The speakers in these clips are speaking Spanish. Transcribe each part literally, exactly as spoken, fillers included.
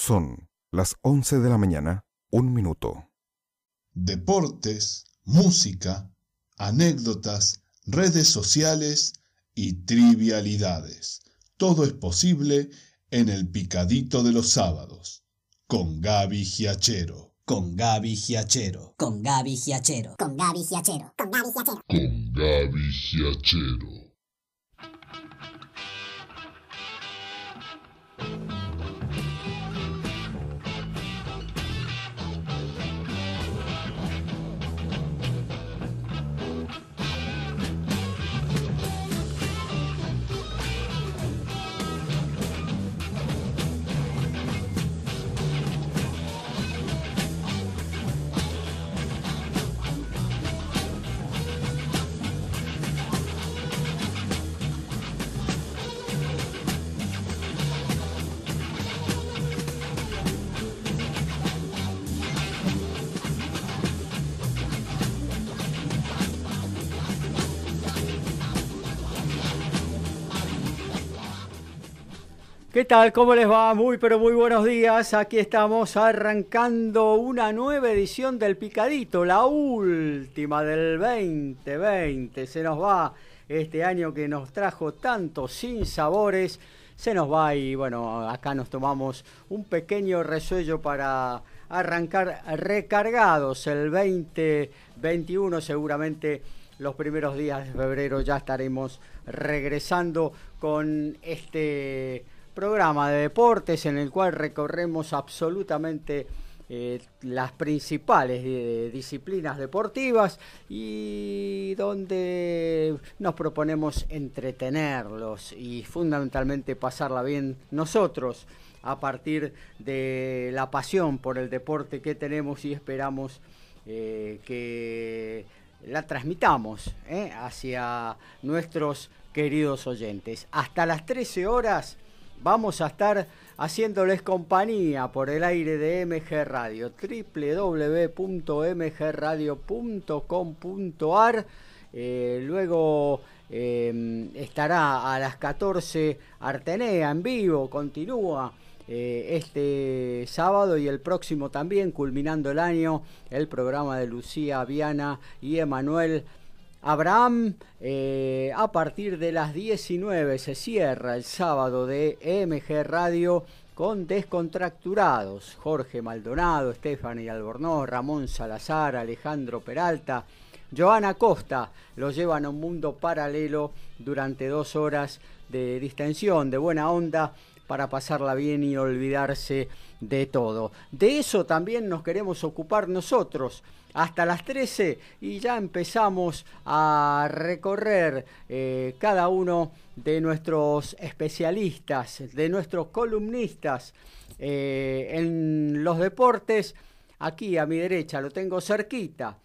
Son las once de la mañana, un minuto. Deportes, música, anécdotas, redes sociales y trivialidades. Todo es posible en el Picadito de los Sábados, con Gaby Giachero. Con Gaby Giachero. Con Gaby Giachero. Con Gaby Giachero. Con Gaby Giachero. Con Gaby Giachero. ¿Qué tal? ¿Cómo les va? Muy pero muy buenos días. Aquí estamos arrancando una nueva edición del Picadito, la última del veinte veinte. Se nos va este año que nos trajo tantos sinsabores. Se nos va y bueno, acá nos tomamos un pequeño resuello para arrancar recargados el veinte veintiuno. Seguramente los primeros días de febrero ya estaremos regresando con este programa de deportes en el cual recorremos absolutamente eh, las principales eh, disciplinas deportivas y donde nos proponemos entretenerlos y fundamentalmente pasarla bien nosotros a partir de la pasión por el deporte que tenemos y esperamos eh, que la transmitamos eh, hacia nuestros queridos oyentes. Hasta las trece horas vamos a estar haciéndoles compañía por el aire de M G Radio, doble u doble u doble u punto m g radio punto com punto a r. Eh, luego eh, estará a las catorce Artenea en vivo, continúa eh, este sábado y el próximo también, culminando el año, el programa de Lucía Viana y Emanuel Abraham. Eh, a partir de las diecinueve se cierra el sábado de M G Radio con Descontracturados. Jorge Maldonado, Stephanie Albornoz, Ramón Salazar, Alejandro Peralta, Joana Costa los llevan a un mundo paralelo durante dos horas de distensión, de buena onda, para pasarla bien y olvidarse de todo. De eso también nos queremos ocupar nosotros hasta las trece y ya empezamos a recorrer eh, cada uno de nuestros especialistas, de nuestros columnistas eh, en los deportes. Aquí a mi derecha lo tengo cerquita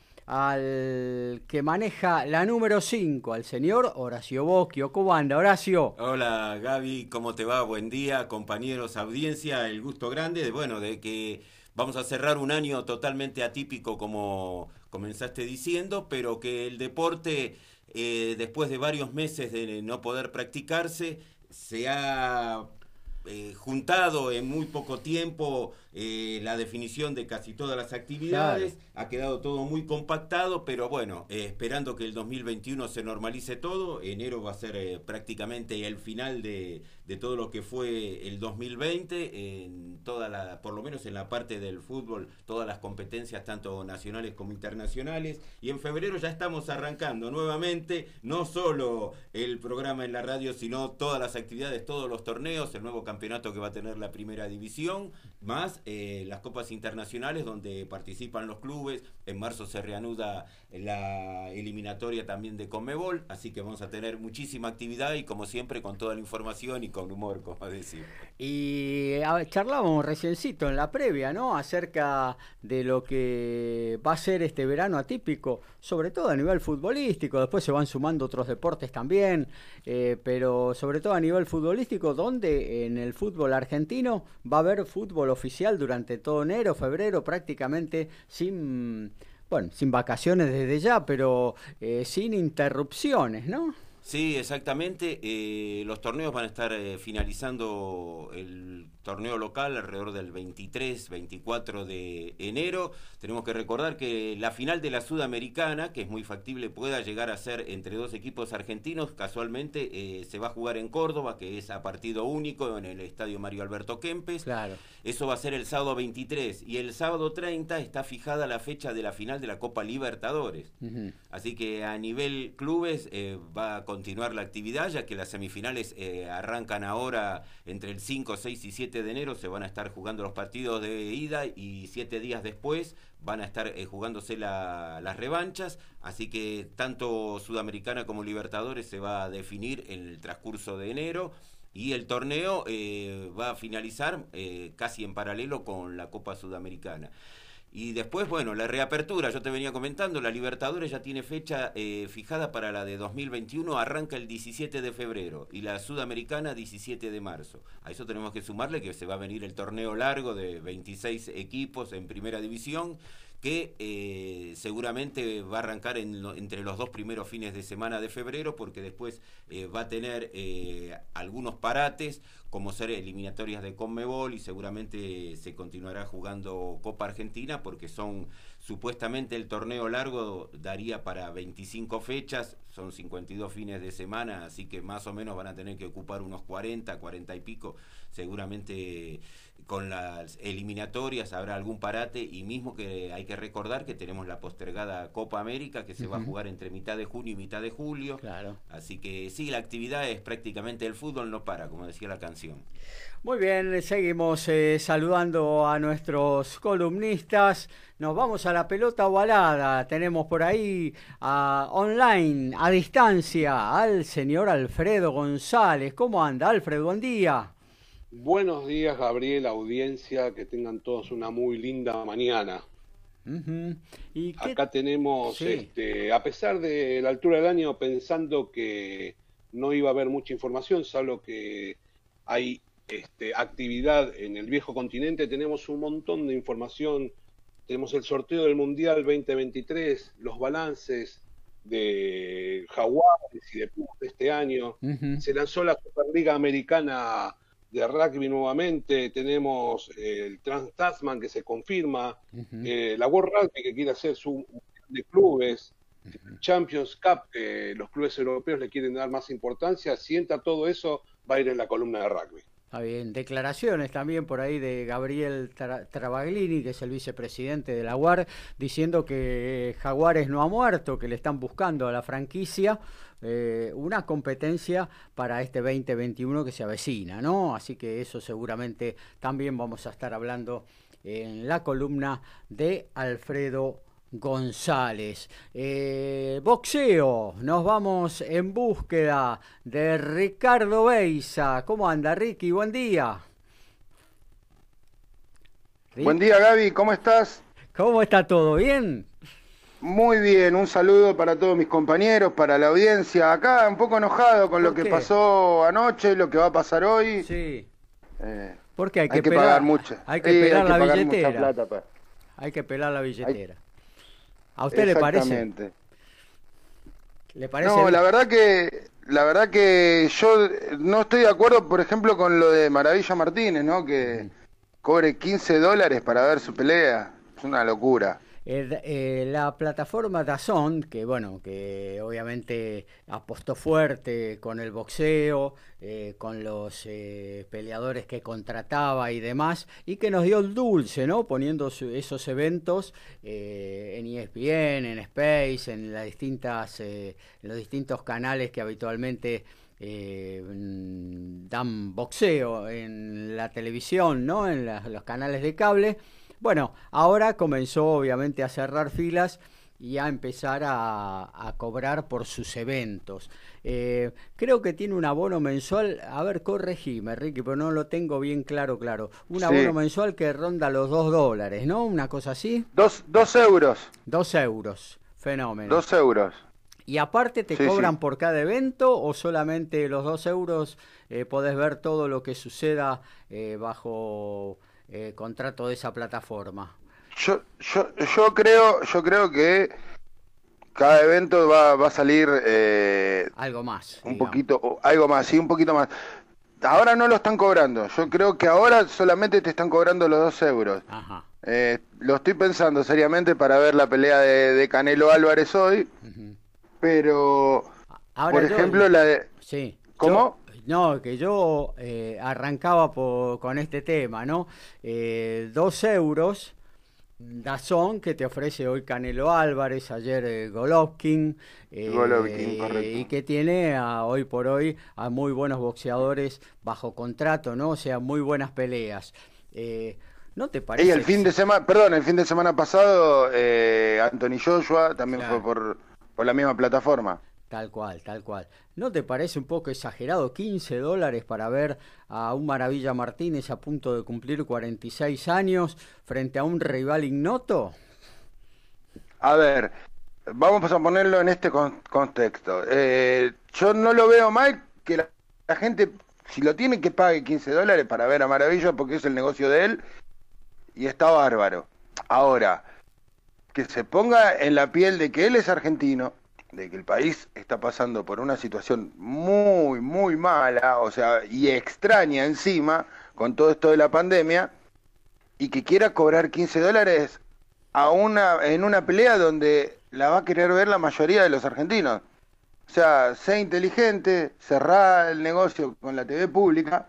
al que maneja la número cinco, al señor Horacio Bocchio. ¿Cómo anda, Horacio? Hola, Gaby, ¿cómo te va? Buen día, compañeros, audiencia. El gusto grande, de, bueno, de que vamos a cerrar un año totalmente atípico, como comenzaste diciendo, pero que el deporte, eh, después de varios meses de no poder practicarse, se ha eh, juntado en muy poco tiempo eh, la definición de casi todas las actividades. Claro. Ha quedado todo muy compactado, pero bueno, eh, esperando que el dos mil veintiuno se normalice todo. Enero va a ser eh, prácticamente el final de, de todo lo que fue el dos mil veinte, en toda la, por lo menos en la parte del fútbol, todas las competencias tanto nacionales como internacionales, y en febrero ya estamos arrancando nuevamente, no solo el programa en la radio, sino todas las actividades, todos los torneos, el nuevo campeonato que va a tener la primera división, más eh, las copas internacionales donde participan los clubes. En marzo se reanuda la eliminatoria también de Conmebol, así que vamos a tener muchísima actividad y como siempre con toda la información y con humor, como decir. Y a, charlábamos reciencito en la previa, ¿no?, acerca de lo que va a ser este verano atípico, sobre todo a nivel futbolístico. Después se van sumando otros deportes también, eh, pero sobre todo a nivel futbolístico, donde en el fútbol argentino va a haber fútbol oficial durante todo enero, febrero, prácticamente sin bueno, sin vacaciones desde ya, pero eh, sin interrupciones, ¿no? Sí, exactamente. Eh, los torneos van a estar eh, finalizando el torneo local alrededor del veintitrés, veinticuatro de enero. Tenemos que recordar que la final de la Sudamericana, que es muy factible pueda llegar a ser entre dos equipos argentinos, casualmente eh, se va a jugar en Córdoba, que es a partido único en el estadio Mario Alberto Kempes. Claro. Eso va a ser el sábado veintitrés, y el sábado treinta está fijada la fecha de la final de la Copa Libertadores. Uh-huh. Así que a nivel clubes eh, va a continuar la actividad, ya que las semifinales eh, arrancan ahora entre el cinco, seis y siete de enero. Se van a estar jugando los partidos de ida, y siete días después van a estar eh, jugándose la, las revanchas, así que tanto Sudamericana como Libertadores se va a definir en el transcurso de enero, y el torneo eh, va a finalizar eh, casi en paralelo con la Copa Sudamericana. Y después, bueno, la reapertura, yo te venía comentando, la Libertadores ya tiene fecha eh, fijada para la de dos mil veintiuno, arranca el diecisiete de febrero, y la Sudamericana diecisiete de marzo. A eso tenemos que sumarle que se va a venir el torneo largo de veintiséis equipos en primera división, que eh, seguramente va a arrancar en lo, entre los dos primeros fines de semana de febrero, porque después eh, va a tener eh, algunos parates, como ser eliminatorias de Conmebol, y seguramente se continuará jugando Copa Argentina, porque son supuestamente el torneo largo daría para veinticinco fechas, son cincuenta y dos fines de semana, así que más o menos van a tener que ocupar unos cuarenta, cuarenta y pico, seguramente con las eliminatorias habrá algún parate, y mismo que hay que recordar que tenemos la postergada Copa América, que se uh-huh. va a jugar entre mitad de junio y mitad de julio. Claro. Así que sí, la actividad es prácticamente, el fútbol no para, como decía la canción. Muy bien, seguimos eh, saludando a nuestros columnistas. Nos vamos a la pelota ovalada. Tenemos por ahí a, online, a distancia, al señor Alfredo González. ¿Cómo anda, Alfredo? Buen día. Buenos días, Gabriel, audiencia, que tengan todos una muy linda mañana. Uh-huh. ¿Y qué? Acá tenemos, sí. este, a pesar de la altura del año, pensando que no iba a haber mucha información, salvo que hay este, actividad en el viejo continente, tenemos un montón de información. Tenemos el sorteo del Mundial veinte veintitrés, los balances de Jaguares y de Pumas de este año. Uh-huh. Se lanzó la Superliga Americana de rugby nuevamente, tenemos eh, el Trans-Tasman que se confirma, uh-huh. eh, la World Rugby que quiere hacer su de clubes, uh-huh. Champions Cup, eh, los clubes europeos le quieren dar más importancia, sienta todo eso, va a ir en la columna de rugby. Está bien, declaraciones también por ahí de Gabriel Tra- Travaglini, que es el vicepresidente de la U A R, diciendo que Jaguares no ha muerto, que le están buscando a la franquicia eh, una competencia para este veinte veintiuno que se avecina, ¿no? Así que eso seguramente también vamos a estar hablando en la columna de Alfredo González. Eh, boxeo, nos vamos en búsqueda de Ricardo Beiza. ¿Cómo anda, Ricky? Buen día. ¿Sí? Buen día, Gaby, ¿cómo estás? ¿Cómo está todo? ¿Bien? Muy bien, un saludo para todos mis compañeros, para la audiencia. Acá un poco enojado con lo que pasó anoche, lo que va a pasar hoy. Sí. Eh, Porque hay que, hay que pelar, pagar mucho. Hay que sí, pelar hay que la pagar billetera. Mucha plata, pa. Hay que pelar la billetera. Hay... ¿A usted le parece? Exactamente. ¿Le parece? No, la verdad que la verdad que yo no estoy de acuerdo, por ejemplo, con lo de Maravilla Martínez, ¿no? Que uh-huh. cobre quince dólares para ver su pelea. Es una locura. Eh, eh, la plataforma DAZN, que bueno, que obviamente apostó fuerte con el boxeo, eh, con los eh, peleadores que contrataba y demás, y que nos dio el dulce, ¿no? Poniendo su, esos eventos eh, en E S P N, en Space, en las distintas, eh, en los distintos canales que habitualmente eh, dan boxeo en la televisión, ¿no? En la, los canales de cable. Bueno, ahora comenzó obviamente a cerrar filas y a empezar a, a cobrar por sus eventos. Eh, creo que tiene un abono mensual, a ver, corregime, Ricky, pero no lo tengo bien claro, claro. Un abono sí. mensual que ronda los dos dólares, ¿no? Una cosa así. Dos, dos euros. Dos euros, fenómeno. Dos euros. ¿Y aparte te sí, cobran sí. por cada evento o solamente los dos euros eh, podés ver todo lo que suceda eh, bajo... Eh, contrato de esa plataforma? Yo, yo, yo creo, yo creo que cada evento va, va a salir eh, algo más, un digamos. poquito, algo más, sí, un poquito más. ahora no lo están cobrando. Yo creo que ahora solamente te están cobrando los dos euros. Ajá. Eh, lo estoy pensando seriamente para ver la pelea de, de Canelo Álvarez hoy. Uh-huh. Pero, ahora por yo, ejemplo, la de... Sí. ¿Cómo? Yo, no, que yo eh, arrancaba por, con este tema, ¿no? Eh, dos euros... DAZN, que te ofrece hoy Canelo Álvarez, ayer eh, Golovkin, eh, Golovkin, correcto. y que tiene a, hoy por hoy a muy buenos boxeadores bajo contrato, ¿no? O sea, muy buenas peleas. Eh, ¿No te parece? Y el fin de semana, perdón, el fin de semana pasado, eh, Anthony Joshua también claro. fue por, por la misma plataforma. Tal cual, tal cual. ¿No te parece un poco exagerado quince dólares para ver a un Maravilla Martínez a punto de cumplir cuarenta y seis años frente a un rival ignoto? A ver, vamos a ponerlo en este con, contexto. Eh, yo no lo veo mal que la, la gente, si lo tiene, que pague quince dólares para ver a Maravilla porque es el negocio de él y está bárbaro. Ahora, que se ponga en la piel de que él es argentino, de que el país está pasando por una situación muy, muy mala, o sea, y extraña encima, con todo esto de la pandemia, y que quiera cobrar quince dólares a una, en una pelea donde la va a querer ver la mayoría de los argentinos. O sea, sé inteligente, cerrá el negocio con la T V pública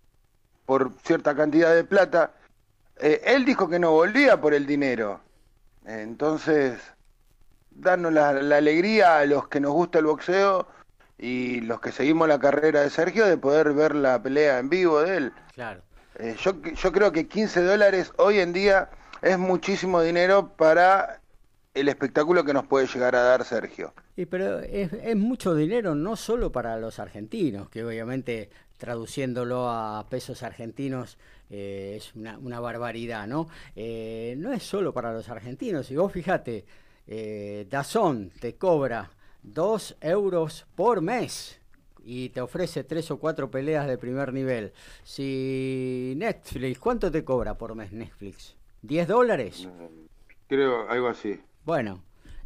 por cierta cantidad de plata. Eh, él dijo que no volvía por el dinero. Entonces... darnos la, la alegría a los que nos gusta el boxeo y los que seguimos la carrera de Sergio de poder ver la pelea en vivo de él. Claro. Eh, yo, yo creo que quince dólares hoy en día es muchísimo dinero para el espectáculo que nos puede llegar a dar Sergio. Y pero es, es mucho dinero no solo para los argentinos, que obviamente traduciéndolo a pesos argentinos eh, es una, una barbaridad, ¿no? Eh, no es solo para los argentinos, y vos fíjate, Eh, DAZN te cobra dos euros por mes y te ofrece tres o cuatro peleas de primer nivel. Si Netflix, ¿cuánto te cobra por mes Netflix? ¿diez dólares? Creo, algo así. Bueno,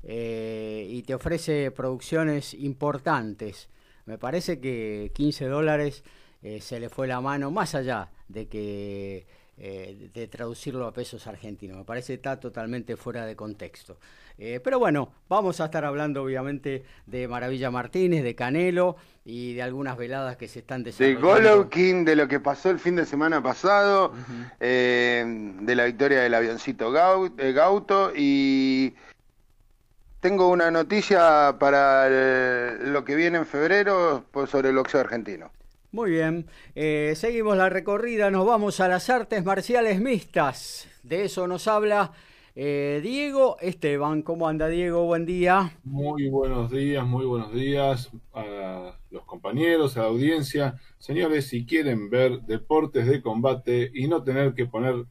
eh, y te ofrece producciones importantes. Me parece que quince dólares eh, se le fue la mano, más allá de que eh, de traducirlo a pesos argentinos. Me parece que está totalmente fuera de contexto. Eh, pero bueno, vamos a estar hablando obviamente de Maravilla Martínez, de Canelo y de algunas veladas que se están De desarrollando. Golovkin, de lo que pasó el fin de semana pasado, uh-huh. eh, de la victoria del avioncito Gau- eh, Gauto, y tengo una noticia para el, lo que viene en febrero pues, sobre el boxeo argentino. Muy bien, eh, seguimos la recorrida, nos vamos a las artes marciales mixtas. De eso nos habla eh, Diego Esteban. ¿Cómo anda, Diego? Buen día. Muy buenos días, muy buenos días a los compañeros, a la audiencia. Señores, si quieren ver deportes de combate y no tener que poner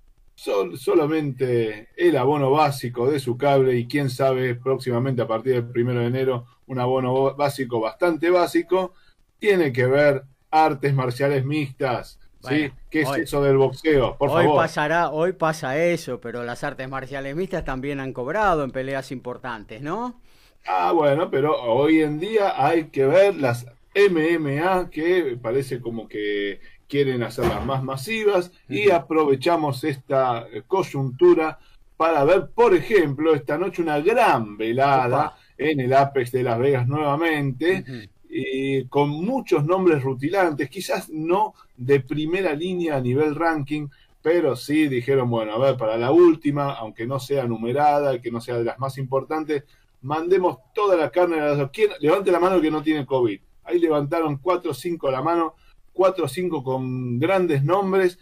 sol, solamente el abono básico de su cable y quién sabe próximamente a partir del primero de enero un abono básico bastante básico, tiene que ver artes marciales mixtas. Bueno, ¿sí? ¿Qué es hoy, eso del boxeo? Por hoy favor. Pasará, hoy pasa eso, pero las artes marciales mixtas también han cobrado en peleas importantes, ¿no? Ah, bueno, pero hoy en día hay que ver las M M A que parece como que quieren hacerlas más masivas uh-huh. y aprovechamos esta coyuntura para ver, por ejemplo, esta noche una gran velada Opa. en el Apex de Las Vegas nuevamente. Uh-huh. Eh, con muchos nombres rutilantes, quizás no de primera línea a nivel ranking, pero sí dijeron, bueno, a ver, para la última, aunque no sea numerada, que no sea de las más importantes, mandemos toda la carne a las... ¿Quién? Levante la mano el que no tiene COVID. Ahí levantaron cuatro o cinco la mano, cuatro o cinco con grandes nombres,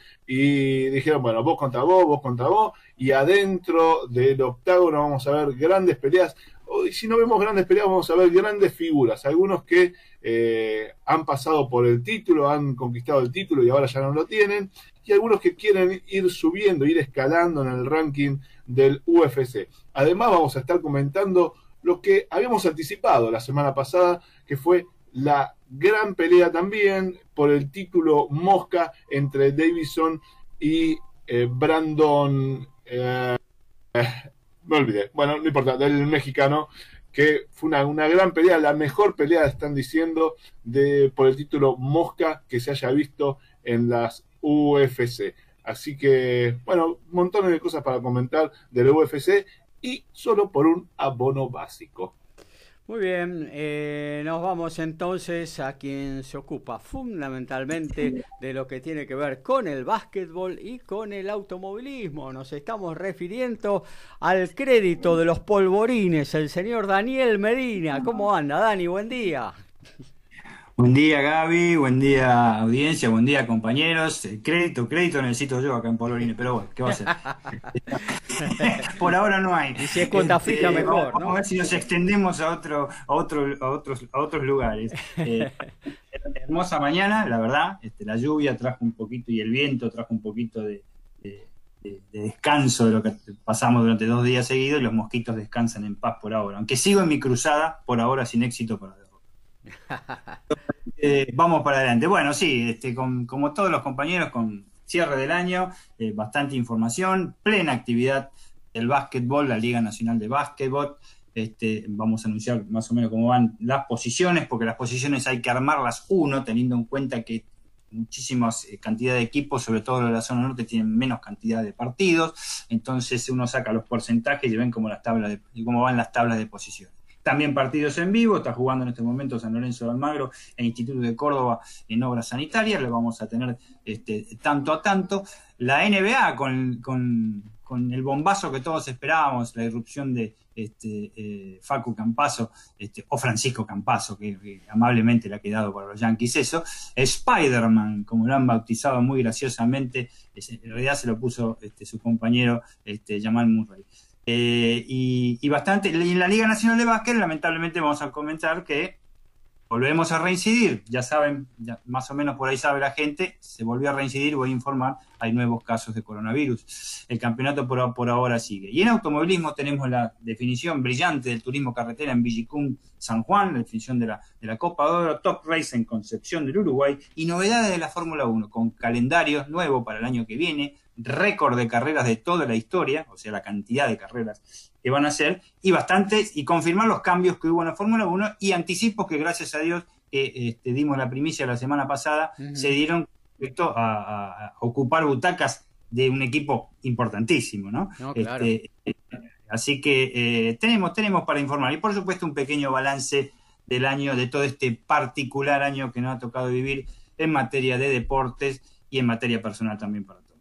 y dijeron, bueno, vos contra vos, vos contra vos, y adentro del octágono vamos a ver grandes peleas. Hoy, si no vemos grandes peleas, vamos a ver grandes figuras. Algunos que eh, han pasado por el título, han conquistado el título y ahora ya no lo tienen. Y algunos que quieren ir subiendo, ir escalando en el ranking del U F C. Además, vamos a estar comentando lo que habíamos anticipado la semana pasada, que fue la gran pelea también por el título Mosca entre Davison y eh, Brandon... Eh, me olvidé, bueno, no importa, del mexicano que fue una, una gran pelea, la mejor pelea, están diciendo, de por el título Mosca que se haya visto en las U F C. Así que, bueno, montones de cosas para comentar de la U F C y solo por un abono básico. Muy bien, eh, nos vamos entonces a quien se ocupa fundamentalmente de lo que tiene que ver con el básquetbol y con el automovilismo. Nos estamos refiriendo al crédito de los polvorines, el señor Daniel Medina. ¿Cómo anda, Dani? Buen día. Buen día, Gaby, buen día, audiencia, buen día, compañeros. Crédito, crédito necesito yo acá en Polvorines, pero bueno, ¿qué va a hacer? Por ahora no hay. Y si es cuota fija, este, mejor, vamos, ¿no? Vamos a ver si nos extendemos a otro, a otro, a otros, a otros lugares. Eh, hermosa mañana, la verdad. Este, la lluvia trajo un poquito y el viento trajo un poquito de, de, de, de descanso de lo que pasamos durante dos días seguidos y los mosquitos descansan en paz por ahora. Aunque sigo en mi cruzada, por ahora sin éxito para Eh, vamos para adelante. Bueno, sí, este, con, como todos los compañeros, con cierre del año, eh, bastante información, plena actividad del básquetbol, la Liga Nacional de Básquetbol. Este, vamos a anunciar más o menos cómo van las posiciones, porque las posiciones hay que armarlas uno, teniendo en cuenta que muchísimas eh, cantidad de equipos, sobre todo los de la zona norte, tienen menos cantidad de partidos. Entonces uno saca los porcentajes y ven cómo, las tablas de, cómo van las tablas de posiciones. También partidos en vivo, está jugando en este momento San Lorenzo de Almagro e Instituto de Córdoba en obras sanitarias, lo vamos a tener este, tanto a tanto. La N B A con, con, con el bombazo que todos esperábamos, la irrupción de este, eh, Facu Campazo, este, o Francisco Campazo, que, que amablemente le ha quedado para los Yankees eso, Spider-Man, como lo han bautizado muy graciosamente, en realidad se lo puso este, su compañero este, Jamal Murray. Eh, y, y bastante, y en la Liga Nacional de Básquet lamentablemente vamos a comentar que volvemos a reincidir, ya saben, ya más o menos por ahí sabe la gente, se volvió a reincidir, voy a informar, hay nuevos casos de coronavirus, el campeonato por, por ahora sigue. Y en automovilismo tenemos la definición brillante del turismo carretera en Villicum, San Juan, la definición de la, de la Copa de Oro, Top Race en Concepción del Uruguay, y novedades de la Fórmula uno, con calendarios nuevos para el año que viene, récord de carreras de toda la historia, o sea, la cantidad de carreras que van a hacer, y bastantes, y confirmar los cambios que hubo en la Fórmula uno, y anticipos que gracias a Dios, que este, dimos la primicia la semana pasada, uh-huh. se dieron respecto a, a, a ocupar butacas de un equipo importantísimo, ¿no? No, claro. Este, eh, así que eh, tenemos, tenemos para informar, y por supuesto un pequeño balance del año, de todo este particular año que nos ha tocado vivir en materia de deportes y en materia personal también para todos.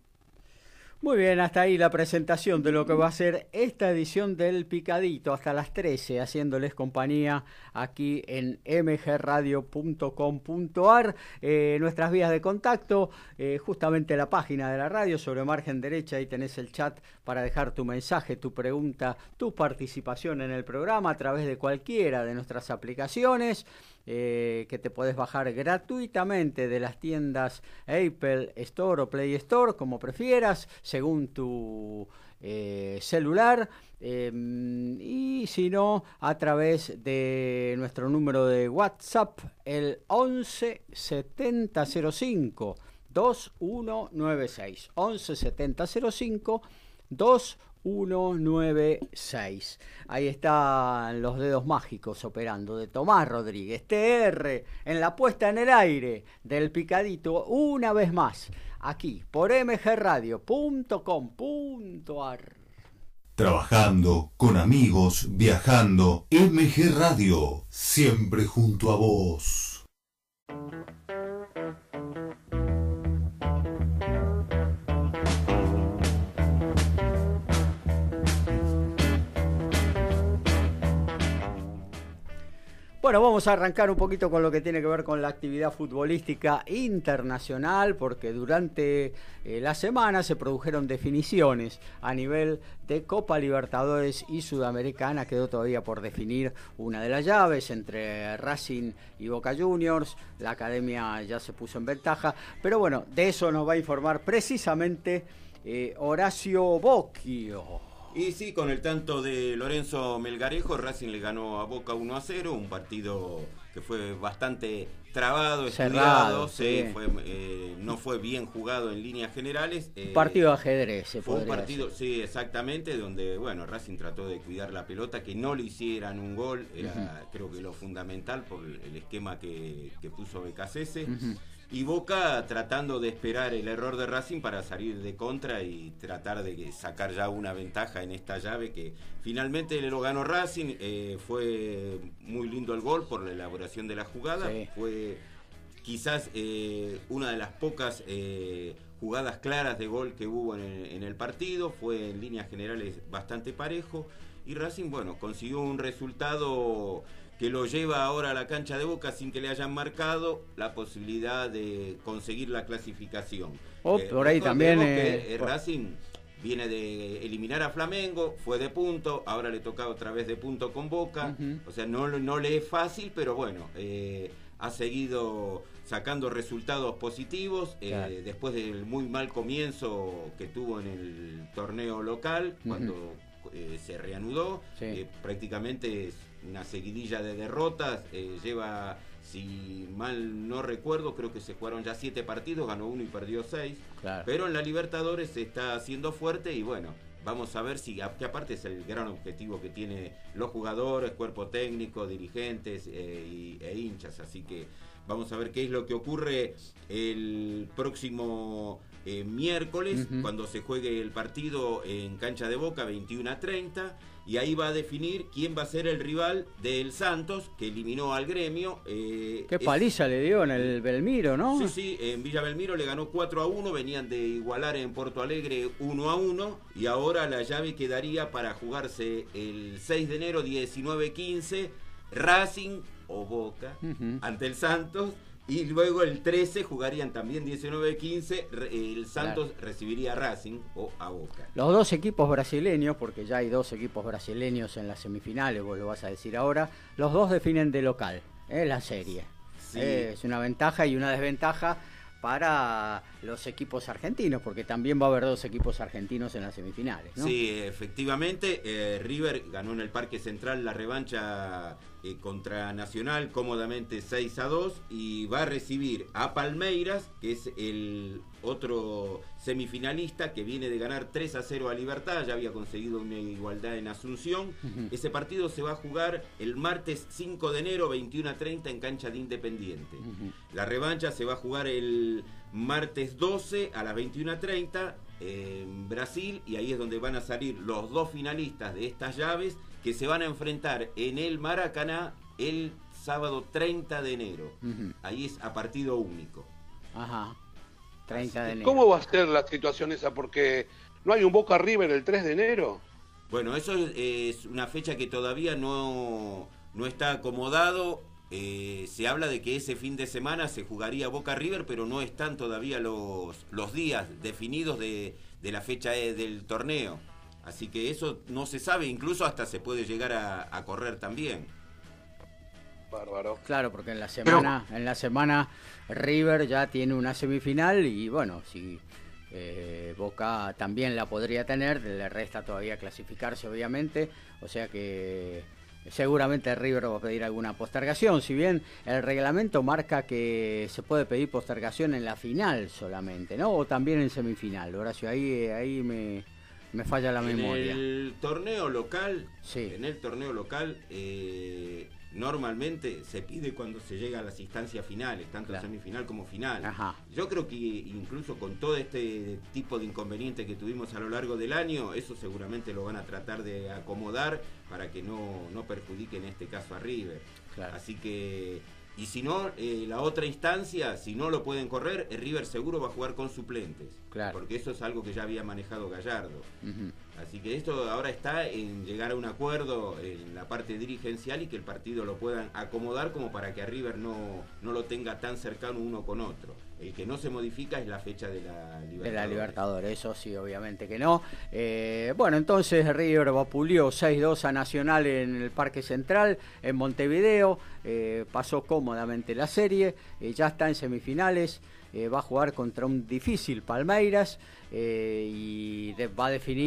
Muy bien, hasta ahí la presentación de lo que va a ser esta edición del Picadito, hasta las trece, haciéndoles compañía aquí en m g radio punto com punto a r. Eh, nuestras vías de contacto, eh, justamente la página de la radio, sobre margen derecha, ahí tenés el chat para dejar tu mensaje, tu pregunta, tu participación en el programa a través de cualquiera de nuestras aplicaciones. Eh, que te podés bajar gratuitamente de las tiendas Apple Store o Play Store, como prefieras, según tu eh, celular, eh, y si no, a través de nuestro número de WhatsApp, el once setenta cero cinco veintiuno noventa y seis, once setenta cero cinco veintiuno noventa y seis. Ahí están los dedos mágicos operando de Tomás Rodríguez. T R en la puesta en el aire del Picadito, una vez más, aquí por m g radio punto com punto a r. Trabajando, con amigos, viajando, M G Radio, siempre junto a vos. Bueno, vamos a arrancar un poquito con lo que tiene que ver con la actividad futbolística internacional, porque durante eh, la semana se produjeron definiciones a nivel de Copa Libertadores y Sudamericana. Quedó todavía por definir una de las llaves entre Racing y Boca Juniors. La academia ya se puso en ventaja, pero bueno, de eso nos va a informar precisamente eh, Horacio Bocchio. Y sí, con el tanto de Lorenzo Melgarejo, Racing le ganó a Boca uno a cero, un partido que fue bastante trabado, cerrado, estudiado, sí, sí. Fue, eh, no fue bien jugado en líneas generales. Un eh, partido de ajedrez, se Fue un podría partido, decir. sí, exactamente, donde, bueno, Racing trató de cuidar la pelota, que no le hicieran un gol, era uh-huh. creo que lo fundamental por el esquema que, que puso Becasese. Uh-huh. Y Boca tratando de esperar el error de Racing para salir de contra y tratar de sacar ya una ventaja en esta llave que finalmente lo ganó Racing. Eh, fue muy lindo el gol por la elaboración de la jugada. Sí. Fue quizás eh, una de las pocas eh, jugadas claras de gol que hubo en el, en el partido. Fue en líneas generales bastante parejo. Y Racing, bueno, consiguió un resultado que lo lleva ahora a la cancha de Boca sin que le hayan marcado la posibilidad de conseguir la clasificación. Oh, eh, por ahí también que, eh, Racing viene de eliminar a Flamengo, fue de punto, ahora le toca otra vez de punto con Boca, uh-huh. o sea, no, no le es fácil, pero bueno, eh, ha seguido sacando resultados positivos, eh, claro. después del muy mal comienzo que tuvo en el torneo local, uh-huh. cuando eh, se reanudó, sí. eh, prácticamente es una seguidilla de derrotas, eh, lleva, si mal no recuerdo, creo que se jugaron ya siete partidos, ganó uno y perdió seis, claro. pero en la Libertadores se está haciendo fuerte y bueno, vamos a ver si, que aparte es el gran objetivo que tiene los jugadores, cuerpo técnico, dirigentes eh, y, e hinchas, así que vamos a ver qué es lo que ocurre el próximo eh, miércoles, uh-huh. cuando se juegue el partido en cancha de Boca, veintiuno a treinta, y ahí va a definir quién va a ser el rival del Santos, que eliminó al Gremio. Eh, Qué paliza es, le dio en el Belmiro, ¿no? Sí, sí, en Villa Belmiro le ganó cuatro a uno, venían de igualar en Porto Alegre uno a uno, y ahora la llave quedaría para jugarse el seis de enero, diecinueve quince, Racing o Boca, uh-huh. ante el Santos, y luego el trece jugarían también diecinueve quince, el Santos claro. recibiría a Racing o a Boca. Los dos equipos brasileños, porque ya hay dos equipos brasileños en las semifinales, vos lo vas a decir ahora, los dos definen de local, ¿eh? La serie. Sí. Eh, es una ventaja y una desventaja para los equipos argentinos, porque también va a haber dos equipos argentinos en las semifinales, ¿no? Sí, efectivamente, eh, River ganó en el Parque Central la revancha eh, contra Nacional cómodamente seis a dos y va a recibir a Palmeiras, que es el otro semifinalista que viene de ganar tres a cero a Libertad, ya había conseguido una igualdad en Asunción. Uh-huh. Ese partido se va a jugar el martes cinco de enero, veintiuno a treinta en cancha de Independiente. Uh-huh. La revancha se va a jugar el martes doce a las veintiuno a treinta en Brasil, y ahí es donde van a salir los dos finalistas de estas llaves que se van a enfrentar en el Maracaná el sábado treinta de enero. Uh-huh. Ahí es a partido único. Ajá. treinta de enero. ¿Cómo va a ser la situación esa? Porque no hay un Boca River el tres de enero. Bueno, eso es, es una fecha que todavía no, no está acomodado. Eh, se habla de que ese fin de semana se jugaría Boca River, pero no están todavía los, los días definidos de, de la fecha del torneo. Así que eso no se sabe, incluso hasta se puede llegar a, a correr también. Bárbaro. Claro, porque en la semana, en la semana River ya tiene una semifinal y bueno, si eh, Boca también la podría tener, le resta todavía clasificarse obviamente, o sea que seguramente River va a pedir alguna postergación, si bien el reglamento marca que se puede pedir postergación en la final solamente, ¿no? O también en semifinal. Horacio, ahí, ahí me, me falla la memoria. En el torneo local, sí. en el torneo local, eh, normalmente se pide cuando se llega a las instancias finales, tanto claro. semifinal como final. Ajá. Yo creo que incluso con todo este tipo de inconvenientes que tuvimos a lo largo del año, eso seguramente lo van a tratar de acomodar para que no, no perjudique en este caso a River. Claro. Así que, y si no, eh, la otra instancia, si no lo pueden correr, el River seguro va a jugar con suplentes. Claro. Porque eso es algo que ya había manejado Gallardo. Uh-huh. Así que esto ahora está en llegar a un acuerdo en la parte dirigencial y que el partido lo puedan acomodar como para que a River no, no lo tenga tan cercano uno con otro. El que no se modifica es la fecha de la Libertadores. De la Libertadores, eso sí, obviamente que no. Eh, bueno, entonces River vapuleó seis dos a Nacional en el Parque Central, en Montevideo, eh, pasó cómodamente la serie, eh, ya está en semifinales. Eh, va a jugar contra un difícil Palmeiras eh, y de, va a definir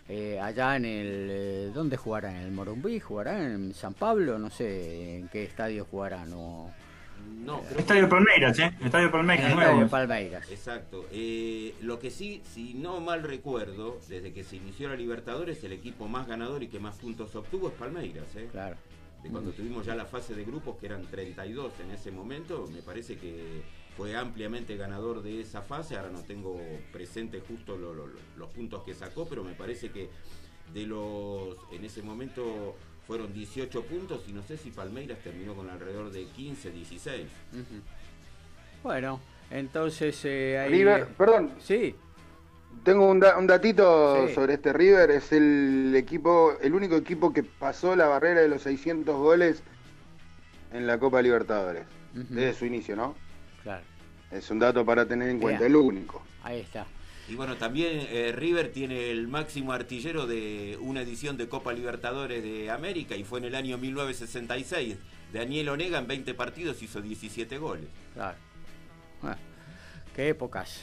eh, allá en el... Eh, ¿Dónde jugarán? ¿En el Morumbí? ¿Jugarán en San Pablo? No sé en qué estadio jugarán. O... No, creo Estadio que... Palmeiras, ¿eh? Estadio Palmeiras, nuevo. Estadio Palmeiras. Exacto. Eh, lo que sí, si no mal recuerdo, desde que se inició la Libertadores, el equipo más ganador y que más puntos obtuvo es Palmeiras, ¿eh? Claro. De cuando mm. tuvimos ya la fase de grupos, que eran treinta y dos en ese momento, me parece que fue ampliamente ganador de esa fase. Ahora no tengo presente justo lo, lo, los puntos que sacó, pero me parece que de los, en ese momento fueron dieciocho puntos y no sé si Palmeiras terminó con alrededor de quince, dieciséis. Uh-huh. Bueno, entonces eh, ahí... River, perdón. Sí. Tengo un, da, un datito sí. sobre este River. Es el equipo, el único equipo que pasó la barrera de los seiscientos goles en la Copa Libertadores. Uh-huh. Desde su inicio, ¿no? Claro. Es un dato para tener en cuenta, Bien. el único. Ahí está. Y bueno, también eh, River tiene el máximo artillero de una edición de Copa Libertadores de América y fue en el año mil novecientos sesenta y seis. Daniel Onega en veinte partidos hizo diecisiete goles. Claro. Bueno, qué épocas.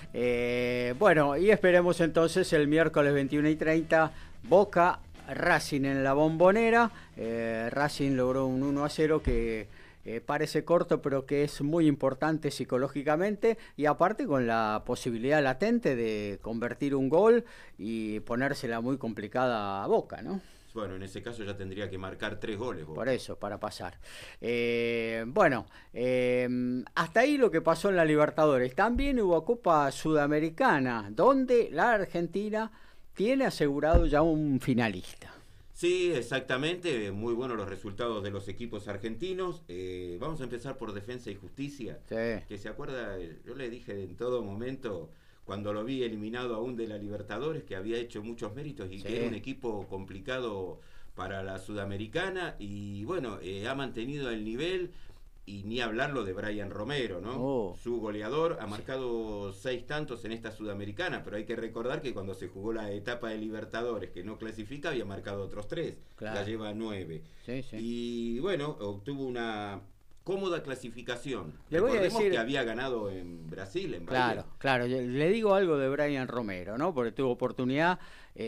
Eh, bueno, y esperemos entonces el miércoles veintiuno y treinta, Boca Racing en la Bombonera. Eh, Racing logró un uno a cero que... Eh, parece corto, pero que es muy importante psicológicamente y aparte con la posibilidad latente de convertir un gol y ponérsela muy complicada a Boca, ¿no? Bueno, en ese caso ya tendría que marcar tres goles. Boca. Por eso, para pasar. Eh, bueno, eh, hasta ahí lo que pasó en la Libertadores. También hubo Copa Sudamericana, donde la Argentina tiene asegurado ya un finalista. Sí, exactamente, muy buenos los resultados de los equipos argentinos. Eh, vamos a empezar por Defensa y Justicia, sí. que se acuerda, yo le dije en todo momento, cuando lo vi eliminado aún de la Libertadores, que había hecho muchos méritos y sí. que era un equipo complicado para la Sudamericana, y bueno, eh, ha mantenido el nivel. Y ni hablarlo de Brian Romero, ¿no? Oh. Su goleador ha marcado sí. seis tantos en esta Sudamericana, pero hay que recordar que cuando se jugó la etapa de Libertadores, que no clasifica, había marcado otros tres. Claro. Ya lleva nueve. Sí, sí. Y bueno, obtuvo una cómoda clasificación. Le voy Recordemos a decir... que había ganado en Brasil, en Bahía. Claro, claro. Le digo algo de Brian Romero, ¿no? Porque tuvo oportunidad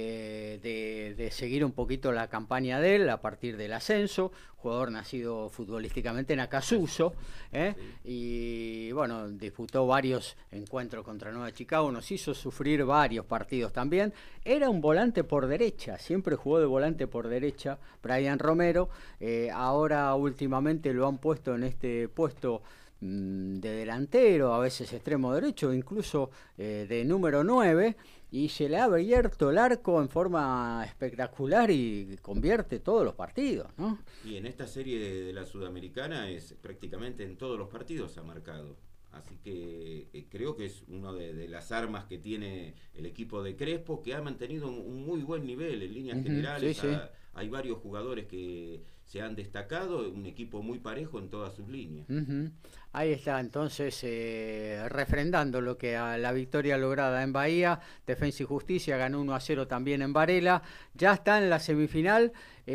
eh, de, de seguir un poquito la campaña de él a partir del ascenso. Jugador nacido futbolísticamente en Acasuso, ¿eh? Sí. Y bueno, disputó varios encuentros contra Nueva Chicago, nos hizo sufrir varios partidos también. Era un volante por derecha, siempre jugó de volante por derecha Brian Romero. Eh, ahora últimamente lo han puesto en este puesto mmm, de delantero, a veces extremo derecho, incluso eh, de número nueve. Y se le ha abierto el arco en forma espectacular y convierte todos los partidos, ¿no? Y en esta serie de, de la Sudamericana es prácticamente en todos los partidos ha marcado. Así que eh, creo que es una de, de las armas que tiene el equipo de Crespo, que ha mantenido un, un muy buen nivel en líneas uh-huh, generales. Sí, sí. Ha, hay varios jugadores que se han destacado, un equipo muy parejo en todas sus líneas. Uh-huh. Ahí está, entonces, eh, refrendando lo que a la victoria lograda en Bahía, Defensa y Justicia ganó uno a cero también en Varela, ya está en la semifinal,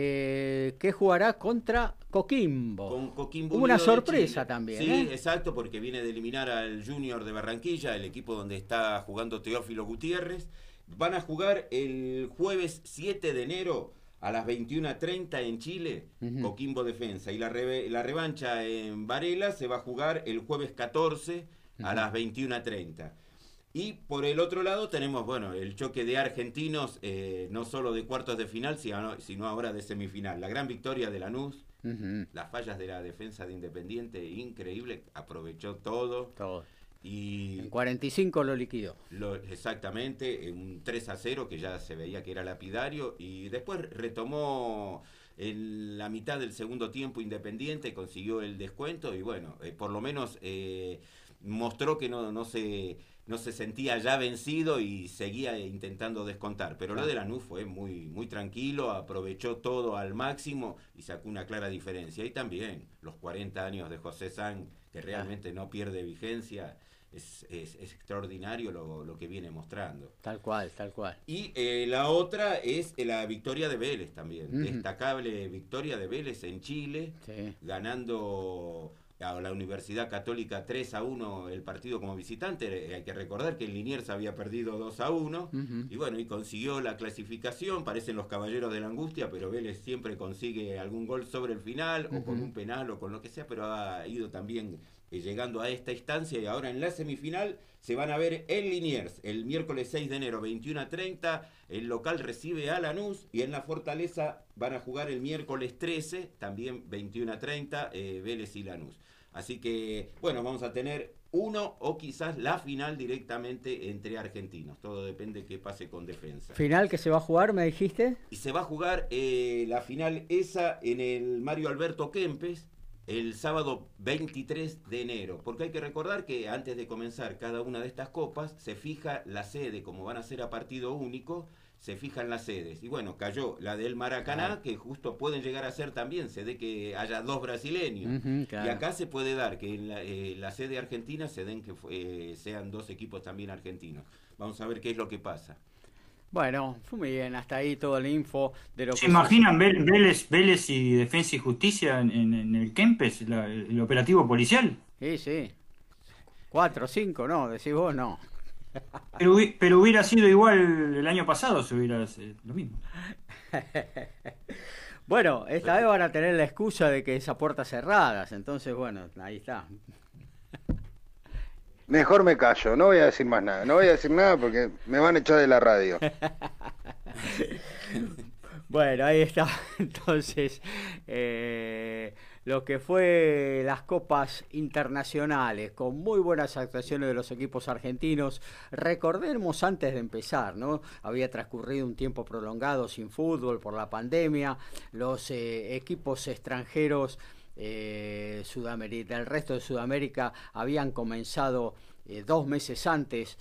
eh, que jugará contra Coquimbo. Con Coquimbo una sorpresa también. Sí, ¿eh? exacto, porque viene de eliminar al Junior de Barranquilla, el equipo donde está jugando Teófilo Gutiérrez. Van a jugar el jueves siete de enero a las veintiuna treinta en Chile, uh-huh. Coquimbo Defensa. Y la, re, la revancha en Varela se va a jugar el jueves catorce uh-huh. a las veintiuna treinta. Y por el otro lado tenemos, bueno, el choque de argentinos, eh, no solo de cuartos de final, sino, sino ahora de semifinal. La gran victoria de Lanús, uh-huh. las fallas de la defensa de Independiente, increíble, aprovechó todo. Todo. Y en cuarenta y cinco lo liquidó. Lo, exactamente, un tres a cero que ya se veía que era lapidario, y después retomó en la mitad del segundo tiempo Independiente, consiguió el descuento y bueno, eh, por lo menos eh, mostró que no, no, se, no se sentía ya vencido y seguía intentando descontar. Pero lo de Lanús fue muy, muy tranquilo, aprovechó todo al máximo y sacó una clara diferencia. Y también los cuarenta años de José San, que realmente no pierde vigencia. Es, es, es extraordinario lo, lo que viene mostrando. Tal cual, tal cual. Y eh, la otra es la victoria de Vélez también. Uh-huh. Destacable victoria de Vélez en Chile, sí. ganando a la Universidad Católica tres a uno el partido como visitante. Hay que recordar que el Liniers había perdido dos a uno, uh-huh. y bueno, y consiguió la clasificación. Parecen los caballeros de la angustia, pero Vélez siempre consigue algún gol sobre el final, uh-huh. o con un penal o con lo que sea, pero ha ido también eh, llegando a esta instancia, y ahora en la semifinal se van a ver en Liniers el miércoles seis de enero, veintiuno a treinta. El local recibe a Lanús, y en la Fortaleza van a jugar el miércoles trece, también veintiuno a treinta, eh, Vélez y Lanús. Así que, bueno, vamos a tener uno o quizás la final directamente entre argentinos. Todo depende de qué pase con Defensa. ¿Final que se va a jugar, me dijiste? Y se va a jugar eh, la final esa en el Mario Alberto Kempes, el sábado veintitrés de enero, porque hay que recordar que antes de comenzar cada una de estas copas se fija la sede, como van a ser a partido único, se fijan las sedes. Y bueno, cayó la del Maracaná, ah. que justo pueden llegar a ser también, se dé que haya dos brasileños. Uh-huh, claro. Y acá se puede dar que en la, eh, la sede argentina se den que eh, sean dos equipos también argentinos. Vamos a ver qué es lo que pasa. Bueno, fue muy bien, hasta ahí todo el info de lo ¿Se que... ¿Se imaginan Vélez, Vélez y Defensa y Justicia en, en, en el Kempes, la, el operativo policial? Sí, sí. Cuatro, cinco, no, decís vos, no. Pero, pero hubiera sido igual el año pasado, se hubiera sido lo mismo. Bueno, esta vez van a tener la excusa de que esas puertas cerradas, entonces bueno, ahí está. Mejor me callo, no voy a decir más nada, no voy a decir nada porque me van a echar de la radio. Bueno, ahí está entonces eh, lo que fue las copas internacionales, con muy buenas actuaciones de los equipos argentinos. Recordemos antes de empezar, ¿no? Había transcurrido un tiempo prolongado sin fútbol por la pandemia, los eh, equipos extranjeros eh, Sudamérica, del resto de Sudamérica habían comenzado eh, dos meses antes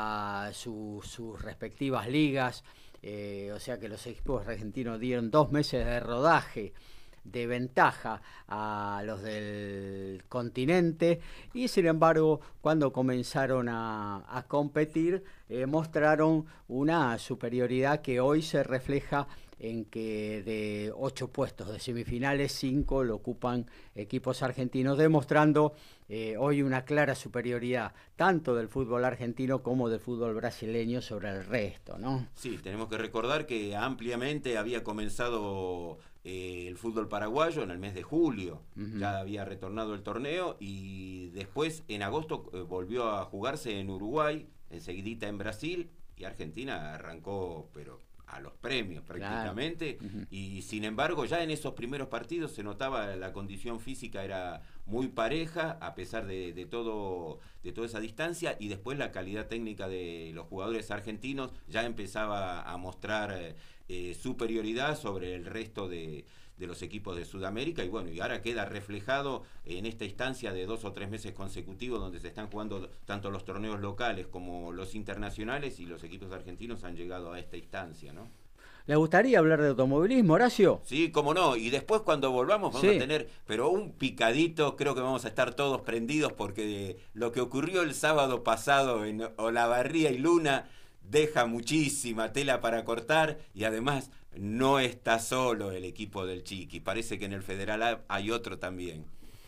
a su, sus respectivas ligas. Eh, o sea que los equipos argentinos dieron dos meses de rodaje de ventaja a los del continente, y sin embargo cuando comenzaron a, a competir eh, mostraron una superioridad que hoy se refleja en que de ocho puestos de semifinales, cinco lo ocupan equipos argentinos, demostrando eh, hoy una clara superioridad tanto del fútbol argentino como del fútbol brasileño sobre el resto, ¿no? Sí, tenemos que recordar que ampliamente había comenzado eh, el fútbol paraguayo en el mes de julio, uh-huh. ya había retornado el torneo, y después en agosto eh, volvió a jugarse en Uruguay, enseguidita en Brasil, y Argentina arrancó, pero a los premios prácticamente, claro. uh-huh. y sin embargo ya en esos primeros partidos se notaba la condición física era muy pareja a pesar de, de todo de toda esa distancia, y después la calidad técnica de los jugadores argentinos ya empezaba a mostrar eh, superioridad sobre el resto de, de los equipos de Sudamérica, y bueno, y ahora queda reflejado en esta instancia de dos o tres meses consecutivos donde se están jugando tanto los torneos locales como los internacionales, y los equipos argentinos han llegado a esta instancia, ¿no? ¿Le gustaría hablar de automovilismo, Horacio? Sí, cómo no, y después cuando volvamos vamos sí. a tener, pero un picadito, creo que vamos a estar todos prendidos, porque lo que ocurrió el sábado pasado en Olavarría y Luna deja muchísima tela para cortar, y además no está solo el equipo del Chiqui, parece que en el Federal hay otro también.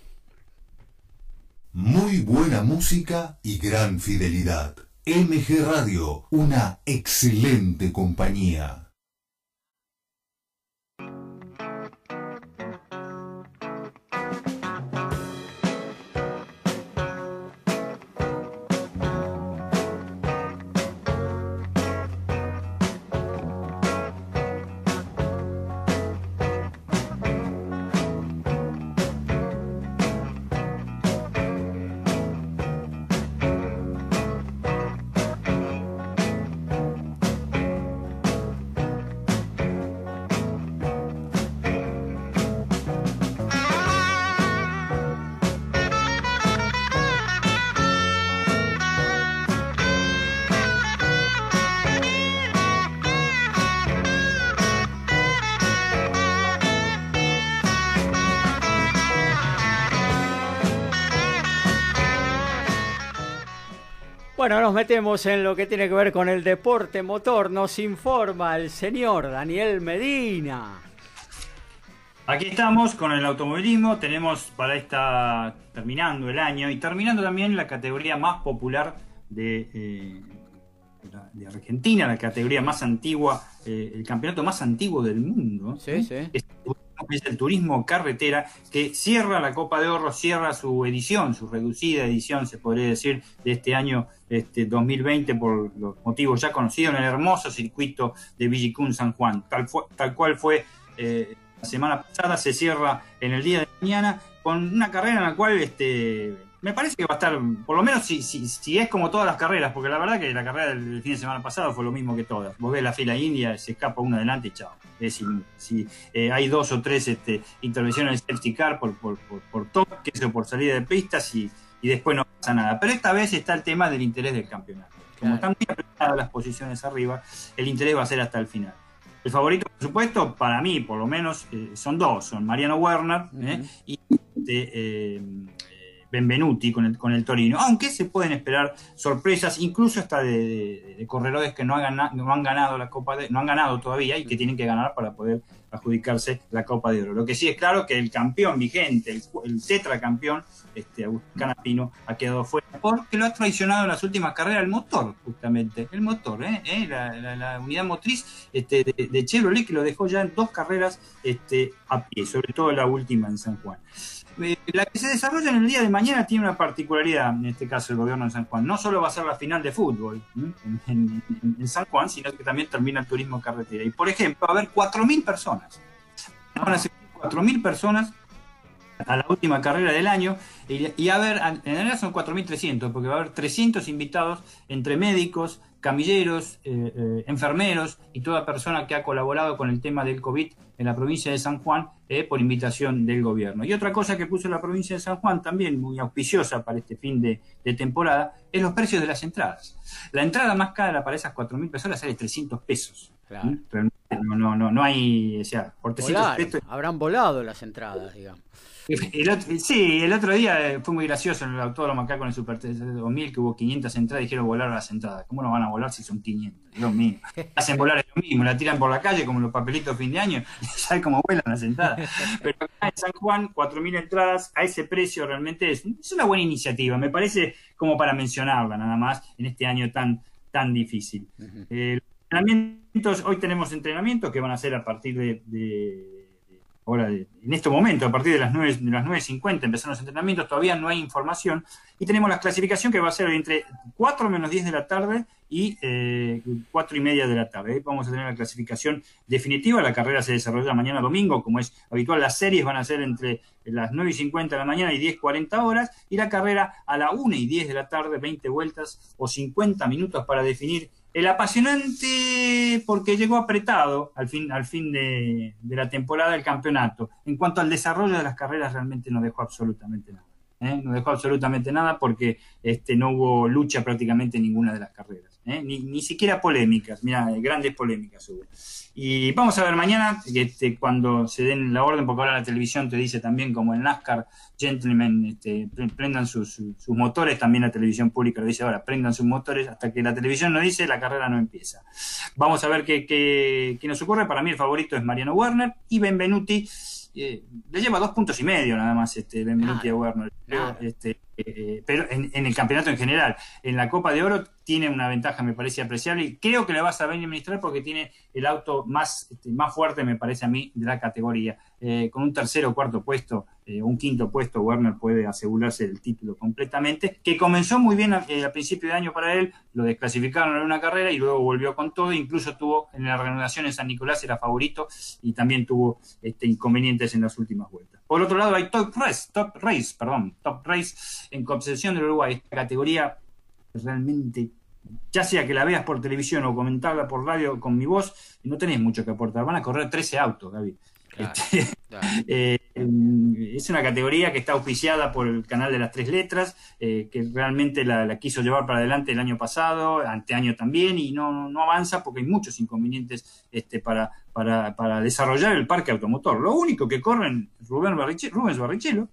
Muy buena música y gran fidelidad. M G Radio, una excelente compañía. Bueno, nos metemos en lo que tiene que ver con el deporte motor. Nos informa el señor Daniel Medina. Aquí estamos con el automovilismo, tenemos para esta, terminando el año y terminando también la categoría más popular de, eh, de Argentina, la categoría más antigua, eh, el campeonato más antiguo del mundo. Sí, sí. Es, es el turismo carretera, que cierra la Copa de Oro, cierra su edición, su reducida edición, se podría decir, de este año este, dos mil veinte, por los motivos ya conocidos, en el hermoso circuito de Villicún San Juan, tal, fue, tal cual fue eh, la semana pasada. Se cierra en el día de mañana con una carrera en la cual este, me parece que va a estar, por lo menos si, si, si es como todas las carreras, porque la verdad que la carrera del, del fin de semana pasado fue lo mismo que todas. Vos ves la fila india, se escapa uno adelante y chao. Es si, si eh, hay dos o tres este, intervenciones de safety car por, por, por, por toques o por salida de pistas y, y después no pasa nada. Pero esta vez está el tema del interés del campeonato. Como están muy apretadas las posiciones arriba, el interés va a ser hasta el final. El favorito, por supuesto, para mí, por lo menos, eh, son dos. Son Mariano Werner uh-huh. eh, y este, eh, Benvenuti con el, con el Torino. Aunque se pueden esperar sorpresas, incluso hasta de, de, de corredores que no han, ganado, no han ganado la Copa de, no han ganado todavía y que tienen que ganar para poder adjudicarse la Copa de Oro. Lo que sí es claro que el campeón vigente, el, el tetracampeón, este, Agustín Canapino, ha quedado fuera porque lo ha traicionado en las últimas carreras el motor, justamente, el motor, ¿eh? ¿Eh? La, la, la unidad motriz este, de, de Chevrolet, que lo dejó ya en dos carreras este, a pie, sobre todo la última en San Juan. Eh, la que se desarrolla en el día de mañana tiene una particularidad, en este caso el gobierno de San Juan. No solo va a ser la final de fútbol en, en, en San Juan, sino que también termina el turismo carretera. Y por ejemplo, va a haber cuatro mil personas. Van a ser cuatro mil personas a la última carrera del año, y, y a ver, en realidad son cuatro mil trescientos, porque va a haber trescientos invitados entre médicos, camilleros, eh, eh, enfermeros y toda persona que ha colaborado con el tema del COVID en la provincia de San Juan eh, por invitación del gobierno. Y otra cosa que puso la provincia de San Juan, también muy auspiciosa para este fin de, de temporada, es los precios de las entradas. La entrada más cara para esas cuatro mil personas sale trescientos pesos. Claro. ¿Mm? No, no, no, no hay, o sea, por trescientos pesos. Habrán volado las entradas, digamos. El otro, sí, el otro día fue muy gracioso en el autódromo acá con el Super dos mil, que hubo quinientas entradas y dijeron volar las entradas. ¿Cómo no van a volar si son quinientas? Dios mío. Hacen volar es lo mismo, la tiran por la calle como los papelitos de fin de año y saben cómo vuelan las entradas. Pero acá en San Juan, cuatro mil entradas a ese precio realmente es, es una buena iniciativa. Me parece como para mencionarla nada más en este año tan, tan difícil. Uh-huh. eh, los entrenamientos, hoy tenemos entrenamientos que van a ser a partir de... de Ahora, en este momento, a partir de las nueve, de las nueve cincuenta empezaron los entrenamientos, todavía no hay información, y tenemos la clasificación que va a ser entre cuatro menos diez de la tarde y eh, cuatro y media de la tarde. Ahí vamos a tener la clasificación definitiva. La carrera se desarrolla mañana domingo, como es habitual. Las series van a ser entre las nueve y cincuenta de la mañana y diez cuarenta horas, y la carrera a la una y diez de la tarde, veinte vueltas o cincuenta minutos para definir el apasionante, porque llegó apretado al fin, al fin de, de la temporada del campeonato. En cuanto al desarrollo de las carreras, realmente no dejó absolutamente nada. ¿eh? No dejó absolutamente nada porque este, no hubo lucha prácticamente en ninguna de las carreras. ¿eh? Ni, ni siquiera polémicas, mira, grandes polémicas hubo. Y vamos a ver mañana, este, cuando se den la orden, porque ahora la televisión te dice también, como en NASCAR, gentlemen, este, prendan sus, sus motores, también la televisión pública lo dice ahora, prendan sus motores, hasta que la televisión no dice, la carrera no empieza. Vamos a ver qué, qué, qué nos ocurre. Para mí el favorito es Mariano Werner, y Benvenuti eh, le lleva dos puntos y medio nada más este Benvenuti a Werner. Pero, este, eh, pero en, en el campeonato en general, en la Copa de Oro tiene una ventaja, me parece apreciable, y creo que la va a saber administrar porque tiene el auto más, este, más fuerte, me parece a mí, de la categoría. Eh, con un tercero o cuarto puesto, eh, un quinto puesto, Werner puede asegurarse el título completamente, que comenzó muy bien a, eh, a principio de año para él, lo desclasificaron en una carrera y luego volvió con todo, incluso tuvo en la reanudación en San Nicolás, era favorito, y también tuvo este, inconvenientes en las últimas vueltas. Por otro lado hay Top Race, Top Race, perdón, Top Race en Concepción del Uruguay, esta categoría realmente, ya sea que la veas por televisión o comentarla por radio con mi voz, no tenés mucho que aportar. Van a correr trece autos, Gaby. Claro, este, claro. Eh, es una categoría que está auspiciada por el canal de las tres letras, eh, que realmente la, la quiso llevar para adelante el año pasado, anteaño también, y no, no avanza porque hay muchos inconvenientes este, para, para, para desarrollar el parque automotor. Lo único que corren Rubén Barrichello, Rubens Barrichello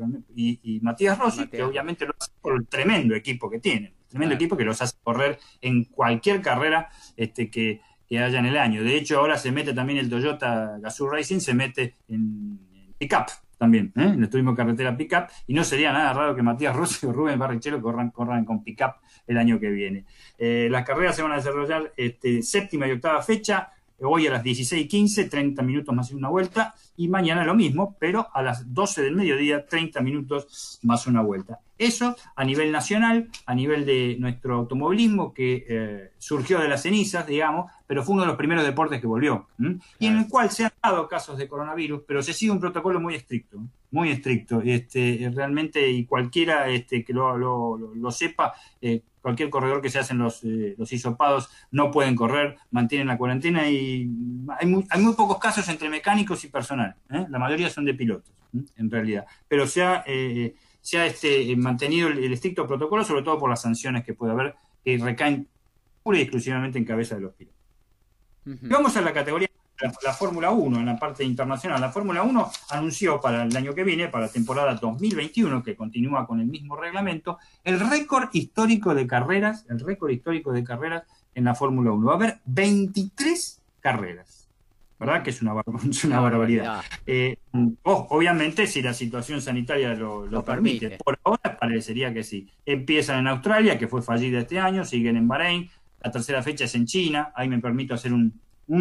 y, y Matías Rossi, Matías. que obviamente lo hacen por el tremendo equipo que tienen, tremendo claro. equipo que los hace correr en cualquier carrera este, que que haya en el año. De hecho, ahora se mete también el Toyota Gazoo Racing, se mete en, en pick-up también, ¿eh? En el turismo carretera pick-up, y no sería nada raro que Matías Rossi o Rubén Barrichello corran, corran con pick-up el año que viene. Eh, las carreras se van a desarrollar este, séptima y octava fecha, hoy a las dieciséis y quince, treinta minutos más una vuelta, y mañana lo mismo, pero a las doce del mediodía, treinta minutos más una vuelta. Eso a nivel nacional, a nivel de nuestro automovilismo, que eh, surgió de las cenizas, digamos, pero fue uno de los primeros deportes que volvió, ¿m? Y en el cual se han dado casos de coronavirus, pero se sigue un protocolo muy estricto, muy estricto, este, realmente, y cualquiera este, que lo, lo, lo, lo sepa, eh, cualquier corredor que se hacen los, eh, los hisopados no pueden correr, mantienen la cuarentena, y hay muy, hay muy pocos casos entre mecánicos y personal, ¿eh? La mayoría son de pilotos, ¿eh? En realidad, pero se ha, eh, se ha este, mantenido el, el estricto protocolo, sobre todo por las sanciones que puede haber, que recaen pura y exclusivamente en cabeza de los pilotos. Uh-huh. Y vamos a la categoría, la, la Fórmula uno, en la parte internacional. La Fórmula uno anunció para el año que viene, para la temporada dos mil veintiuno, que continúa con el mismo reglamento, el récord histórico de carreras, el récord histórico de carreras en la Fórmula uno. Va a haber veintitrés carreras, ¿verdad? Que es una, es una barbaridad. Eh, oh, obviamente, si la situación sanitaria lo, lo, lo permite. permite. Por ahora parecería que sí. Empiezan en Australia, que fue fallida este año, siguen en Bahrein. La tercera fecha es en China, ahí me permito hacer un,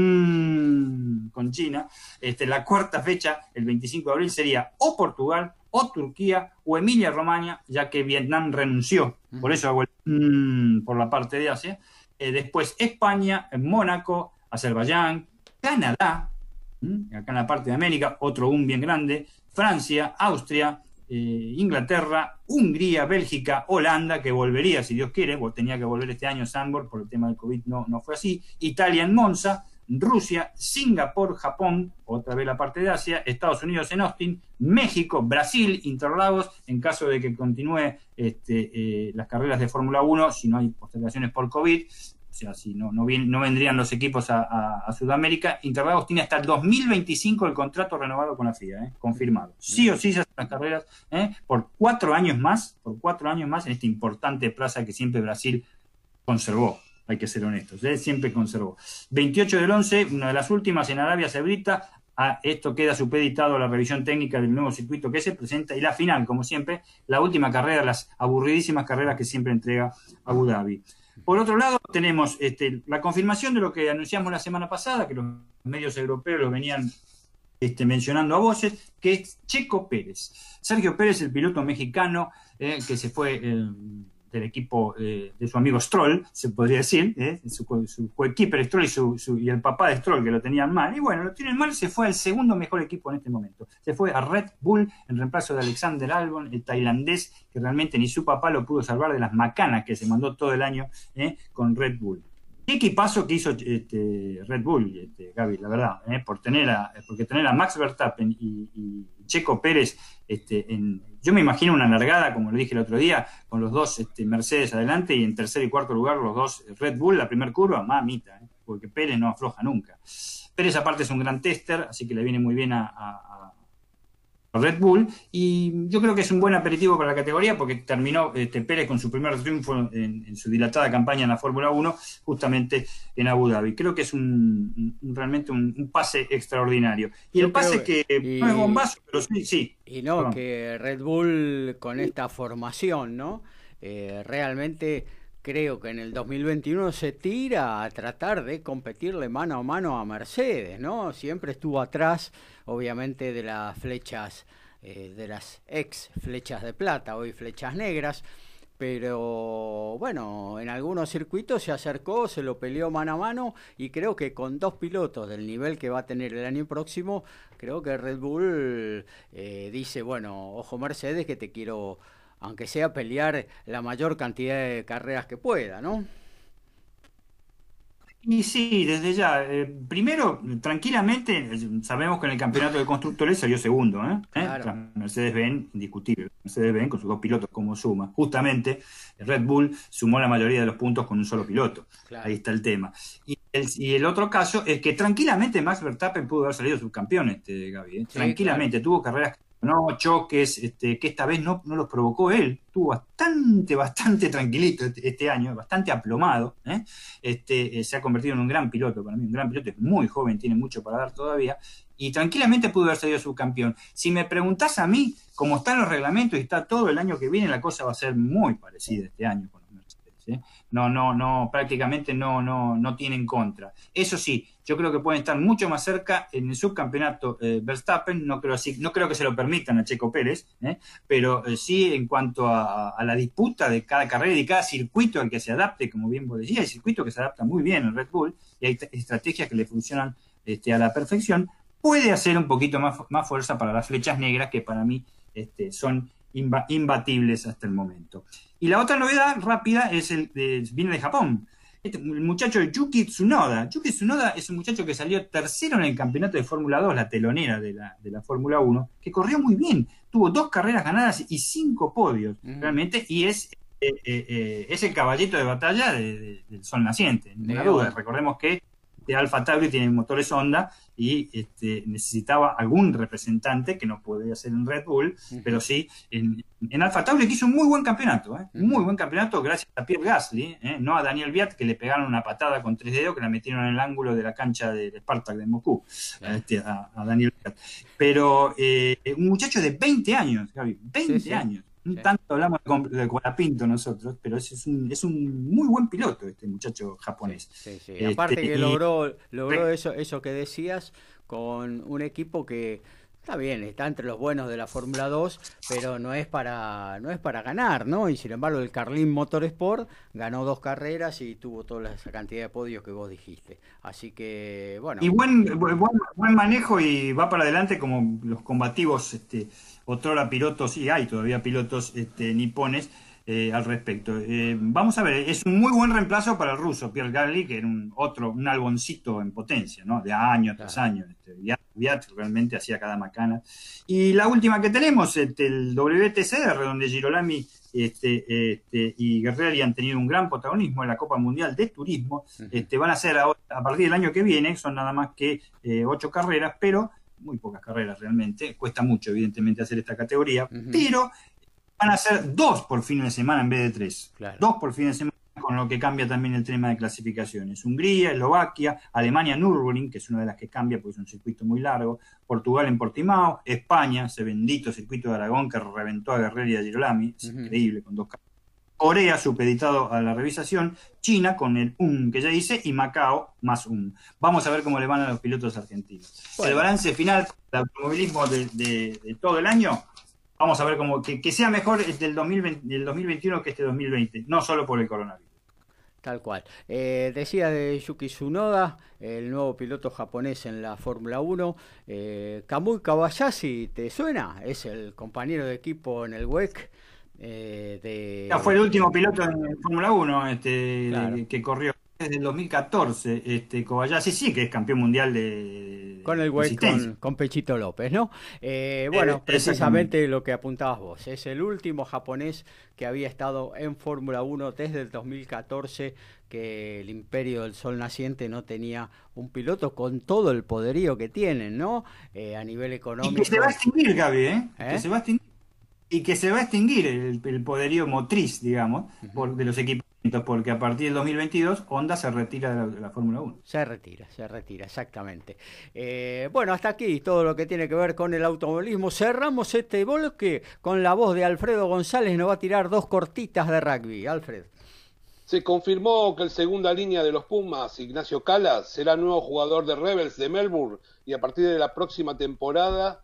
un con China. Este, la cuarta fecha, el veinticinco de abril, sería o Portugal, o Turquía, o Emilia-Romagna, ya que Vietnam renunció. Uh-huh. Por eso hago el mmm, por la parte de Asia. Eh, después España, Mónaco, Azerbaiyán, Canadá, ¿m? Acá en la parte de América, otro un bien grande, Francia, Austria, Eh, Inglaterra, Hungría, Bélgica, Holanda, que volvería, si Dios quiere, tenía que volver este año Zandvoort, por el tema del COVID no, no fue así, Italia en Monza, Rusia, Singapur, Japón, otra vez la parte de Asia, Estados Unidos en Austin, México, Brasil, Interlagos, en caso de que continúe este, eh, las carreras de Fórmula uno, si no hay postergaciones por COVID, o sea, si no, no, bien, no vendrían los equipos a, a, a Sudamérica. Interlagos tiene hasta el dos mil veinticinco el contrato renovado con la F I A, ¿eh? Confirmado. Sí o sí se hacen las carreras ¿eh? por cuatro años más, por cuatro años más en esta importante plaza que siempre Brasil conservó, hay que ser honestos, ¿eh? Siempre conservó. veintiocho del once, una de las últimas en Arabia Saudita. A esto queda supeditado a la revisión técnica del nuevo circuito que se presenta, y la final, como siempre, la última carrera, las aburridísimas carreras que siempre entrega Abu Dhabi. Por otro lado, tenemos este, la confirmación de lo que anunciamos la semana pasada, que los medios europeos lo venían este, mencionando a voces, que es Checo Pérez. Sergio Pérez, el piloto mexicano eh, que se fue eh, del equipo eh, de su amigo Stroll, se podría decir, eh, su, su coequiper Stroll y, su, su, y el papá de Stroll, que lo tenían mal. Y bueno, lo tienen mal, se fue al segundo mejor equipo en este momento. Se fue a Red Bull en reemplazo de Alexander Albon, el tailandés, que realmente ni su papá lo pudo salvar de las macanas que se mandó todo el año eh, con Red Bull. ¿Qué equipazo que hizo este, Red Bull, este, Gaby, la verdad? Eh, por tener a, porque tener a Max Verstappen y, y Checo Pérez, este, en, yo me imagino una largada, como lo dije el otro día, con los dos este, Mercedes adelante y en tercer y cuarto lugar los dos Red Bull, la primera curva, mamita, eh, porque Pérez no afloja nunca. Pérez aparte es un gran tester, así que le viene muy bien a, a Red Bull, y yo creo que es un buen aperitivo para la categoría porque terminó este, Pérez con su primer triunfo en, en su dilatada campaña en la Fórmula uno, justamente en Abu Dhabi. Creo que es un, un realmente un, un pase extraordinario. Y yo el pase que, que y, no es bombazo, pero sí, sí. Y no, perdón. Que Red Bull con esta formación, ¿no? Eh, realmente creo que en el dos mil veintiuno se tira a tratar de competirle mano a mano a Mercedes, ¿no? Siempre estuvo atrás, obviamente, de las flechas, eh, de las ex flechas de plata, hoy flechas negras, pero bueno, en algunos circuitos se acercó, se lo peleó mano a mano, y creo que con dos pilotos del nivel que va a tener el año próximo, creo que Red Bull eh, dice, bueno, ojo Mercedes, que te quiero, aunque sea pelear la mayor cantidad de carreras que pueda, ¿no? Y sí, desde ya. Eh, primero, tranquilamente, sabemos que en el campeonato de constructores salió segundo, ¿eh? Claro. ¿Eh? Mercedes-Benz, indiscutible. Mercedes-Benz con sus dos pilotos como suma. Justamente, Red Bull sumó la mayoría de los puntos con un solo piloto. Claro. Ahí está el tema. Y el, y el otro caso es que tranquilamente Max Verstappen pudo haber salido subcampeón, este, Gaby. ¿eh? Sí, tranquilamente, claro. Tuvo carreras ¿no? Choques, este, que esta vez no, no los provocó él, estuvo bastante, bastante tranquilito este, este año, bastante aplomado, ¿eh? Este, eh, se ha convertido en un gran piloto, para mí un gran piloto, es muy joven, tiene mucho para dar todavía, y tranquilamente pudo haber salido subcampeón. Si me preguntás a mí, como están los reglamentos y está todo el año que viene, la cosa va a ser muy parecida este año con los Mercedes, ¿eh? No, no, no, prácticamente no, no, no tienen contra. Eso sí, yo creo que pueden estar mucho más cerca en el subcampeonato eh, Verstappen, no creo así, no creo que se lo permitan a Checo Pérez, ¿eh? Pero eh, sí en cuanto a, a la disputa de cada carrera y de cada circuito al que se adapte, como bien vos decías, hay circuitos que se adaptan muy bien en Red Bull y hay estrategias que le funcionan este, a la perfección. Puede hacer un poquito más, más fuerza para las flechas negras, que para mí este, son imba, imbatibles hasta el momento. Y la otra novedad rápida es el de, viene de Japón. Este, el muchacho Yuki Tsunoda. Yuki Tsunoda es un muchacho que salió tercero en el campeonato de Fórmula dos, la telonera de la, de la Fórmula uno, que corrió muy bien. Tuvo dos carreras ganadas y cinco podios, mm. realmente, y es, eh, eh, eh, es el caballito de batalla de, de, del sol naciente, ninguna duda. Recordemos que de Alfa Tauri tiene motores Honda y este, necesitaba algún representante que no podía ser en Red Bull, uh-huh. pero sí en, en Alfa Tauri, que hizo un muy buen campeonato, ¿eh? Uh-huh. muy buen campeonato gracias a Pierre Gasly, ¿eh? no a Daniel Viat, que le pegaron una patada con tres dedos que la metieron en el ángulo de la cancha del Spartak de Moscú, uh-huh. este, a, a Daniel Viat. Pero eh, un muchacho de veinte años, Gaby, veinte sí, sí. años. Sí. Tanto hablamos de Colapinto nosotros, pero es, es, un, es un muy buen piloto este muchacho japonés. Sí, sí, sí. Este, aparte que logró, logró eso, eso que decías con un equipo que está bien, está entre los buenos de la Fórmula dos, pero no es para no es para ganar, ¿no? Y sin embargo el Carlin Motorsport ganó dos carreras y tuvo toda esa cantidad de podios que vos dijiste. Así que, bueno. Y buen, buen, buen manejo y va para adelante como los combativos, este, otrora pilotos, y hay todavía pilotos este, nipones eh, al respecto. Eh, vamos a ver, es un muy buen reemplazo para el ruso Pierre Gasly, que era un otro, un alboncito en potencia, ¿no? De año tras claro. año. Este, Viat realmente hacía cada macana. Y la última que tenemos, este, el W T C R, donde Girolami este, este, y Guerreri han tenido un gran protagonismo en la Copa Mundial de Turismo. Uh-huh. Este, van a ser a, a partir del año que viene, son nada más que eh, ocho carreras, pero muy pocas carreras realmente, cuesta mucho evidentemente hacer esta categoría, uh-huh. pero van a ser dos por fin de semana en vez de tres, claro. dos por fin de semana, con lo que cambia también el tema de clasificaciones. Hungría, Eslovaquia, Alemania, Nürburgring, que es una de las que cambia porque es un circuito muy largo, Portugal en Portimao, España, ese bendito circuito de Aragón que reventó a Guerreri y a Girolami, es uh-huh. increíble con dos carreras. Corea supeditado a la revisación, China con el U M que ya hice y Macao más U M. Vamos a ver cómo le van a los pilotos argentinos. Bueno. El balance final del automovilismo de, de, de todo el año, vamos a ver cómo que, que sea mejor el dos mil veinte, el dos mil veintiuno que este dos mil veinte, no solo por el coronavirus. Tal cual. Eh, decía de Yuki Tsunoda, el nuevo piloto japonés en la Fórmula uno. Eh, Kamui Kobayashi, ¿te suena? Es el compañero de equipo en el W E C. Eh, de... ya fue el último piloto en Fórmula uno este, claro. de, que corrió desde el dos mil catorce. Este, Kobayashi sí que es campeón mundial de con el W E C con, con Pechito López, ¿no? Eh, bueno, eh, precisamente lo que apuntabas vos. Es el último japonés que había estado en Fórmula uno desde el dos mil catorce, que el Imperio del Sol Naciente no tenía un piloto con todo el poderío que tienen, ¿no? Eh, a nivel económico. Y que se va a extinguir, Gaby, ¿eh? ¿Eh? Que se va a extinguir. Y que se va a extinguir el, el poderío motriz, digamos, uh-huh. por, de los equipamientos, porque a partir del dos mil veintidós Honda se retira de la, de la Fórmula uno. Se retira, se retira, exactamente. Eh, bueno, hasta aquí todo lo que tiene que ver con el automovilismo. Cerramos este bloque con la voz de Alfredo González, nos va a tirar dos cortitas de rugby. Alfred. Se confirmó que el segunda línea de los Pumas, Ignacio Calas, será nuevo jugador de Rebels de Melbourne y a partir de la próxima temporada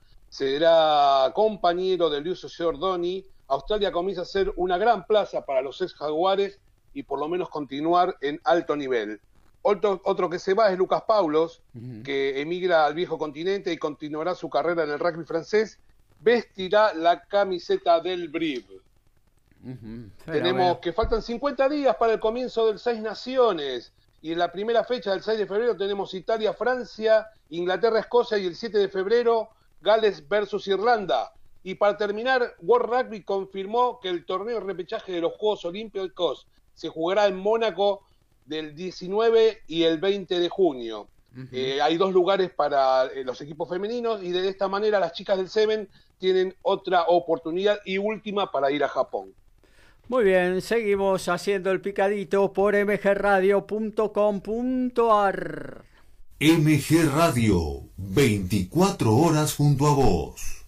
será compañero de Luis Giordoni. Australia comienza a ser una gran plaza para los ex Jaguares y por lo menos continuar en alto nivel. Otro, otro que se va es Lucas Paulos, uh-huh. que emigra al viejo continente y continuará su carrera en el rugby francés. Vestirá la camiseta del Brive. Uh-huh. Tenemos bueno. que faltan cincuenta días para el comienzo del Seis Naciones. Y en la primera fecha del seis de febrero tenemos Italia, Francia, Inglaterra, Escocia y el siete de febrero Gales versus Irlanda. Y para terminar, World Rugby confirmó que el torneo de repechaje de los Juegos Olímpicos se jugará en Mónaco del diecinueve y el veinte de junio. Uh-huh. Eh, hay dos lugares para eh, los equipos femeninos y de esta manera las chicas del Seven tienen otra oportunidad y última para ir a Japón. Muy bien, seguimos haciendo el picadito por m g radio punto com punto a r. M G Radio, veinticuatro horas junto a vos.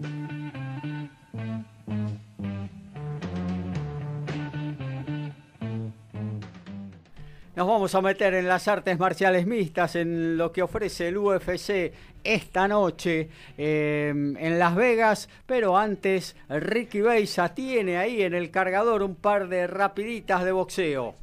Nos vamos a meter en las artes marciales mixtas, en lo que ofrece el U F C esta noche eh, en Las Vegas, pero antes Ricky Beiza tiene ahí en el cargador un par de rapiditas de boxeo.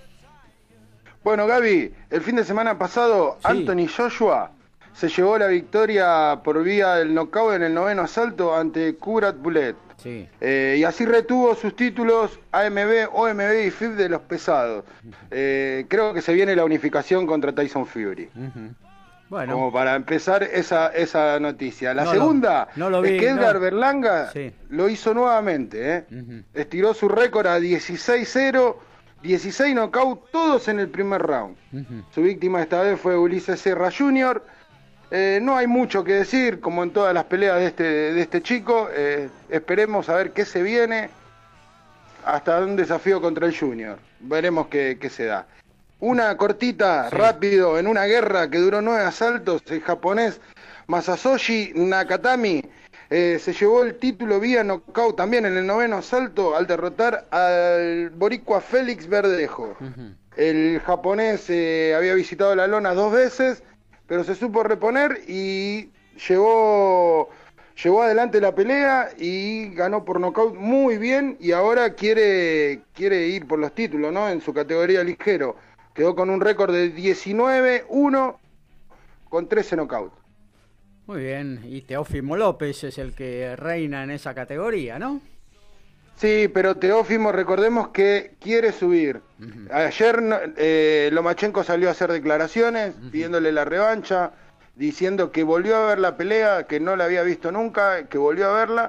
Bueno, Gaby, el fin de semana pasado sí. Anthony Joshua se llevó la victoria por vía del knockout en el noveno asalto ante Kubrat Bulet. Sí. Eh, y así retuvo sus títulos A M B, O M B y F I B de los pesados. Eh, creo que se viene la unificación contra Tyson Fury. Uh-huh. Bueno. Como para empezar esa, esa noticia. La no segunda lo, no lo vi, es que Edgar no. Berlanga sí. lo hizo nuevamente. ¿eh? Uh-huh. Estiró su récord a dieciséis cero, dieciséis knockouts, todos en el primer round. Uh-huh. Su víctima esta vez fue Ulises Serra junior Eh, no hay mucho que decir, como en todas las peleas de este, de este chico. Eh, esperemos a ver qué se viene hasta un desafío contra el Junior. Veremos qué, qué se da. Una cortita, sí. rápido, en una guerra que duró nueve asaltos, el japonés Masayoshi Nakatami eh, se llevó el título vía knockout también en el noveno asalto al derrotar al boricua Félix Verdejo. Uh-huh. El japonés eh, había visitado la lona dos veces, pero se supo reponer y llevó, llevó adelante la pelea y ganó por nocaut muy bien y ahora quiere, quiere ir por los títulos, ¿no? En su categoría ligero. Quedó con un récord de diecinueve uno con trece knockouts. Muy bien, y Teófimo López es el que reina en esa categoría, ¿no? Sí, pero Teófimo, recordemos que quiere subir. Uh-huh. Ayer eh, Lomachenko salió a hacer declaraciones uh-huh. pidiéndole la revancha, diciendo que volvió a ver la pelea, que no la había visto nunca, que volvió a verla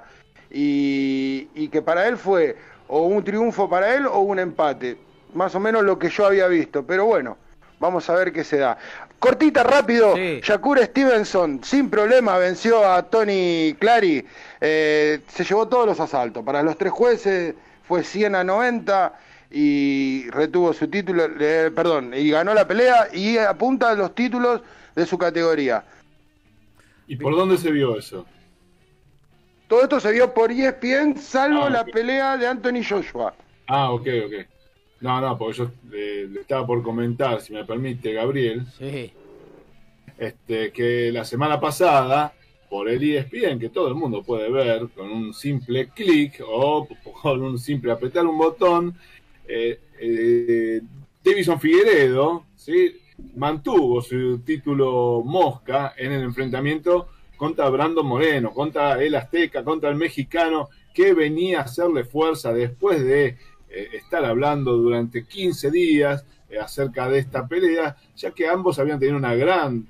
y, y que para él fue o un triunfo para él o un empate. Más o menos lo que yo había visto, pero bueno, vamos a ver qué se da. Cortita, rápido, sí. Shakur Stevenson, sin problema, venció a Tony Clary, eh, se llevó todos los asaltos. Para los tres jueces fue cien a noventa y retuvo su título, eh, perdón, y ganó la pelea y apunta a los títulos de su categoría. ¿Y por dónde se vio eso? Todo esto se vio por E S P N, salvo ah, la okay. pelea de Anthony Joshua. Ah, ok, ok. No, no, porque yo eh, le estaba por comentar, si me permite, Gabriel, sí. este, que la semana pasada, por el E S P N, que todo el mundo puede ver, con un simple clic o con un simple apretar un botón, eh, eh, Davison Figueiredo, ¿sí?, mantuvo su título Mosca en el enfrentamiento contra Brandon Moreno, contra el azteca, contra el mexicano, que venía a hacerle fuerza después de eh, estar hablando durante quince días eh, acerca de esta pelea, ya que ambos habían tenido una gran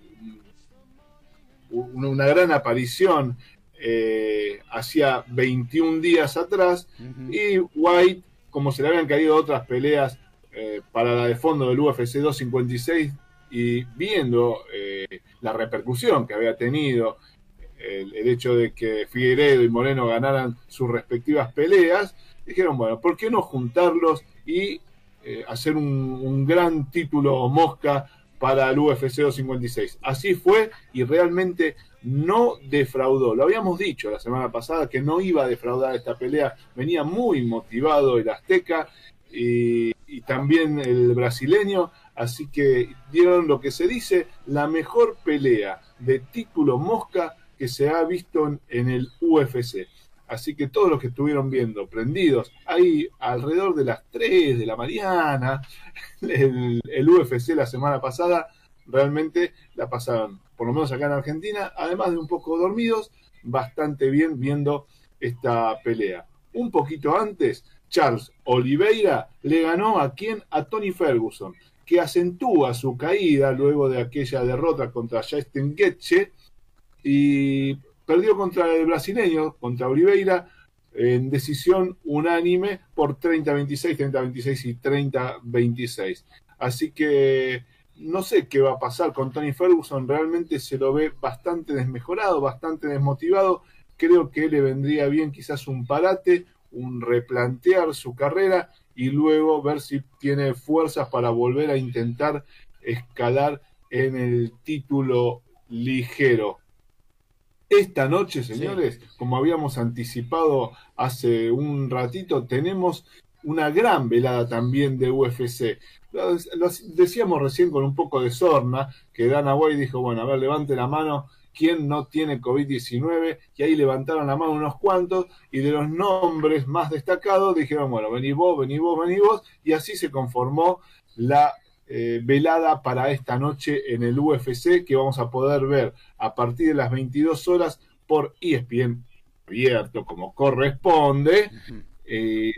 una gran aparición eh, hacía veintiún días atrás, uh-huh. y White, como se le habían caído otras peleas eh, para la de fondo del U F C doscientos cincuenta y seis, y viendo eh, la repercusión que había tenido el, el hecho de que Figueiredo y Moreno ganaran sus respectivas peleas, dijeron, bueno, ¿por qué no juntarlos y eh, hacer un, un gran título Mosca para el U F C doscientos cincuenta y seis? Así fue y realmente no defraudó. Lo habíamos dicho la semana pasada que no iba a defraudar esta pelea. Venía muy motivado el azteca y, y también el brasileño, así que dieron lo que se dice la mejor pelea de título Mosca que se ha visto en, en el U F C. Así que todos los que estuvieron viendo, prendidos, ahí alrededor de las tres de la mañana, el, el U F C la semana pasada, realmente la pasaron, por lo menos acá en Argentina, además de un poco dormidos, bastante bien viendo esta pelea. Un poquito antes, Charles Oliveira le ganó a quien, a Tony Ferguson, que acentúa su caída luego de aquella derrota contra Justin Gaethje, y perdió contra el brasileño, contra Oliveira, en decisión unánime por treinta a veintiséis, treinta a veintiséis y treinta a veintiséis. Así que no sé qué va a pasar con Tony Ferguson, realmente se lo ve bastante desmejorado, bastante desmotivado. Creo que le vendría bien quizás un parate, un replantear su carrera y luego ver si tiene fuerzas para volver a intentar escalar en el título ligero. Esta noche, señores, sí, como habíamos anticipado hace un ratito, tenemos una gran velada también de U F C. Lo, lo decíamos recién con un poco de sorna, que Dana White dijo, bueno, a ver, levante la mano, ¿quién no tiene COVID diecinueve? Y ahí levantaron la mano unos cuantos, y de los nombres más destacados dijeron, bueno, vení vos, vení vos, vení vos, y así se conformó la eh, velada para esta noche en el U F C, que vamos a poder ver a partir de las veintidós horas por E S P N abierto como corresponde. Uh-huh. eh,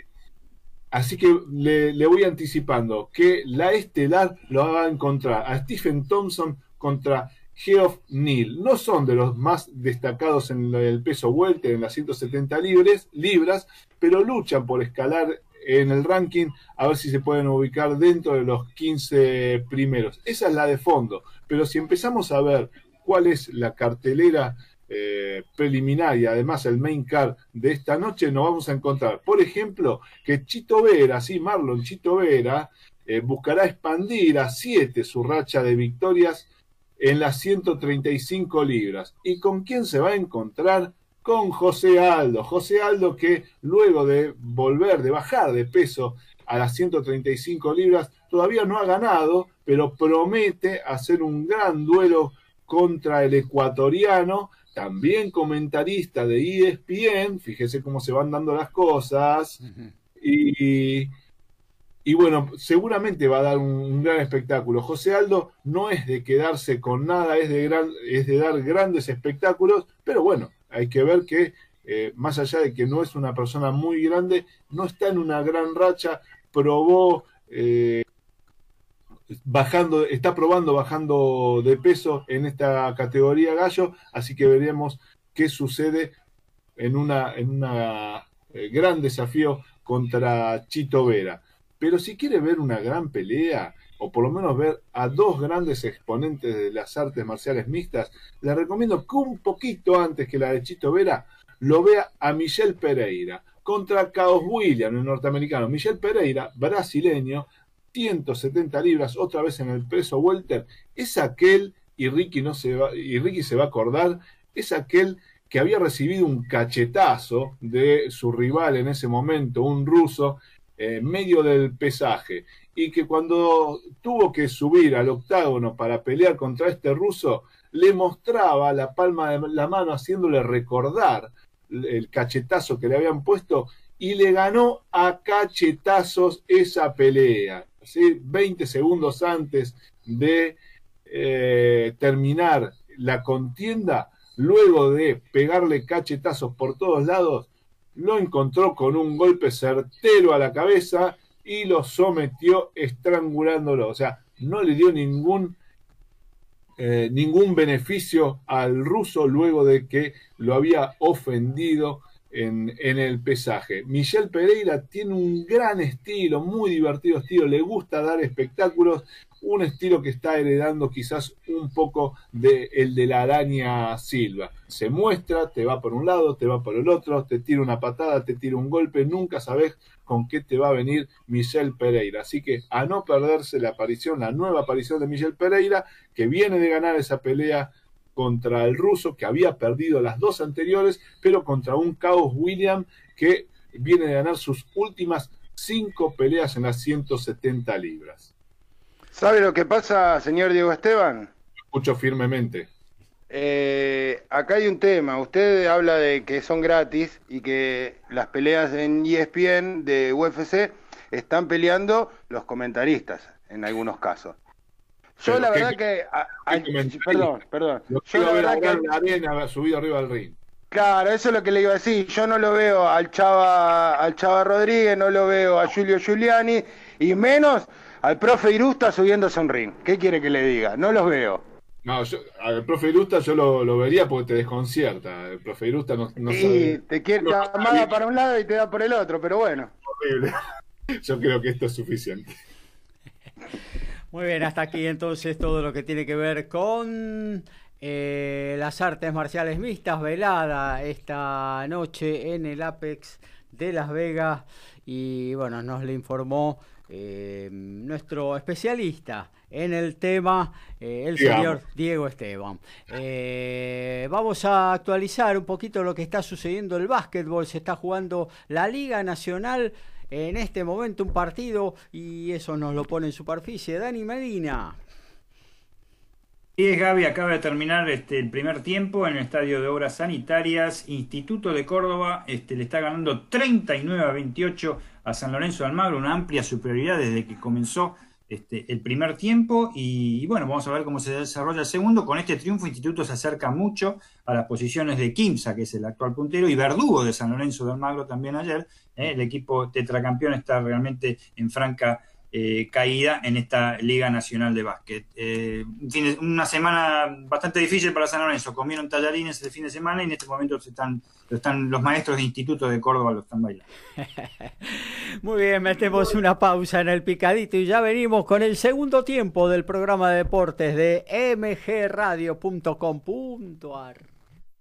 Así que le, le voy anticipando que la estelar lo va a encontrar a Stephen Thompson contra Geoff Neal. No son de los más destacados en el peso welter, en las ciento setenta libres, libras, pero luchan por escalar en el ranking a ver si se pueden ubicar dentro de los quince primeros. Esa es la de fondo, pero si empezamos a ver cuál es la cartelera Eh, preliminar y además el main card de esta noche, nos vamos a encontrar, por ejemplo, que Chito Vera, sí, Marlon Chito Vera, eh, buscará expandir a siete su racha de victorias en las ciento treinta y cinco libras. ¿Y con quién se va a encontrar? Con José Aldo. José Aldo, que luego de volver, de bajar de peso a las ciento treinta y cinco libras, todavía no ha ganado, pero promete hacer un gran duelo contra el ecuatoriano, también comentarista de E S P N, fíjese cómo se van dando las cosas, uh-huh. y, y bueno, seguramente va a dar un, un gran espectáculo. José Aldo no es de quedarse con nada, es de, gran, es de dar grandes espectáculos, pero bueno, hay que ver que, eh, más allá de que no es una persona muy grande, no está en una gran racha, probó... Eh, bajando, está probando bajando de peso en esta categoría gallo, así que veremos qué sucede en una en una eh, gran desafío contra Chito Vera. Pero si quiere ver una gran pelea, o por lo menos ver a dos grandes exponentes de las artes marciales mixtas, le recomiendo que un poquito antes que la de Chito Vera lo vea a Michel Pereira contra Khaos Williams, el norteamericano. Michel Pereira, brasileño, ciento setenta libras, otra vez en el peso welter, es aquel, y Ricky, no se va, y Ricky se va a acordar, es aquel que había recibido un cachetazo de su rival en ese momento, un ruso, en medio del pesaje, y que cuando tuvo que subir al octágono para pelear contra este ruso, le mostraba la palma de la mano haciéndole recordar el cachetazo que le habían puesto, y le ganó a cachetazos esa pelea. ¿Sí? veinte segundos antes de eh, terminar la contienda, luego de pegarle cachetazos por todos lados, lo encontró con un golpe certero a la cabeza y lo sometió estrangulándolo. O sea, no le dio ningún, eh, ningún beneficio al ruso luego de que lo había ofendido En, en el pesaje. Michel Pereira tiene un gran estilo, muy divertido estilo, le gusta dar espectáculos, un estilo que está heredando quizás un poco de el de la Araña Silva. Se muestra, te va por un lado, te va por el otro, te tira una patada, te tira un golpe, nunca sabes con qué te va a venir Michel Pereira. Así que a no perderse la aparición, la nueva aparición de Michel Pereira, que viene de ganar esa pelea contra el ruso, que había perdido las dos anteriores, pero contra un Khaos Williams que viene de ganar sus últimas cinco peleas en las ciento setenta libras. ¿Sabe lo que pasa, señor Diego Esteban? Lo escucho firmemente. Eh, acá hay un tema. Usted habla de que son gratis y que las peleas en E S P N de U F C están peleando los comentaristas, en algunos casos. Yo Pero la ¿qué, verdad que... A, a, perdón, perdón. Yo, yo la verdad que... que... la arena subido arriba del ring. Claro, eso es lo que le iba a decir. Yo no lo veo al Chava, al Chava Rodríguez, no lo veo a Julio Giuliani, y menos al profe Irusta subiéndose a un ring. ¿Qué quiere que le diga? No los veo. No, yo, al profe Irusta yo lo, lo vería porque te desconcierta. El profe Irusta no, no y sabe... te quiere no, te amaga para un lado y te da por el otro, pero bueno. Horrible. Yo creo que esto es suficiente. Muy bien, hasta aquí entonces todo lo que tiene que ver con eh, las artes marciales mixtas, velada esta noche en el Apex de Las Vegas. Y bueno, nos le informó eh, nuestro especialista en el tema, eh, el Digamos. señor Diego Esteban. Eh, vamos a actualizar un poquito lo que está sucediendo en el básquetbol. Se está jugando la Liga Nacional en este momento, un partido, y eso nos lo pone en superficie. Dani Medina. Sí, es Gaby, acaba de terminar este, el primer tiempo en el Estadio de Obras Sanitarias. Instituto de Córdoba este, le está ganando treinta y nueve a veintiocho a San Lorenzo de Almagro, una amplia superioridad desde que comenzó este, el primer tiempo. Y, y bueno, vamos a ver cómo se desarrolla el segundo. Con este triunfo, Instituto se acerca mucho a las posiciones de Quimsa, que es el actual puntero, y Verdugo de San Lorenzo de Almagro también ayer. Eh, el equipo tetracampeón está realmente en franca Eh, caída en esta Liga Nacional de Básquet. Eh, una semana bastante difícil para San Lorenzo. Comieron tallarines el fin de semana y en este momento se están, lo están, los maestros de Instituto de Córdoba lo están bailando. Muy bien, metemos una pausa en el picadito y ya venimos con el segundo tiempo del programa de deportes de m g radio punto com punto a r.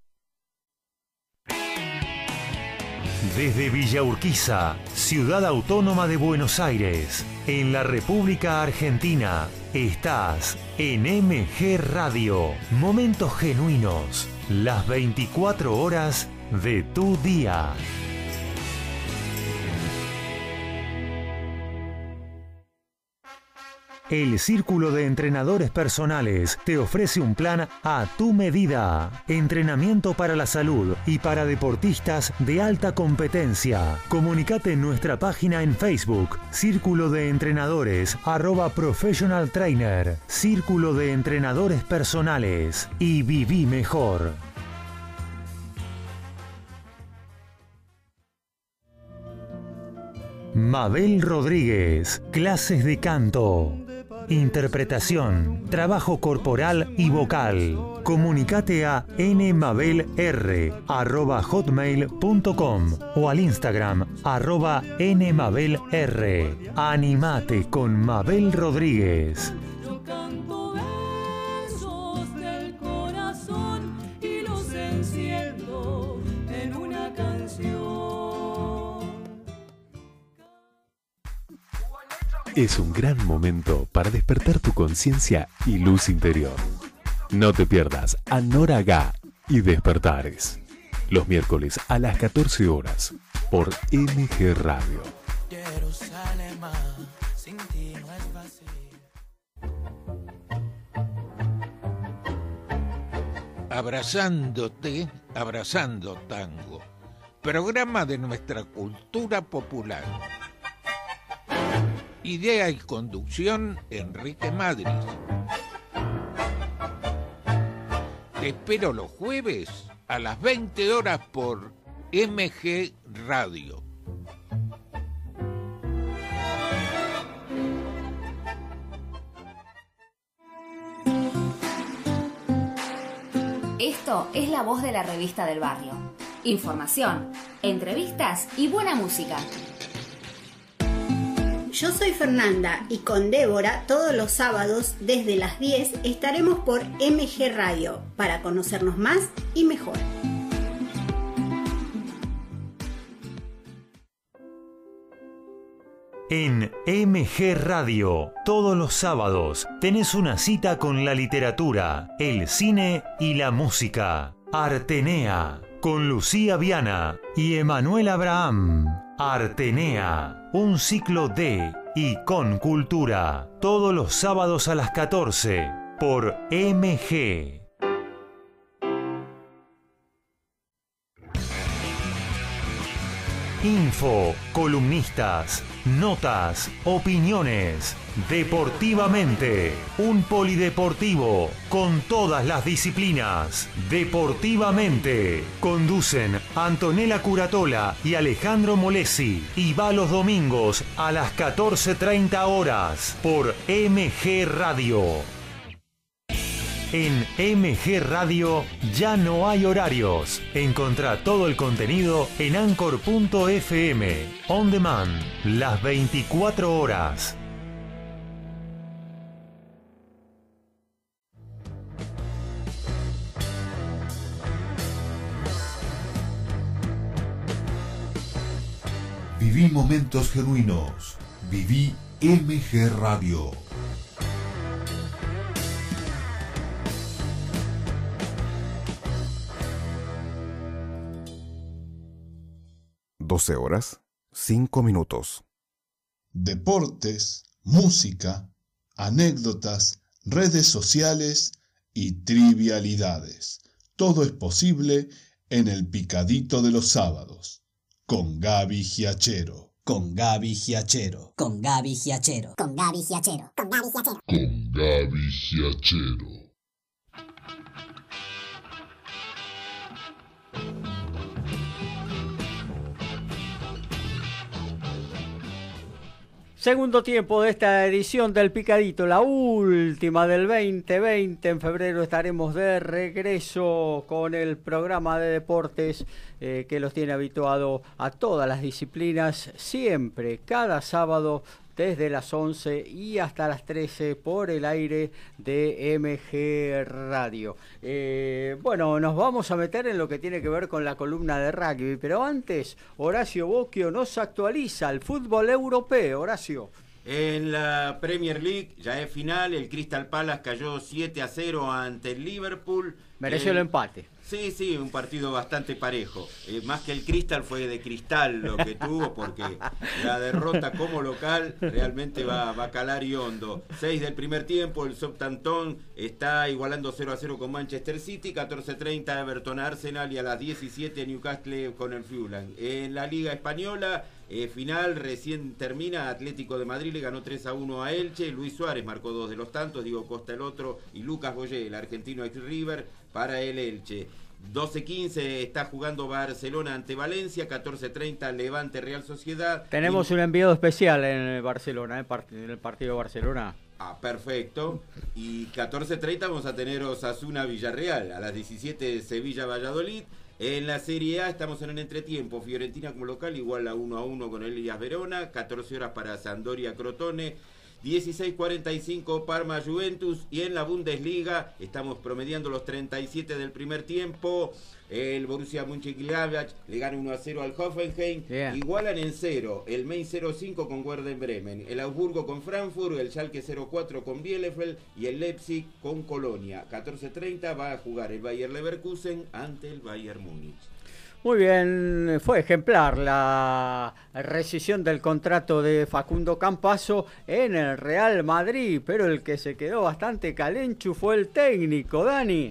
Desde Villa Urquiza, ciudad autónoma de Buenos Aires, en la República Argentina, estás en M G Radio. Momentos genuinos, las veinticuatro horas de tu día. El Círculo de Entrenadores Personales te ofrece un plan a tu medida. Entrenamiento para la salud y para deportistas de alta competencia. Comunicate en nuestra página en Facebook, Círculo de Entrenadores, arroba Professional Trainer, Círculo de Entrenadores Personales, y viví mejor. Mabel Rodríguez, clases de canto, interpretación, trabajo corporal y vocal. Comunicate a nmabelr arroba hotmail punto com o al Instagram arroba nmabelr. Animate con Mabel Rodríguez. Yo canto versos del corazón y los enciendo en una canción. Es un gran momento para despertar tu conciencia y luz interior. No te pierdas a Nora Gá y Despertares, los miércoles a las catorce horas por M G Radio. Abrazándote, abrazando tango, programa de nuestra cultura popular. Idea y conducción, Enrique Madrid. Te espero los jueves a las veinte horas por M G Radio. Esto es La Voz de la Revista del Barrio. Información, entrevistas y buena música. Yo soy Fernanda y con Débora todos los sábados desde las diez estaremos por M G Radio para conocernos más y mejor. En M G Radio, todos los sábados, tenés una cita con la literatura, el cine y la música. Artenea, con Lucía Viana y Emanuel Abraham. Artenea, un ciclo de y con cultura, todos los sábados a las catorce, por M G. Info, columnistas, notas, opiniones. Deportivamente, un polideportivo con todas las disciplinas. Deportivamente, conducen Antonella Curatola y Alejandro Molesi, y va los domingos a las catorce treinta horas por M G Radio. En M G Radio ya no hay horarios. Encontrá todo el contenido en anchor punto f m. On demand, las veinticuatro horas. Viví momentos genuinos. Viví M G Radio. doce horas, cinco minutos. Deportes, música, anécdotas, redes sociales y trivialidades. Todo es posible en el Picadito de los Sábados. Con Gaby Giachero. Con Gaby Giachero. Con Gaby Giachero. Con Gaby Giachero. Con Gaby Giachero. Con Gaby Giachero. Segundo tiempo de esta edición del Picadito, la última del veinte veinte. En febrero estaremos de regreso con el programa de deportes eh, que los tiene habituado a todas las disciplinas, siempre, cada sábado, desde las once y hasta las trece por el aire de M G Radio. Eh, bueno, nos vamos a meter en lo que tiene que ver con la columna de rugby, pero antes, Horacio Bocchio nos actualiza el fútbol europeo. Horacio. En la Premier League, ya es final, el Crystal Palace cayó siete a cero ante el Liverpool. Mereció el, el empate. Sí, sí, un partido bastante parejo. Eh, más que el Crystal fue de cristal lo que tuvo, porque la derrota como local realmente va, va a calar y hondo. seis del primer tiempo, el Southampton está igualando cero a cero con Manchester City, catorce treinta Everton Arsenal y a las diecisiete Newcastle con el Fulham. En la Liga Española, eh, final recién termina, Atlético de Madrid le ganó tres a uno a Elche, Luis Suárez marcó dos de los tantos, Diego Costa el otro y Lucas Boyé, el argentino ex River, para el Elche. doce quince está jugando Barcelona ante Valencia, catorce treinta Levante Real Sociedad. Tenemos y... un enviado especial en Barcelona, en el partido de Barcelona. Ah, perfecto. Y catorce treinta vamos a tener Osasuna Villarreal, a las diecisiete Sevilla Valladolid. En la Serie A estamos en el entretiempo, Fiorentina como local igual a uno a uno con el Elias Verona, catorce horas para Sampdoria Crotone, dieciséis cuarenta y cinco Parma Juventus. Y en la Bundesliga estamos promediando los treinta y siete del primer tiempo. El Borussia Mönchengladbach le gana uno a cero al Hoffenheim. Yeah. Igualan en cero el Mainz cero cinco con Werder Bremen, el Augsburgo con Frankfurt, el Schalke cero cuatro con Bielefeld y el Leipzig con Colonia. catorce treinta va a jugar el Bayer Leverkusen ante el Bayern Múnich. Muy bien, fue ejemplar la rescisión del contrato de Facundo Campazzo en el Real Madrid, pero el que se quedó bastante calenchu fue el técnico, Dani.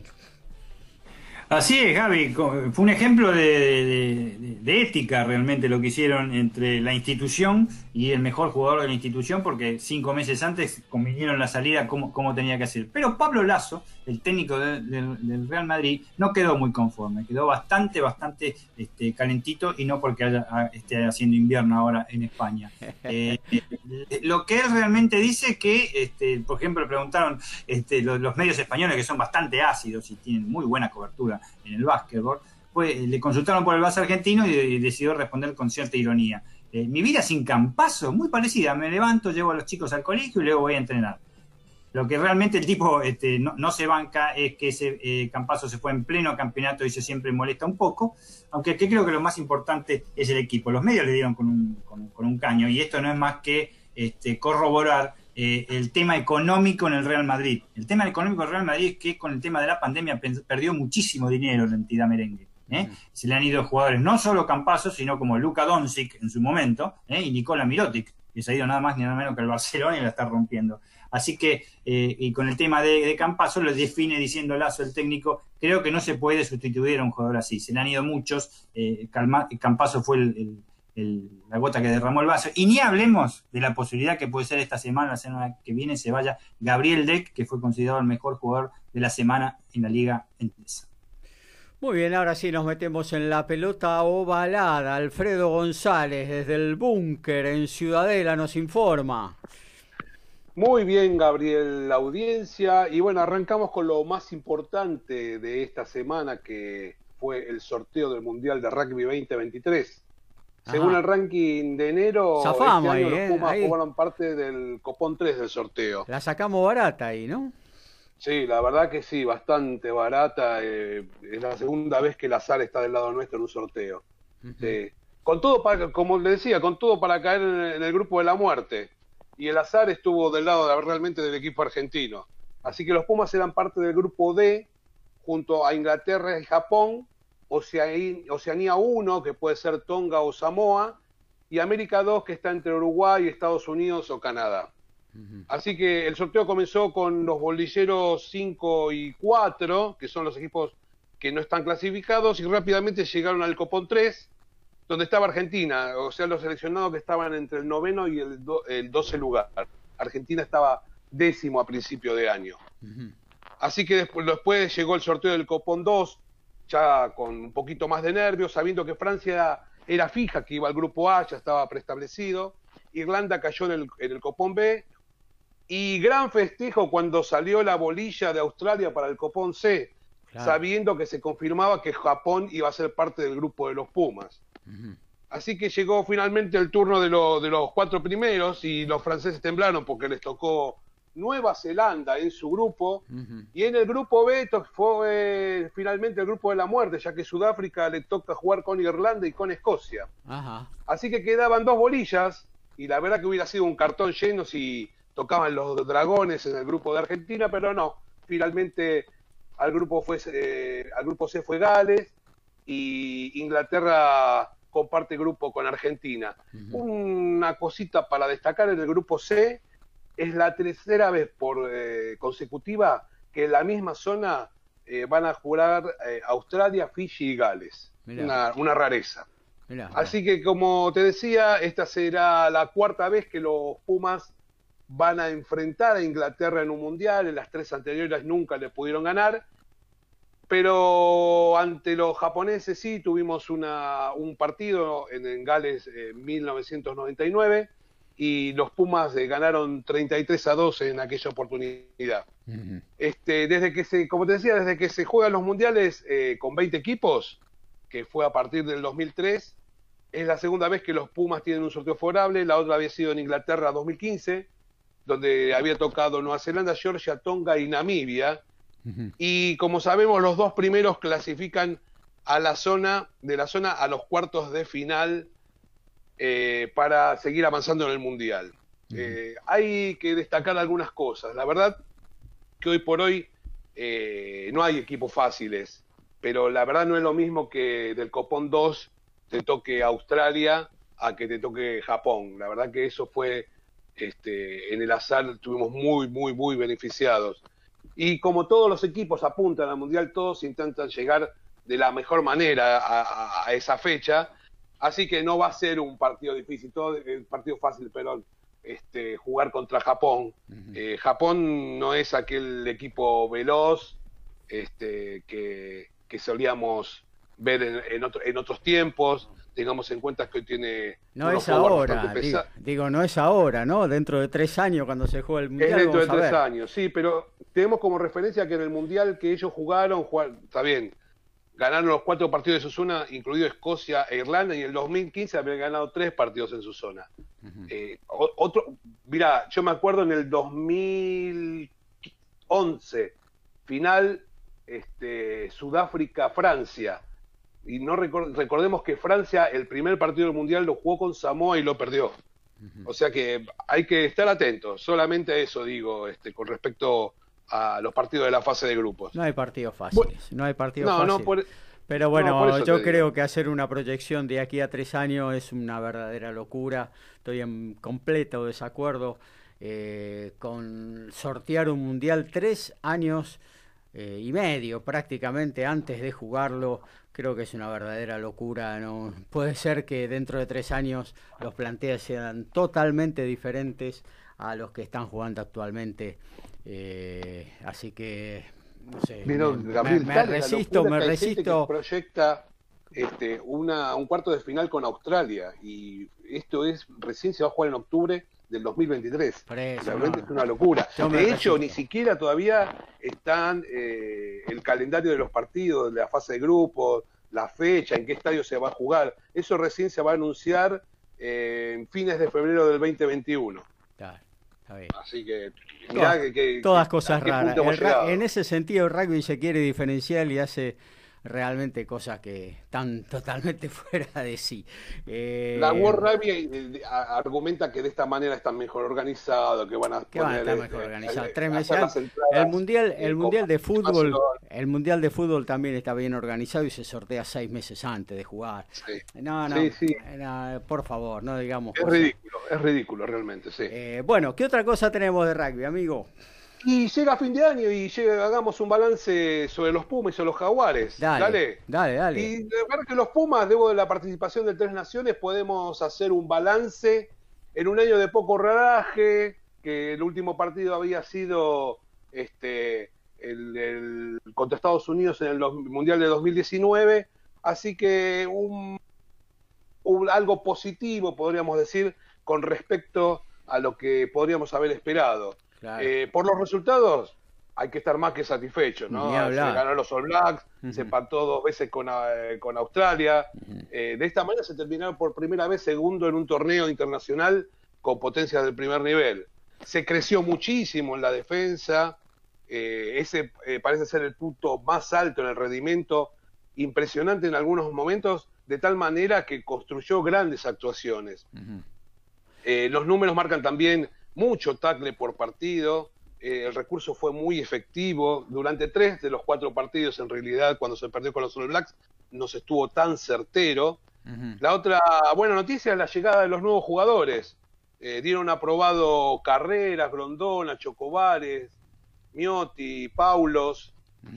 Así es, Gaby, fue un ejemplo de, de, de, de ética realmente lo que hicieron entre la institución y el mejor jugador de la institución, porque cinco meses antes convinieron la salida como, como tenía que hacer. Pero Pablo Lasso, el técnico de, de, del Real Madrid, no quedó muy conforme, quedó bastante, bastante este, calentito, y no porque haya, esté haciendo invierno ahora en España. Eh, lo que él realmente dice es que, este, por ejemplo, le preguntaron este, los, los medios españoles, que son bastante ácidos y tienen muy buena cobertura en el básquetbol, pues le consultaron por el base argentino y, y decidió responder con cierta ironía. Eh, mi vida sin Campazzo, muy parecida, me levanto, llevo a los chicos al colegio y luego voy a entrenar. Lo que realmente el tipo este, no, no se banca es que ese eh, Campazzo se fue en pleno campeonato y se siempre molesta un poco, aunque aquí creo que lo más importante es el equipo. Los medios le dieron con un, con, con un caño, y esto no es más que este, corroborar Eh, el tema económico en el Real Madrid. El tema económico del Real Madrid es que con el tema de la pandemia perdió muchísimo dinero la entidad merengue. ¿eh? Se le han ido jugadores, no solo Campazzo, sino como Luka Doncic en su momento, ¿eh? y Nikola Mirotic, que se ha ido nada más ni nada menos que el Barcelona y la está rompiendo. Así que, eh, y con el tema de, de Campazzo, lo define diciendo Lasso, el técnico, creo que no se puede sustituir a un jugador así. Se le han ido muchos, eh, Calma, Campazzo fue el, el El, la gota que derramó el vaso, y ni hablemos de la posibilidad que puede ser esta semana, la semana que viene, se vaya Gabriel Deck, que fue considerado el mejor jugador de la semana en la liga inglesa. Muy bien, ahora sí nos metemos en la pelota ovalada. Alfredo González desde el búnker en Ciudadela nos informa. Muy bien, Gabriel, la audiencia, y bueno, arrancamos con lo más importante de esta semana, que fue el sorteo del Mundial de Rugby veinte veintitrés. Según Ajá. el ranking de enero, Zafamos este año ahí, los eh, Pumas ahí. forman parte del copón tres del sorteo. La sacamos barata ahí, ¿no? Sí, la verdad que sí, bastante barata. Eh, es la segunda vez que la S A R está del lado nuestro en un sorteo. Uh-huh. Sí. con todo para, como le decía, con todo para caer en el, en el grupo de la muerte. Y el azar estuvo del lado de, realmente del equipo argentino. Así que los Pumas eran parte del grupo D, junto a Inglaterra y Japón, Oceanía, Oceanía uno, que puede ser Tonga o Samoa, y América dos, que está entre Uruguay, Estados Unidos o Canadá. Uh-huh. Así que el sorteo comenzó con los bolilleros cinco y cuatro, que son los equipos que no están clasificados, y rápidamente llegaron al copón tres, donde estaba Argentina, o sea, los seleccionados que estaban entre el noveno y el, do, el doce lugar. Argentina estaba décimo a principio de año. Uh-huh. Así que después, después llegó el sorteo del copón dos, ya con un poquito más de nervios, sabiendo que Francia era fija, que iba al grupo A, ya estaba preestablecido. Irlanda cayó en el, en el copón B, y gran festejo cuando salió la bolilla de Australia para el copón C, claro, sabiendo que se confirmaba que Japón iba a ser parte del grupo de los Pumas. Uh-huh. Así que llegó finalmente el turno de, lo, de los cuatro primeros, y los franceses temblaron porque les tocó Nueva Zelanda en su grupo, uh-huh, y en el grupo B fue eh, finalmente el grupo de la muerte, ya que Sudáfrica le toca jugar con Irlanda y con Escocia. Uh-huh. Así que quedaban dos bolillas, y la verdad que hubiera sido un cartón lleno si tocaban los dragones en el grupo de Argentina, pero no, finalmente al grupo, fue, eh, al grupo C fue Gales, y Inglaterra comparte grupo con Argentina. Uh-huh. Una cosita para destacar en el grupo C: es la tercera vez por eh, consecutiva que en la misma zona eh, van a jugar eh, Australia, Fiji y Gales. Una, una rareza. Mirá, Así que, como te decía, esta será la cuarta vez que los Pumas van a enfrentar a Inglaterra en un mundial. En las tres anteriores nunca le pudieron ganar, pero ante los japoneses sí tuvimos una, un partido en, en Gales en mil novecientos noventa y nueve, y los Pumas eh, ganaron treinta y tres a dos en aquella oportunidad. Uh-huh. Este, desde que se, como te decía, desde que se juegan los mundiales eh, con veinte equipos, que fue a partir del dos mil tres, es la segunda vez que los Pumas tienen un sorteo favorable. La otra había sido en Inglaterra dos mil quince, donde había tocado Nueva Zelanda, Georgia, Tonga y Namibia. Uh-huh. Y como sabemos, los dos primeros clasifican a la zona, de la zona a los cuartos de final, eh, para seguir avanzando en el Mundial. Uh-huh. Eh, hay que destacar algunas cosas. La verdad que hoy por hoy eh, no hay equipos fáciles, pero la verdad no es lo mismo que del copón dos te toque Australia a que te toque Japón. La verdad que eso fue, este, en el azar estuvimos muy, muy, muy beneficiados. Y como todos los equipos apuntan al Mundial, todos intentan llegar de la mejor manera a, a, a esa fecha. Así que no va a ser un partido difícil, todo el partido fácil, pero este, jugar contra Japón. Uh-huh. Eh, Japón no es aquel equipo veloz este, que, que solíamos ver en, en, otro, en otros tiempos. Tengamos en cuenta que hoy tiene... No es ahora, digo, digo, no es ahora, ¿no? Dentro de tres años cuando se juega el Mundial. Es dentro de tres años, sí, pero tenemos como referencia que en el Mundial que ellos jugaron, jugaron, está bien, ganaron los cuatro partidos de su zona, incluido Escocia e Irlanda, y en el dos mil quince habían ganado tres partidos en su zona. Uh-huh. Eh, otro, mira, yo me acuerdo en el dos mil once, final este, Sudáfrica-Francia. Y no record, recordemos que Francia el primer partido del Mundial lo jugó con Samoa y lo perdió. Uh-huh. O sea que hay que estar atentos. Solamente eso digo este, con respecto a los partidos de la fase de grupos. No hay partidos fáciles. Bueno, no hay partidos no, fáciles. No, por, Pero bueno, no, yo creo que hacer una proyección de aquí a tres años es una verdadera locura. Estoy en completo desacuerdo eh, con sortear un Mundial tres años eh, y medio prácticamente antes de jugarlo. Creo que es una verdadera locura, ¿no? Puede ser que dentro de tres años los planteos sean totalmente diferentes a los que están jugando actualmente. Eh, así que, no sé, Pero, me, Gabriel, me, me resisto, me hay resisto. Gente que proyecta este, una, un cuarto de final con Australia, y esto es recién se va a jugar en octubre del dos mil veintitrés. Eso, realmente no, es una locura. De hecho, resisto. Ni siquiera todavía están eh, el calendario de los partidos, de la fase de grupos, la fecha, en qué estadio se va a jugar. Eso recién se va a anunciar eh, en fines de febrero del veinte veintiuno. Claro, está bien. Así que, mirá todas, que, que todas que, cosas raras. El, en ese sentido, el rugby se quiere diferenciar y hace realmente cosas que están totalmente fuera de sí. Eh, La World Rugby eh, a- argumenta que de esta manera están mejor organizados, que van a que van a poner, estar eh, mejor eh, organizados. eh, Tres meses hacer las antes. entradas, El mundial, eh, el con mundial de fútbol, participación. el mundial de fútbol también está bien organizado y se sortea seis meses antes de jugar. Sí. No, no, Sí, sí. no, por favor, no digamos. Es cosas. ridículo, es ridículo realmente, sí. Eh, bueno, ¿qué otra cosa tenemos de rugby, amigo? Y llega fin de año y llega, hagamos un balance sobre los Pumas y sobre los Jaguares. Dale, Dale. dale, dale. Y de ver que los Pumas, luego de la participación de Tres Naciones, podemos hacer un balance en un año de poco rodaje, que el último partido había sido este el, el contra Estados Unidos en el dos- Mundial de dos mil diecinueve, así que un, un- algo positivo, podríamos decir, con respecto a lo que podríamos haber esperado. Claro. Eh, por los resultados, hay que estar más que satisfechos, ¿no? Ni Se hablar. ganó los All Blacks, Ujú. se empató dos veces con, eh, con Australia. Eh, de esta manera se terminaron por primera vez segundo en un torneo internacional con potencias del primer nivel. Se creció muchísimo en la defensa, eh, ese eh, parece ser el punto más alto en el rendimiento, impresionante en algunos momentos, de tal manera que construyó grandes actuaciones. Eh, los números marcan también mucho tackle por partido. Eh, el recurso fue muy efectivo. Durante tres de los cuatro partidos, en realidad, cuando se perdió con los All Blacks, no se estuvo tan certero. La otra buena noticia es la llegada de los nuevos jugadores. Eh, dieron aprobado Carreras, Grondona, Chocobares, Miotti, Paulos,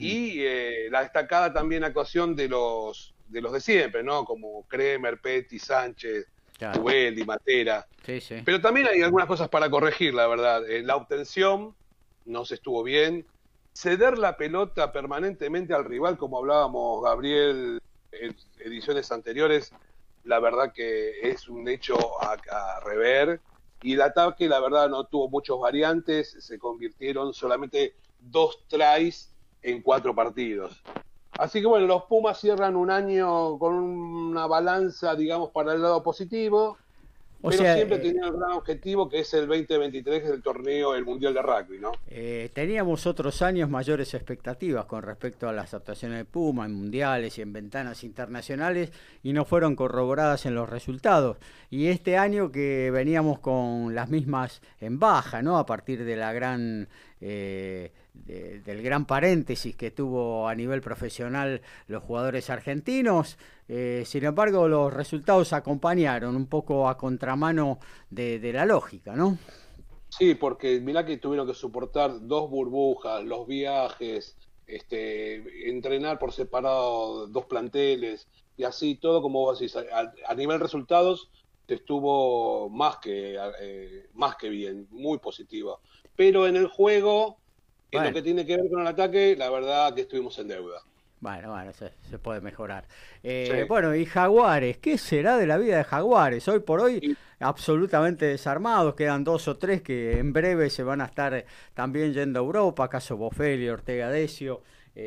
y eh, la destacada también actuación de los de los de siempre, ¿no? Como Kremer, Petty, Sánchez, Claro. Ubeldi, Matera. Sí, sí. Pero también hay algunas cosas para corregir, la verdad. Eh, la obtención no se estuvo bien. Ceder la pelota permanentemente al rival, como hablábamos, Gabriel, en ediciones anteriores, la verdad que es un hecho a, a rever. Y el ataque, la verdad, no tuvo muchos variantes. Se convirtieron solamente dos tries en cuatro partidos. Así que bueno, los Pumas cierran un año con una balanza, digamos, para el lado positivo, O pero sea, siempre eh, tenía el gran objetivo que es el veinte veintitrés, el torneo, el Mundial de Rugby, ¿no? Eh, teníamos otros años mayores expectativas con respecto a las actuaciones de Puma en mundiales y en ventanas internacionales y no fueron corroboradas en los resultados. Y este año que veníamos con las mismas en baja, ¿no? A partir de la gran eh, de- del gran paréntesis que tuvo a nivel profesional los jugadores argentinos. Eh, sin embargo, los resultados acompañaron un poco a contramano de, de la lógica, ¿no? Sí, porque mirá que tuvieron que soportar dos burbujas, los viajes, este, entrenar por separado dos planteles y así todo, como vos decís, a, a nivel resultados te estuvo más que eh, más que bien, muy positivo. Pero en el juego, en Bueno. lo que tiene que ver con el ataque, la verdad que estuvimos en deuda. Bueno, bueno, se, se puede mejorar. Eh, Sí. Bueno, y Jaguares, ¿qué será de la vida de Jaguares? Hoy por hoy, absolutamente desarmados, quedan dos o tres que en breve se van a estar también yendo a Europa, caso Bofelli, Ortega Decio.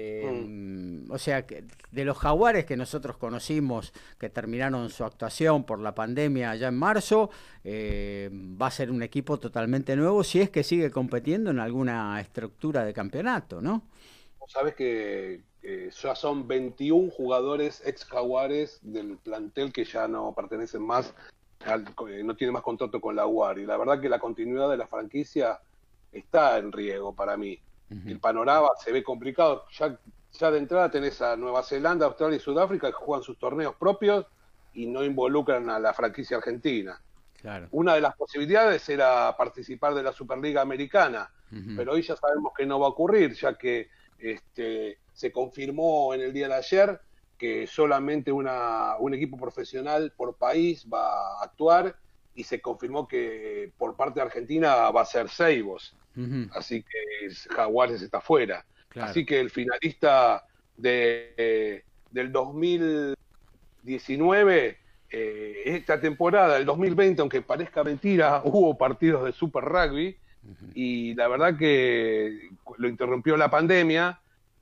Eh, O sea, que de los Jaguares que nosotros conocimos, que terminaron su actuación por la pandemia allá en marzo, eh, va a ser un equipo totalmente nuevo si es que sigue compitiendo en alguna estructura de campeonato, ¿no? Vos sabés que eh, ya son veintiún jugadores ex Jaguares del plantel que ya no pertenecen más, al- eh, no tiene más contrato con la U A R. Y la verdad que la continuidad de la franquicia está en riesgo para mí. El panorama se ve complicado. Ya, ya de entrada tenés a Nueva Zelanda, Australia y Sudáfrica que juegan sus torneos propios y no involucran a la franquicia argentina. Claro. Una de las posibilidades era participar de la Superliga Americana, Ujú. pero hoy ya sabemos que no va a ocurrir, ya que este, se confirmó en el día de ayer que solamente una, un equipo profesional por país va a actuar y se confirmó que por parte de Argentina va a ser Seibos. Ujú. Así que Jaguares está fuera. Claro. Así que el finalista de, eh, del dos mil diecinueve, eh, esta temporada, el dos mil veinte, aunque parezca mentira, hubo partidos de Super Rugby y la verdad que lo interrumpió la pandemia,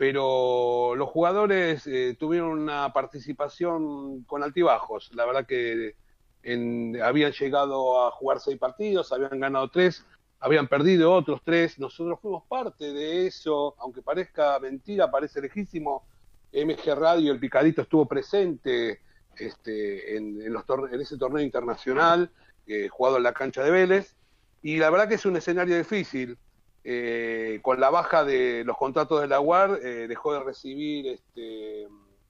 pero los jugadores eh, tuvieron una participación con altibajos. La verdad que en- habían llegado a jugar seis partidos, habían ganado tres, habían perdido otros tres. Nosotros fuimos parte de eso, aunque parezca mentira, parece lejísimo. M G Radio, el Picadito estuvo presente este, en, en, los torne- en ese torneo internacional eh, jugado en la cancha de Vélez, y la verdad que es un escenario difícil. Eh, con la baja de los contratos de la U A R, eh, dejó de recibir, este,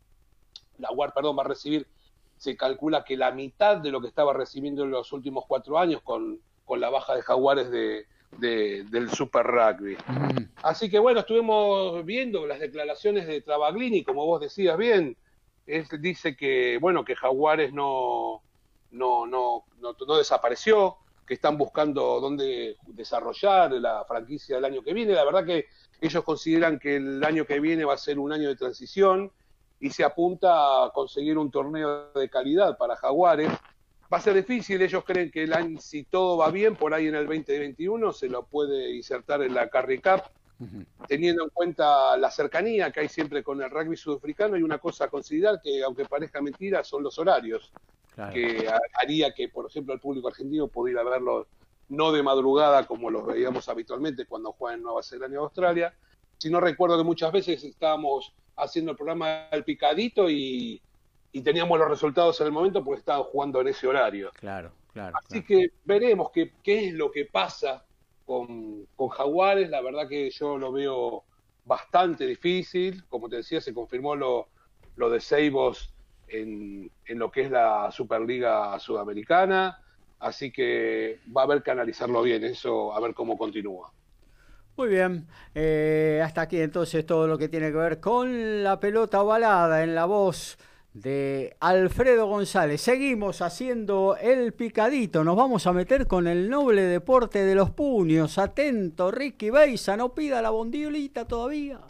la U A R, perdón, va a recibir, se calcula que la mitad de lo que estaba recibiendo en los últimos cuatro años con, con la baja de Jaguares de, de, del Super Rugby. Mm. Así que bueno, estuvimos viendo las declaraciones de Travaglini, como vos decías bien. Él dice que, bueno, que Jaguares no, no, no, no, no desapareció, que están buscando dónde desarrollar la franquicia del año que viene. La verdad que ellos consideran que el año que viene va a ser un año de transición y se apunta a conseguir un torneo de calidad para Jaguares. Va a ser difícil, ellos creen que el año, si todo va bien, por ahí en el veinte veintiuno se lo puede insertar en la Carry Cup, uh-huh. teniendo en cuenta la cercanía que hay siempre con el rugby sudafricano. Y una cosa a considerar que, aunque parezca mentira, son los horarios. Claro. Que haría que, por ejemplo, el público argentino pudiera verlo no de madrugada como los veíamos habitualmente cuando juegan en Nueva Zelanda y Australia, sino recuerdo que muchas veces estábamos haciendo el programa del Picadito y, y teníamos los resultados en el momento porque estaban jugando en ese horario. Claro, claro. Así claro. que veremos qué, qué es lo que pasa con, con Jaguares. La verdad que yo lo veo bastante difícil. Como te decía, se confirmó lo, lo de Seibos En, en lo que es la Superliga Sudamericana, así que va a haber que analizarlo bien, eso, a ver cómo continúa. Muy bien, eh, hasta aquí entonces todo lo que tiene que ver con la pelota ovalada en la voz de Alfredo González. Seguimos haciendo el Picadito, nos vamos a meter con el noble deporte de los puños. Atento, Ricky Beisa, no pida la bondiolita todavía.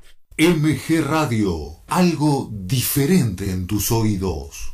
M G Radio, algo diferente en tus oídos.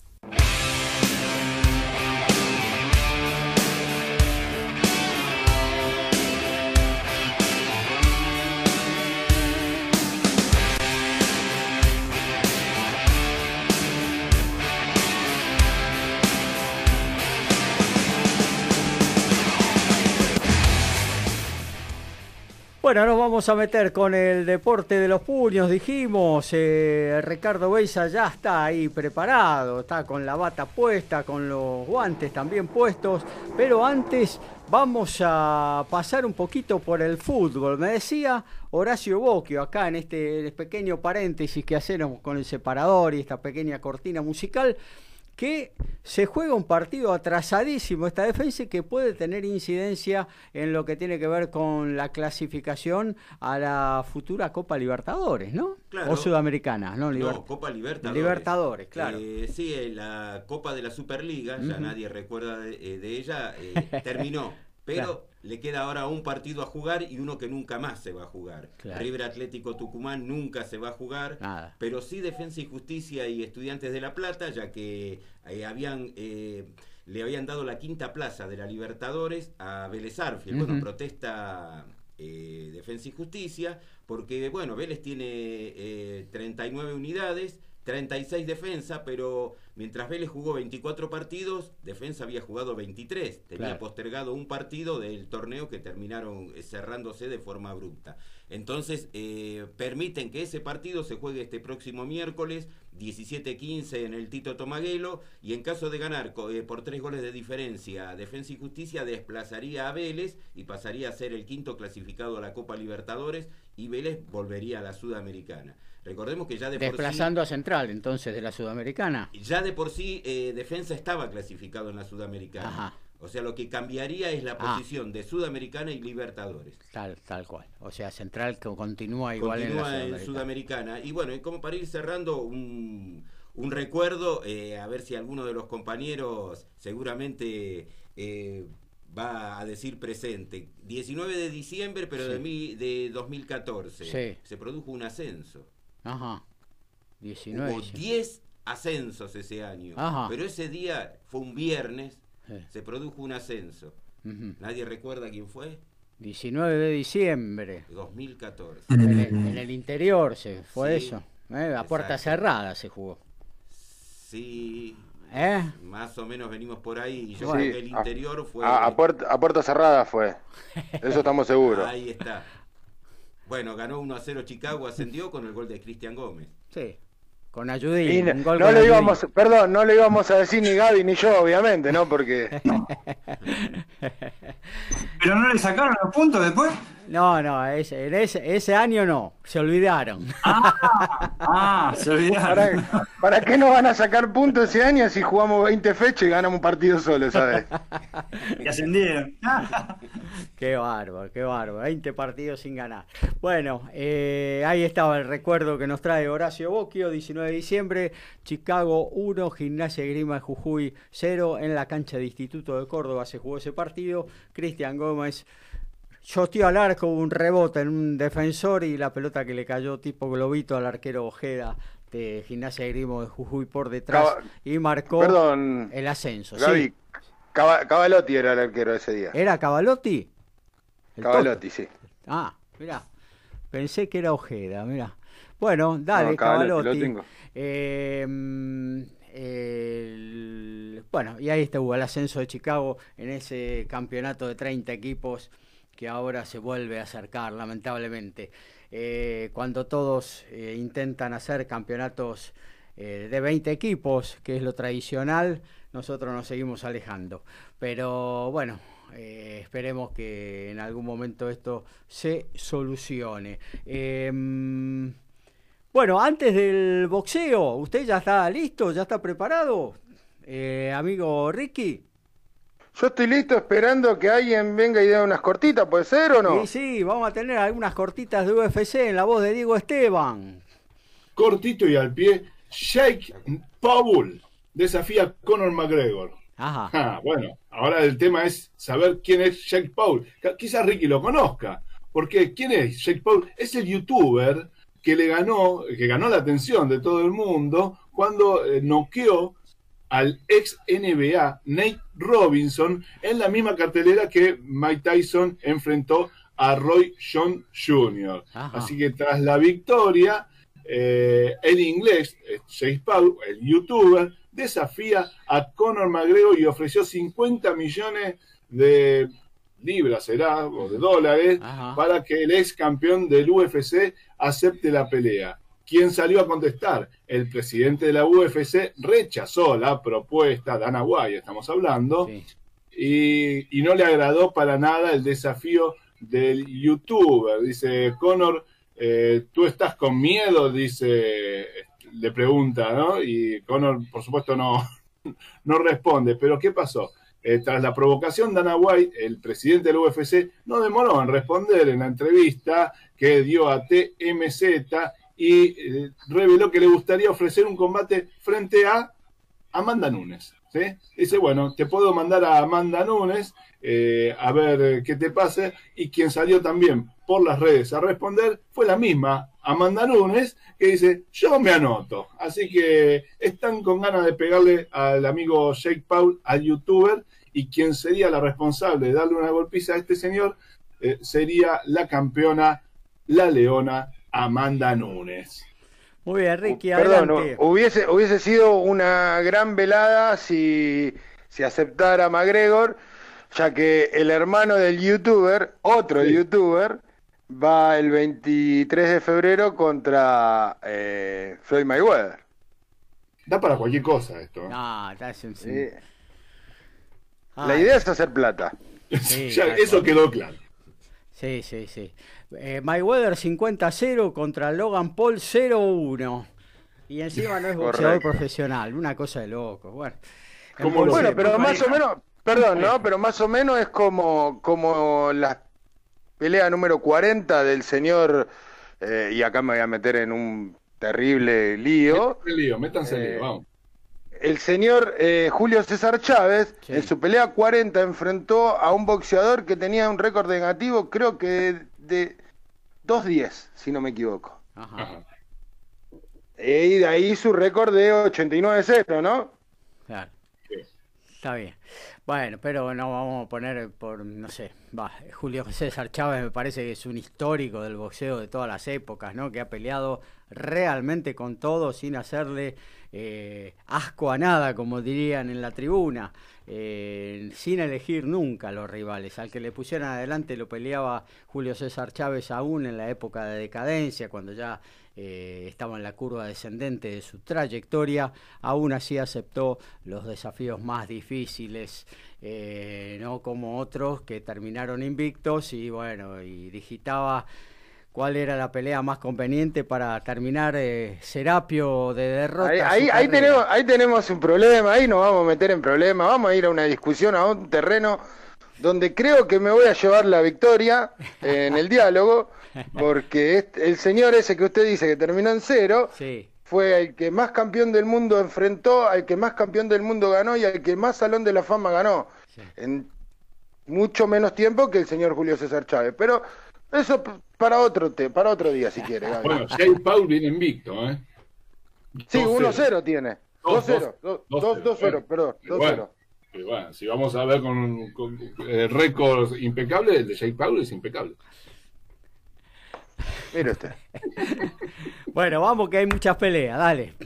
Bueno, nos vamos a meter con el deporte de los puños, dijimos. Eh, Ricardo Beisa ya está ahí preparado, está con la bata puesta, con los guantes también puestos. Pero antes vamos a pasar un poquito por el fútbol. Me decía Horacio Bocchio acá en este pequeño paréntesis que hacemos con el separador y esta pequeña cortina musical, que se juega un partido atrasadísimo esta defensa y que puede tener incidencia en lo que tiene que ver con la clasificación a la futura Copa Libertadores, ¿no? Claro. O Sudamericana, ¿no? Liber... No, Copa Libertadores. Libertadores, claro. Eh, sí, la Copa de la Superliga, ya uh-huh. nadie recuerda de, de ella, eh, terminó. Pero claro. le queda ahora un partido a jugar y uno que nunca más se va a jugar. Claro. River Atlético Tucumán nunca se va a jugar, Nada. pero sí Defensa y Justicia y Estudiantes de La Plata, ya que eh, habían eh, le habían dado la quinta plaza de la Libertadores a Vélez Arfield. Uh-huh. Bueno, protesta eh, Defensa y Justicia porque, bueno, Vélez tiene eh, treinta y nueve unidades, treinta y seis defensa, pero mientras Vélez jugó veinticuatro partidos, Defensa había jugado veintitrés. Tenía claro. postergado un partido del torneo que terminaron cerrándose de forma abrupta. Entonces, eh, permiten que ese partido se juegue este próximo miércoles, diecisiete quince en el Tito Tomaguelo, y en caso de ganar eh, por tres goles de diferencia, Defensa y Justicia desplazaría a Vélez y pasaría a ser el quinto clasificado a la Copa Libertadores, y Vélez volvería a la Sudamericana. Recordemos que ya de Desplazando por sí, a Central, entonces, de la Sudamericana. Ya de por sí, eh, Defensa estaba clasificado en la Sudamericana. Ajá. O sea, lo que cambiaría es la ah. posición de Sudamericana y Libertadores. Tal, tal cual. O sea, Central que continúa igual continúa en la Sudamericana. en Sudamericana. Y bueno, y como para ir cerrando, un, un recuerdo, eh, a ver si alguno de los compañeros seguramente eh, va a decir presente. diecinueve de diciembre, pero sí. de, mi, de dos mil catorce, sí. se produjo un ascenso. Ajá. diecinueve. Hubo diez ascensos ese año. Ajá. Pero ese día fue un viernes, sí. se produjo un ascenso. Uh-huh. ¿Nadie recuerda quién fue? diecinueve de diciembre. dos mil catorce. En el, en el interior se fue sí, eso. ¿Eh? A puerta cerrada se jugó. Sí. ¿Eh? Más o menos venimos por ahí. Y yo sí, creo que el interior a, fue. A, a, puerta, a puerta cerrada fue. Eso estamos seguros. Ahí está. Bueno, ganó uno a cero Chicago, ascendió con el gol de Cristian Gómez. Sí, con Ayudín. Y no, un gol no con le Ayudín. íbamos, perdón, no le íbamos a decir ni Gaby ni yo, obviamente, ¿no? Porque... ¿Pero no le sacaron los puntos después? No, no, ese, en ese, ese año no, se olvidaron. Ah, se olvidaron. ¿Para, ¿Para qué nos van a sacar puntos ese año si jugamos veinte fechas y ganamos un partido solo, ¿sabes? Y ascendieron. Qué bárbaro, qué bárbaro, veinte partidos sin ganar. Bueno, eh, ahí estaba el recuerdo que nos trae Horacio Bocchio, diecinueve de diciembre, Chicago uno, Gimnasia y Esgrima de Jujuy cero, en la cancha de Instituto de Córdoba se jugó ese partido. Cristian Gómez choteó al arco, hubo un rebote en un defensor y la pelota que le cayó tipo globito al arquero Ojeda de Gimnasia y Esgrima de Jujuy por detrás Cava- y marcó Perdón, el ascenso. Gaby, Sí. Cava- Cavalotti era el arquero ese día. ¿Era Cavalotti? El Cavalotti, Toto. sí. Ah, mirá, pensé que era Ojeda, mirá. Bueno, dale, No, Cavalotti, Cavalotti. lo tengo. Eh, mm, el- bueno, y ahí estuvo el ascenso de Chicago en ese campeonato de treinta equipos que ahora se vuelve a acercar, lamentablemente. Eh, cuando todos eh, intentan hacer campeonatos eh, de veinte equipos, que es lo tradicional, nosotros nos seguimos alejando. Pero bueno, eh, esperemos que en algún momento esto se solucione. Eh, bueno, antes del boxeo, ¿usted ya está listo? ¿Ya está preparado? Eh, amigo Ricky. Yo estoy listo esperando que alguien venga y dé unas cortitas, ¿puede ser o no? Sí, sí, vamos a tener algunas cortitas de U F C en la voz de Diego Esteban. Cortito y al pie, Jake Paul desafía a Conor McGregor. Ajá. Ah, bueno, ahora el tema es saber quién es Jake Paul. Quizás Ricky lo conozca, porque ¿quién es Jake Paul? Es el youtuber que le ganó, que ganó la atención de todo el mundo cuando eh, noqueó al ex N B A Nate Robinson en la misma cartelera que Mike Tyson enfrentó a Roy Jones junior Ajá. Así que tras la victoria, eh, el inglés, eh, Jake Paul, el youtuber, desafía a Conor McGregor y ofreció cincuenta millones de libras, será, o de dólares, Ajá. para que el ex campeón del U F C acepte la pelea. ¿Quién salió a contestar? El presidente de la U F C rechazó la propuesta, Dana White estamos hablando, Sí. y, y no le agradó para nada el desafío del youtuber. Dice, Conor, eh, ¿tú estás con miedo? Dice, le pregunta, ¿no? Y Conor, por supuesto, no, no responde. Pero ¿qué pasó? Eh, tras la provocación, Dana White, el presidente del U F C, no demoró en responder en la entrevista que dio a T M Z y eh, reveló que le gustaría ofrecer un combate frente a Amanda Nunes. ¿Sí? Dice, bueno, te puedo mandar a Amanda Nunes eh, a ver eh, qué te pase. Y quien salió también por las redes a responder fue la misma Amanda Nunes, que dice, yo me anoto. Así que están con ganas de pegarle al amigo Jake Paul, al youtuber, y quien sería la responsable de darle una golpiza a este señor eh, sería la campeona, la leona Amanda Nunes. Muy bien, Ricky, Perdón, adelante. hubiese, hubiese sido una gran velada si, si aceptara McGregor, ya que el hermano del youtuber, otro Sí. youtuber, va el veintitrés de febrero contra eh, Floyd Mayweather. Da para cualquier cosa esto. ¿eh? No, está sin- sin- Sí. Ah, La idea es hacer plata. sí, Ya, tal eso cual. quedó claro. Sí, sí, sí. Eh, Mayweather cincuenta a cero contra Logan Paul cero a uno. Y encima no es boxeador Correcto. profesional, una cosa de loco. Bueno, en ¿Cómo lo bolsa- Bueno, sé? pero más pareja. o menos, perdón, ¿no? Pero más o menos es como, como la pelea número cuarenta del señor, eh, y acá me voy a meter en un terrible lío, Métanse el lío, métanse el Eh, lío, vamos. el señor eh, Julio César Chávez, Sí. en su pelea cuarenta enfrentó a un boxeador que tenía un récord negativo, creo que de dos diez, si no me equivoco. Ajá. Ajá. Y de ahí su récord de ochenta y nueve cero, ¿no? Claro. Sí. Está bien. Bueno, pero no vamos a poner por, no sé, va, Julio César Chávez me parece que es un histórico del boxeo de todas las épocas, ¿no? Que ha peleado realmente con todo sin hacerle eh, asco a nada, como dirían en la tribuna, eh, sin elegir nunca a los rivales. Al que le pusieran adelante lo peleaba Julio César Chávez aún en la época de decadencia, cuando ya eh, estaba en la curva descendente de su trayectoria. Aún así aceptó los desafíos más difíciles, eh, no como otros que terminaron invictos, y bueno, y digitaba cuál era la pelea más conveniente para terminar eh, Serapio de derrota. Ahí, ahí, ahí, tenemos, ahí tenemos un problema, ahí nos vamos a meter en problemas, vamos a ir a una discusión, a un terreno donde creo que me voy a llevar la victoria eh, en el diálogo, porque este, el señor ese que usted dice que terminó en cero, sí, fue el que más campeón del mundo enfrentó, al que más campeón del mundo ganó y al que más Salón de la Fama ganó, sí, en mucho menos tiempo que el señor Julio César Chávez, pero eso para otro te, para otro día si quiere. Gaby. Bueno, Jay Paul viene invicto, ¿eh? Sí, uno cero tiene. dos cero. dos cero, perdón. dos cero. Y bueno, si vamos a ver con, con eh, récords impecables, el de Jay Paul es impecable. Mire usted. Bueno, vamos que hay muchas peleas, dale.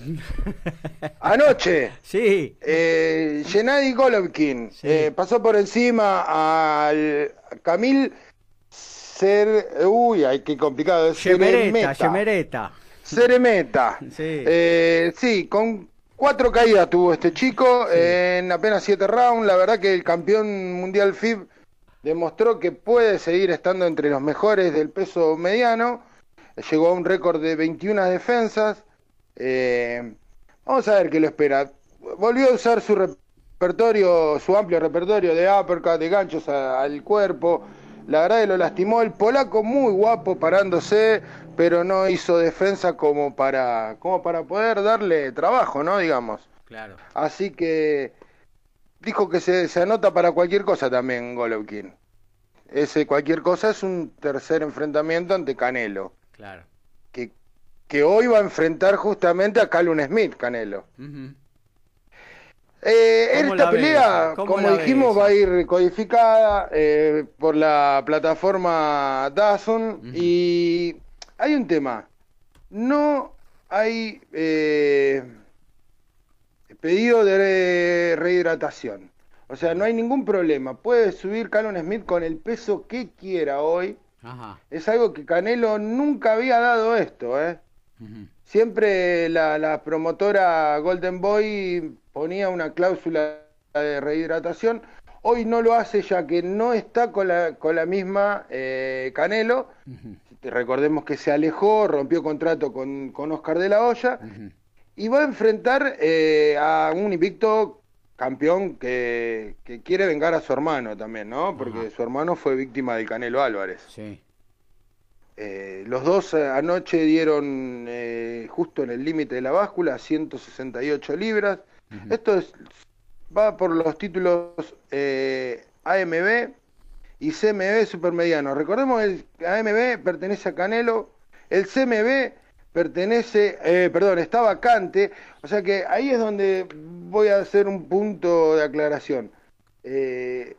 Anoche, sí, eh, Gennady Golovkin sí. eh, pasó por encima al Camil Ser... Uy, ay, qué complicado. Yemereta, Yemereta. Ceremeta. Sí. Eh, sí, con cuatro caídas tuvo este chico sí. eh, en apenas siete rounds. La verdad que el campeón mundial F I B demostró que puede seguir estando entre los mejores del peso mediano. Llegó a un récord de veintiuna defensas. Eh, vamos a ver qué lo espera. Volvió a usar su repertorio, su amplio repertorio de uppercut, de ganchos a, al cuerpo. La verdad que lo lastimó. El polaco muy guapo parándose, pero no hizo defensa como para, como para poder darle trabajo, ¿no? Digamos. Claro. Así que dijo que se, se anota para cualquier cosa también Golovkin. Ese cualquier cosa es un tercer enfrentamiento ante Canelo. Claro. Que, que hoy va a enfrentar justamente a Callum Smith, Canelo. Uh-huh. Eh, esta pelea, como dijimos, ves? va a ir codificada eh, por la plataforma DAZN. Uh-huh. Y hay un tema. No hay eh, pedido de rehidratación. O sea, no hay ningún problema. Puede subir Callum Smith con el peso que quiera hoy. Ajá. Es algo que Canelo nunca había dado esto, ¿eh? Uh-huh. Siempre la, la promotora Golden Boy ponía una cláusula de rehidratación. Hoy no lo hace ya que no está con la, con la misma eh, Canelo. Uh-huh. Recordemos que se alejó, rompió contrato con, con Oscar de la Hoya. Uh-huh. Y va a enfrentar eh, a un invicto campeón que, que quiere vengar a su hermano también, ¿no? Porque uh-huh. su hermano fue víctima del Canelo Álvarez. Sí. Eh, los dos anoche dieron eh, justo en el límite de la báscula, ciento sesenta y ocho libras. Uh-huh. Esto es, va por los títulos eh, A M B y C M B supermediano. Recordemos que el A M B pertenece a Canelo, el C M B pertenece, eh, perdón, está vacante. O sea que ahí es donde voy a hacer un punto de aclaración. Eh,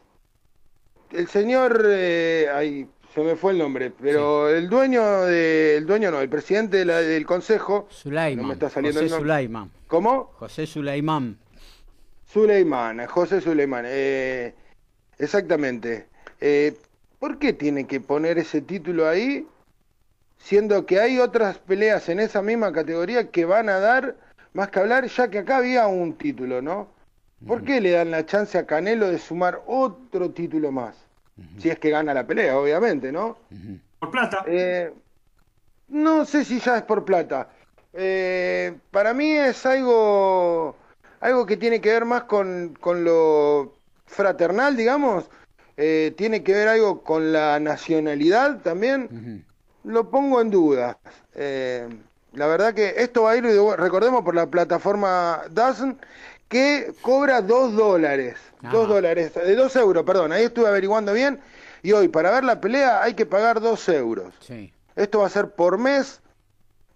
el señor... Eh, ahí, se me fue el nombre, pero sí. el dueño de, el dueño no, el presidente de la, del consejo, Suleiman, no me está saliendo José el nombre. Suleiman. ¿Cómo? José Suleiman. Suleiman, José Suleiman, eh, exactamente. Eh, ¿Por qué tiene que poner ese título ahí, siendo que hay otras peleas en esa misma categoría que van a dar más que hablar, ya que acá había un título, ¿no? ¿Por qué le dan la chance a Canelo de sumar otro título más? Uh-huh. Si es que gana la pelea, obviamente, ¿no? Uh-huh. ¿Por plata? Eh, no sé si ya es por plata. Eh, para mí es algo, algo que tiene que ver más con, con lo fraternal, digamos. Eh, tiene que ver algo con la nacionalidad también. Uh-huh. Lo pongo en duda. Eh, la verdad que esto va a ir, recordemos, por la plataforma DAZN, que cobra dos dólares. Ajá. Dos dólares, de dos euros, perdón. Ahí estuve averiguando bien. Y hoy, para ver la pelea, hay que pagar dos euros. Sí. Esto va a ser por mes,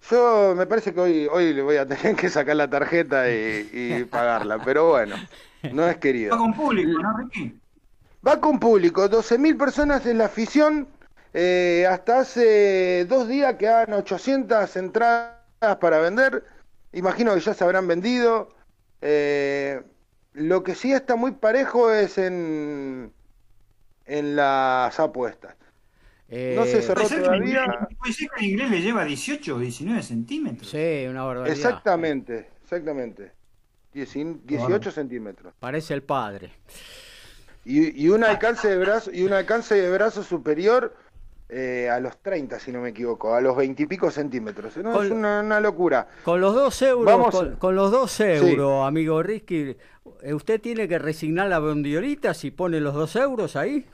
Yo me parece que hoy, hoy le voy a tener que sacar la tarjeta y, y pagarla, pero bueno, no es querido. Va con público, ¿no, Ricky? Va con público, doce mil personas en la afición. Eh, hasta hace dos días quedan ochocientas entradas para vender. Imagino que ya se habrán vendido. Eh, lo que sí está muy parejo es en, en las apuestas. Eh, No se cerró Puede ser que en inglés, todavía. puede ser que en inglés le lleva dieciocho o diecinueve centímetros. Sí, una barbaridad. Exactamente, exactamente. Dieci- dieciocho centímetros. Parece el padre. Y, y un alcance de brazo, y un alcance de brazo superior eh, a los treinta, si no me equivoco, a los veinte y pico centímetros. ¿No? Con- Es una, una locura. Con los dos euros, Vamos- con, con los dos Sí. euros, amigo Risky, eh, ¿usted tiene que resignar la bondiolita si pone los dos euros ahí?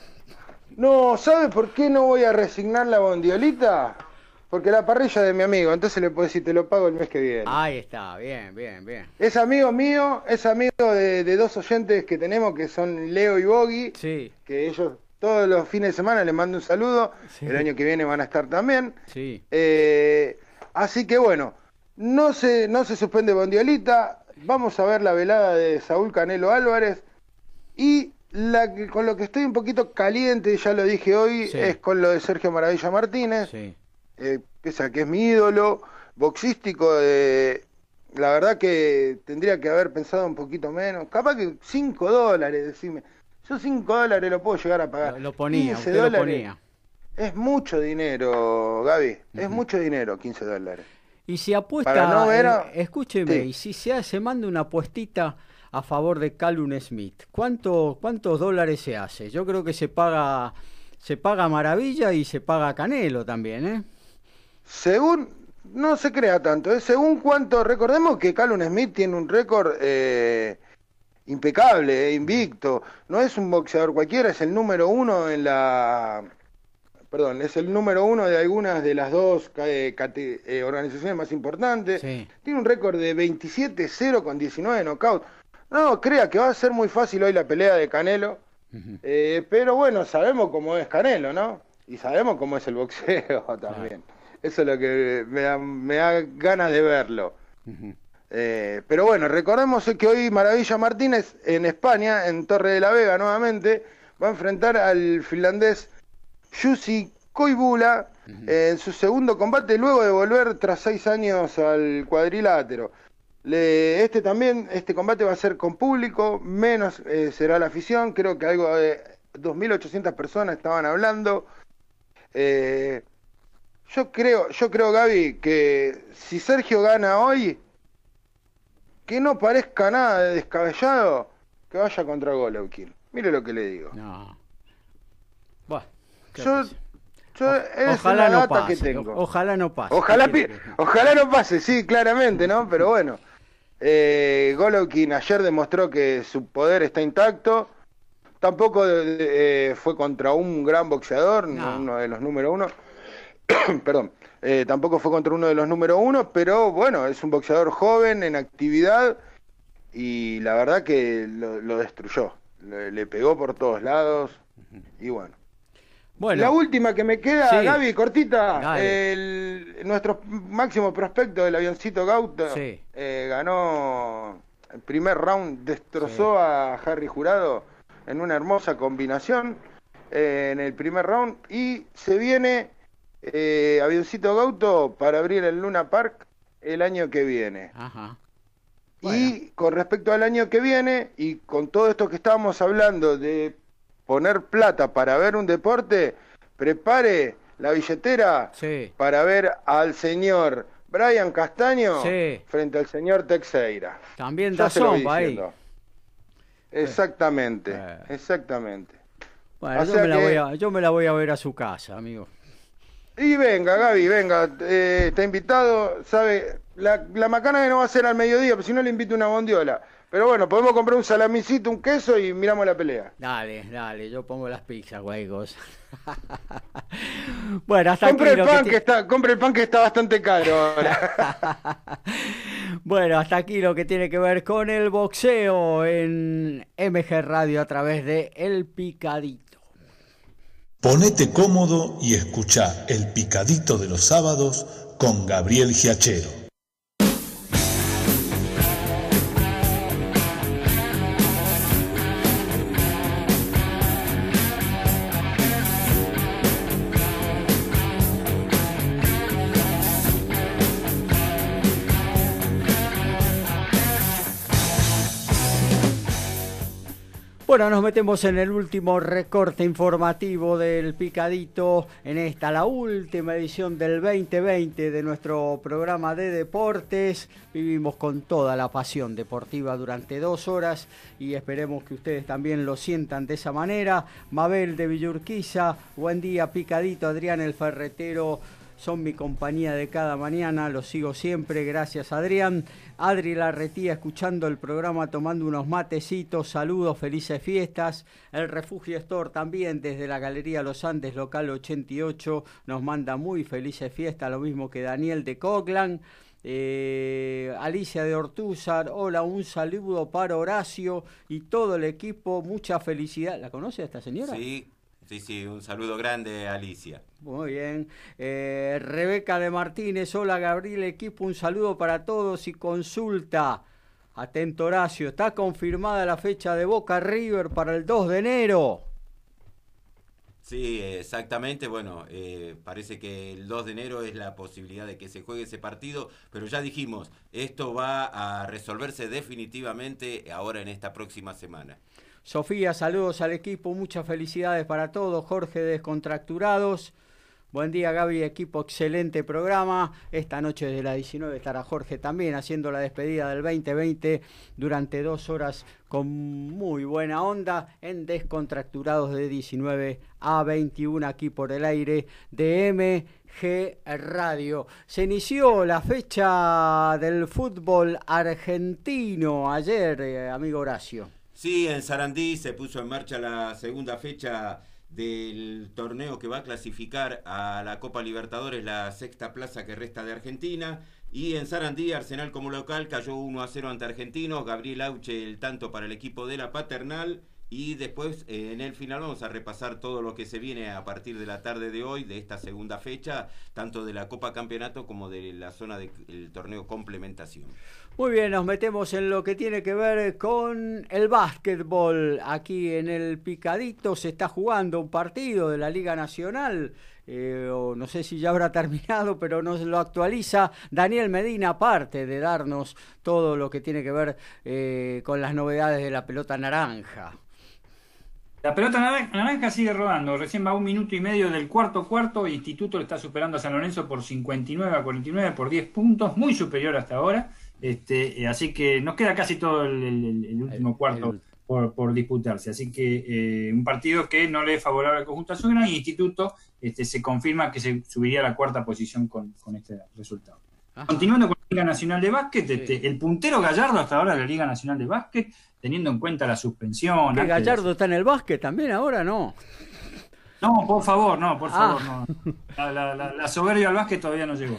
No, ¿sabe por qué no voy a resignar la bondiolita? Porque la parrilla es de mi amigo, entonces le puedo decir, te lo pago el mes que viene. Ahí está, bien, bien, bien. Es amigo mío, es amigo de, de dos oyentes que tenemos, que son Leo y Bogi, Sí, que ellos todos los fines de semana les mando un saludo, Sí. el año que viene van a estar también. sí. Eh, así que bueno, no se, no se suspende bondiolita, vamos a ver la velada de Saúl Canelo Álvarez y la que- con lo que estoy un poquito caliente, ya lo dije hoy, Sí. es con lo de Sergio Maravilla Martínez. Sí. Eh, pese a que es mi ídolo boxístico, eh, la verdad que tendría que haber pensado un poquito menos, capaz que cinco dólares, decime, yo cinco dólares lo puedo llegar a pagar. Lo, lo ponía, quince usted lo dólares, ponía. es mucho dinero, Gaby, es Ujú. mucho dinero, quince dólares. Y si apuesta, Para no ver eh, a- escúcheme, Sí. y si se, hace- se manda una apuestita a favor de Callum Smith, ¿cuánto, ¿cuántos dólares se hace? Yo creo que se paga, se paga Maravilla y se paga Canelo también, ¿eh? Según, no se crea tanto, ¿eh? Según cuánto, recordemos que Callum Smith tiene un récord eh, impecable, eh, invicto, no es un boxeador cualquiera, es el número uno en la, perdón, es el número uno de algunas de las dos eh, cate- eh, organizaciones más importantes, Sí. tiene un récord de veintisiete cero con diecinueve knockouts, no crea que va a ser muy fácil hoy la pelea de Canelo, eh, pero bueno, sabemos cómo es Canelo, ¿no? Y sabemos cómo es el boxeo también. Eso es lo que me da, me da ganas de verlo. Eh, pero bueno, recordemos que hoy Maravilla Martínez en España, en Torre de la Vega nuevamente, va a enfrentar al finlandés Jussi Koivula eh, en su segundo combate luego de volver tras seis años al cuadrilátero. Le- este también, este combate va a ser con público, menos eh, será la afición, creo que algo de dos mil ochocientas personas estaban hablando. Eh, yo creo, yo creo, Gaby, que si Sergio gana hoy, que no parezca nada de descabellado, que vaya contra Golovkin. Mire lo que le digo. No. Bueno, ¿qué Yo, pasa? yo es Ojalá la no data pase, que tengo. o- ojalá no pase. Ojalá, ¿Qué pi- quiere que- ojalá no pase, sí, claramente, ¿no? Pero bueno, eh, Golovkin ayer demostró que su poder está intacto. Tampoco eh, fue contra un gran boxeador, No. uno de los número uno. Perdón, eh, tampoco fue contra uno de los número uno, pero bueno, es un boxeador joven, en actividad, y la verdad que lo, lo destruyó. Le, le pegó por todos lados, y bueno. Bueno, La última que me queda, Sí. Gaby, cortita, Dale. el, nuestro máximo prospecto del avioncito Gauto Sí. eh, ganó el primer round, destrozó a Harry Jurado en una hermosa combinación eh, en el primer round y se viene eh, avioncito Gauto para abrir el Luna Park el año que viene. Ajá. Y con respecto al año que viene, y con todo esto que estábamos hablando de poner plata para ver un deporte, prepare la billetera Sí. para ver al señor Brian Castaño Sí. frente al señor Teixeira. También Ya se lo voy Dazón va ahí. diciendo. Exactamente, Eh. exactamente. Bueno, O yo sea me, la que- voy a, yo me la voy a ver a su casa, amigo. Y venga, Gaby, venga, eh, está invitado, sabe, la, la macana que no va a ser al mediodía, pero si no le invito una bondiola. Pero bueno, podemos comprar un salamicito, un queso y miramos la pelea. Dale, dale, yo pongo las pizzas, güeyos. Bueno, hasta Compre aquí el lo pan que que ti- está, compre el pan que está bastante caro ahora. Bueno, hasta aquí lo que tiene que ver con el boxeo en M G Radio a través de El Picadito. Ponete cómodo y escuchá El Picadito de los sábados con Gabriel Giachero. Bueno, nos metemos en el último recorte informativo del Picadito, en esta, la última edición del veinte veinte de nuestro programa de deportes. Vivimos con toda la pasión deportiva durante dos horas y esperemos que ustedes también lo sientan de esa manera. Mabel de Villurquiza, buen día Picadito, Adrián el Ferretero, son mi compañía de cada mañana, los sigo siempre, gracias Adrián. Adri Larretía escuchando el programa, tomando unos matecitos, saludos, felices fiestas. El Refugio Store también desde la Galería Los Andes, local ochenta y ocho, nos manda muy felices fiestas, lo mismo que Daniel de Coglan. Eh, Alicia de Ortúzar, hola, un saludo para Horacio y todo el equipo, mucha felicidad. ¿La conoce esta señora? Sí. Sí, sí, un saludo grande, Alicia. Muy bien. Eh, Rebeca de Martínez, hola Gabriel, equipo, un saludo para todos y consulta. Atento Horacio, ¿está confirmada la fecha de Boca River para el dos de enero? Sí, exactamente. Bueno, eh, parece que el dos de enero es la posibilidad de que se juegue ese partido, pero ya dijimos, esto va a resolverse definitivamente ahora en esta próxima semana. Sofía, saludos al equipo, muchas felicidades para todos. Jorge Descontracturados, buen día Gaby, equipo, excelente programa. Esta noche desde las diecinueve estará Jorge también haciendo la despedida del veinte veinte durante dos horas con muy buena onda en Descontracturados de diecinueve a veintiuno aquí por el aire de M G Radio. Se inició la fecha del fútbol argentino ayer, eh, amigo Horacio. Sí, en Sarandí se puso en marcha la segunda fecha del torneo que va a clasificar a la Copa Libertadores, la sexta plaza que resta de Argentina. Y en Sarandí, Arsenal como local cayó uno a cero ante Argentinos. Gabriel Auche el tanto para el equipo de la Paternal. Y después, eh, en el final, vamos a repasar todo lo que se viene a partir de la tarde de hoy, de esta segunda fecha, tanto de la Copa Campeonato como de la zona del torneo Complementación. Muy bien, nos metemos en lo que tiene que ver con el básquetbol. Aquí en el Picadito se está jugando un partido de la Liga Nacional. Eh, o no sé si ya habrá terminado, pero nos lo actualiza Daniel Medina, aparte de darnos todo lo que tiene que ver eh, con las novedades de la pelota naranja. La pelota naranja sigue rodando, recién va a un minuto y medio del cuarto cuarto, Instituto le está superando a San Lorenzo por cincuenta y nueve a cuarenta y nueve por diez puntos, muy superior hasta ahora, este, así que nos queda casi todo el, el, el último el, cuarto el... Por, por disputarse, así que eh, un partido que no le es favorable al conjunto azulgrana y Instituto este, se confirma que se subiría a la cuarta posición con, con este resultado. Ajá. Continuando con la Liga Nacional de Básquet, sí. este, el puntero Gallardo hasta ahora de la Liga Nacional de Básquet, teniendo en cuenta la suspensión. ¿Que Gallardo de... está en el básquet también ahora? No. No, por favor, no, por favor, ah. no. La, la, la, la soberbia al básquet todavía no llegó.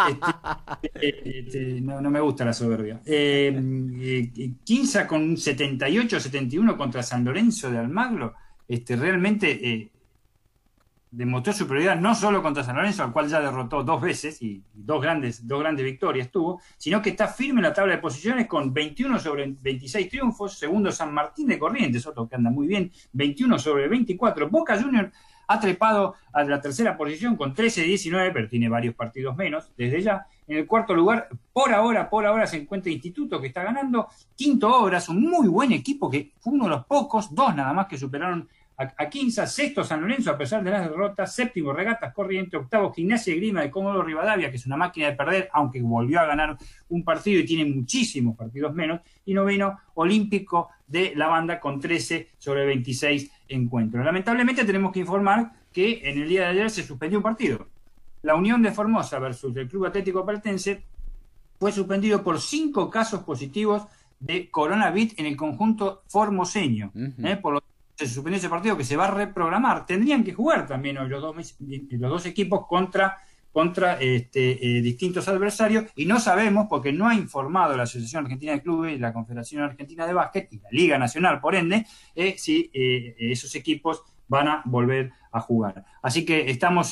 Este, este, no, no me gusta la soberbia. Eh, eh, Quinza con setenta y ocho a setenta y uno contra San Lorenzo de Almagro, este, realmente eh, demostró superioridad no solo contra San Lorenzo, al cual ya derrotó dos veces y dos grandes, dos grandes victorias tuvo, sino que está firme en la tabla de posiciones con veintiuno sobre veintiséis triunfos, segundo San Martín de Corrientes, otro que anda muy bien, veintiuno sobre veinticuatro. Boca Juniors ha trepado a la tercera posición con trece diecinueve, pero tiene varios partidos menos desde ya. En el cuarto lugar, por ahora, por ahora se encuentra Instituto, que está ganando. Quinto Obras, un muy buen equipo, que fue uno de los pocos, dos nada más que superaron a, a Quinza. Sexto San Lorenzo, a pesar de las derrotas. Séptimo Regatas Corrientes. Octavo Gimnasia y Grima de Comodoro Rivadavia, que es una máquina de perder, aunque volvió a ganar un partido y tiene muchísimos partidos menos. Y noveno Olímpico de La Banda con trece sobre veintiséis encuentros. Lamentablemente tenemos que informar que en el día de ayer se suspendió un partido. La Unión de Formosa versus el Club Atlético Platense fue suspendido por cinco casos positivos de coronavirus en el conjunto formoseño. Uh-huh. ¿eh? Por lo tanto, se suspendió ese partido que se va a reprogramar. Tendrían que jugar también hoy los dos, los dos equipos contra, contra este, eh, distintos adversarios, y no sabemos, porque no ha informado la Asociación Argentina de Clubes y la Confederación Argentina de Básquet y la Liga Nacional, por ende, eh, si eh, esos equipos van a volver a jugar. Así que estamos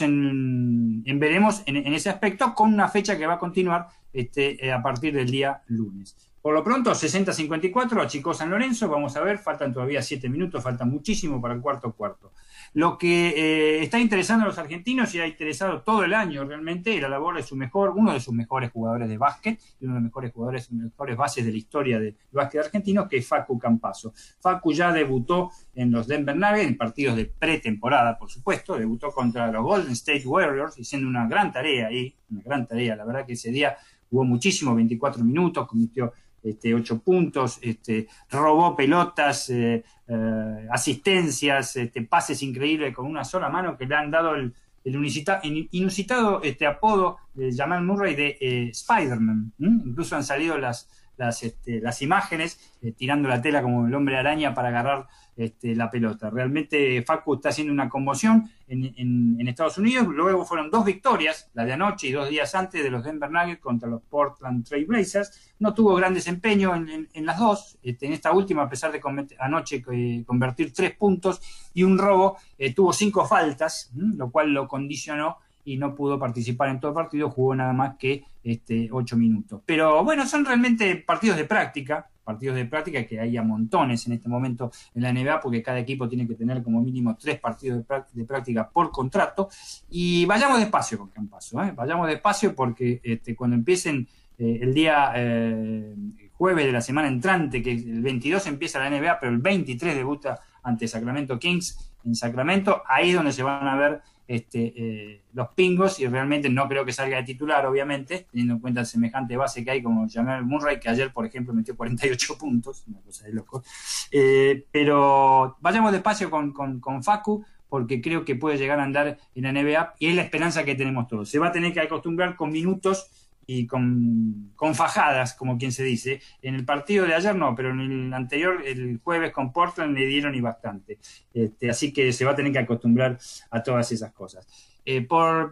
en, en veremos en, en ese aspecto, con una fecha que va a continuar este, a partir del día lunes. Por lo pronto, sesenta a cincuenta y cuatro, achicó San Lorenzo, vamos a ver, faltan todavía siete minutos, falta muchísimo para el cuarto cuarto. Lo que eh, está interesando a los argentinos y ha interesado todo el año realmente la labor de su mejor, uno de sus mejores jugadores de básquet y uno de los mejores jugadores, mejores bases de la historia del básquet argentino, que es Facu Campazzo. Facu ya debutó en los Denver Nuggets, en partidos de pretemporada, por supuesto, debutó contra los Golden State Warriors, haciendo una gran tarea ahí, una gran tarea, la verdad que ese día jugó muchísimo, veinticuatro minutos, cometió Este, ocho puntos, este, robó pelotas, eh, eh, asistencias, este, pases increíbles con una sola mano, que le han dado el, el inusita, inusitado este, apodo de Jamal Murray de eh, Spider-Man. ¿Mm? Incluso han salido las, las, este, las imágenes eh, tirando la tela como el hombre araña para agarrar este, la pelota. Realmente Facu está haciendo una conmoción en, en, en Estados Unidos. Luego fueron dos victorias, la de anoche y dos días antes, de los Denver Nuggets contra los Portland Trail Blazers. No tuvo gran desempeño en, en, en las dos. Este, en esta última, a pesar de cometer, anoche eh, convertir tres puntos y un robo, eh, tuvo cinco faltas, ¿m? Lo cual lo condicionó y no pudo participar en todo el partido, jugó nada más que este, ocho minutos. Pero bueno, son realmente partidos de práctica, partidos de práctica que hay a montones en este momento en la N B A, porque cada equipo tiene que tener como mínimo tres partidos de, práctica, de práctica por contrato, y vayamos despacio con Campazzo, ¿eh? vayamos despacio porque este, cuando empiecen eh, el día eh, jueves de la semana entrante, que el veintidós empieza la N B A, pero el veintitrés debuta ante Sacramento Kings en Sacramento, ahí es donde se van a ver Este, eh, los pingos, y realmente no creo que salga de titular, obviamente, teniendo en cuenta el semejante base que hay como Jamal Murray, que ayer, por ejemplo, metió cuarenta y ocho puntos, una cosa de loco. Eh, pero vayamos despacio con, con, con Facu, porque creo que puede llegar a andar en la N B A, y es la esperanza que tenemos todos. Se va a tener que acostumbrar con minutos y con, con fajadas, como quien se dice. En el partido de ayer no, pero en el anterior, el jueves con Portland, le dieron y bastante. Este, así que se va a tener que acostumbrar a todas esas cosas. Eh, por,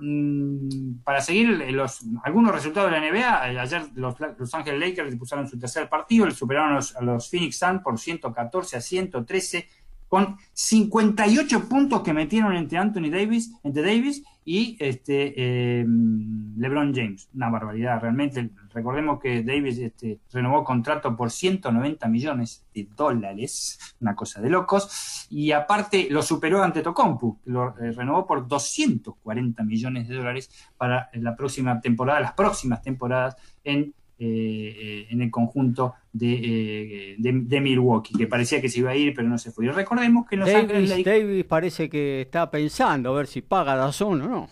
mm, para seguir los, algunos resultados de la N B A, ayer los Los Ángeles Lakers disputaron su tercer partido, le superaron a los, a los Phoenix Suns por ciento catorce a ciento trece, con cincuenta y ocho puntos que metieron entre Anthony Davis, entre Davis y este eh, LeBron James. Una barbaridad, realmente. Recordemos que Davis este, renovó contrato por ciento noventa millones de dólares, una cosa de locos, y aparte lo superó Antetokounmpo, lo eh, renovó por doscientos cuarenta millones de dólares para la próxima temporada, las próximas temporadas en Eh, en el conjunto de, eh, de, de Milwaukee, que parecía que se iba a ir, pero no se fue. Y recordemos que en Los Davis, Ángeles Lakers... Davis parece que está pensando a ver si paga DAZN o no.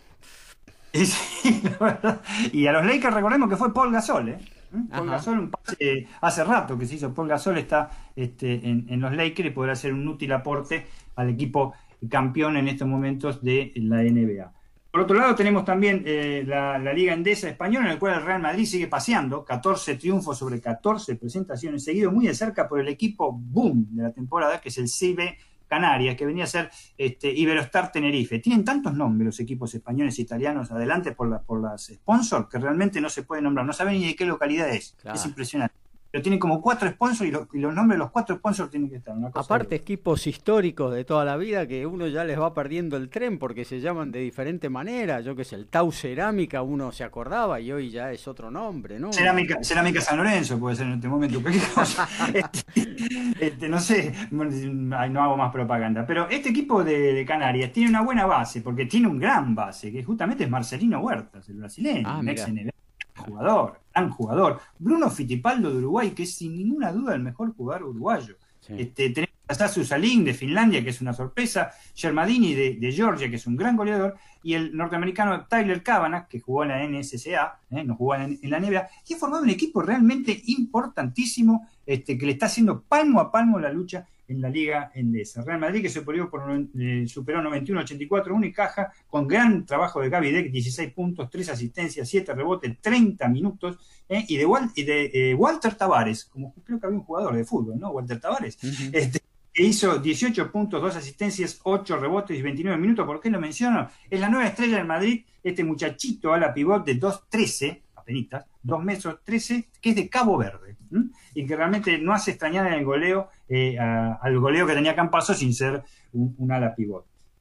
Sí, la verdad. Y a los Lakers recordemos que fue Paul Gasol, ¿eh? Paul Ajá. Gasol, un pase, eh, hace rato que se hizo. Paul Gasol está este, en, en los Lakers y podrá hacer un útil aporte al equipo campeón en estos momentos de la N B A. Por otro lado, tenemos también eh, la, la Liga Endesa Española, en la cual el Real Madrid sigue paseando, catorce triunfos sobre catorce presentaciones, seguido muy de cerca por el equipo boom de la temporada, que es el C B Canarias, que venía a ser este, Iberostar Tenerife. Tienen tantos nombres los equipos españoles e italianos adelante por, la, por las sponsors, que realmente no se puede nombrar, no saben ni de qué localidad es. Claro. Es impresionante. Pero tienen como cuatro sponsors y, lo, y los nombres de los cuatro sponsors tienen que estar. Una cosa Aparte, de... equipos históricos de toda la vida que uno ya les va perdiendo el tren porque se llaman de diferente manera. Yo que sé, el Tau Cerámica uno se acordaba y hoy ya es otro nombre, ¿no? Cerámica, Cerámica San Lorenzo puede ser en este momento. este, este, no sé, no hago más propaganda. Pero este equipo de, de Canarias tiene una buena base, porque tiene un gran base, que justamente es Marcelino Huertas, el brasileño, ah, un ex N B A, jugador, gran jugador. Bruno Fittipaldo de Uruguay, que es sin ninguna duda el mejor jugador uruguayo. Sí. Este, tenemos a Sasu Salin de Finlandia, que es una sorpresa, Germadini de, de Georgia, que es un gran goleador, y el norteamericano Tyler Cavanagh, que jugó en la N S C A, ¿eh? no jugó en, en la N B A, y ha formado un equipo realmente importantísimo, este, que le está haciendo palmo a palmo la lucha en la Liga Endesa. Real Madrid, que superó, por, eh, superó noventa y uno a ochenta y cuatro, Unicaja, con gran trabajo de Gaby Deck, dieciséis puntos, tres asistencias, siete rebotes, treinta minutos, eh, y de, Wal y de eh, Walter Tavares, como creo que había un jugador de fútbol, ¿no? Walter Tavares, uh-huh. este, que hizo dieciocho puntos, dos asistencias, ocho rebotes y veintinueve minutos. ¿Por qué lo menciono? Es la nueva estrella del Madrid, este muchachito a la pivot de dos trece, apenitas, dos metros trece, que es de Cabo Verde, ¿m? y que realmente no hace extrañar en el goleo, eh, a, al goleo que tenía Campazzo sin ser un, un ala pivot.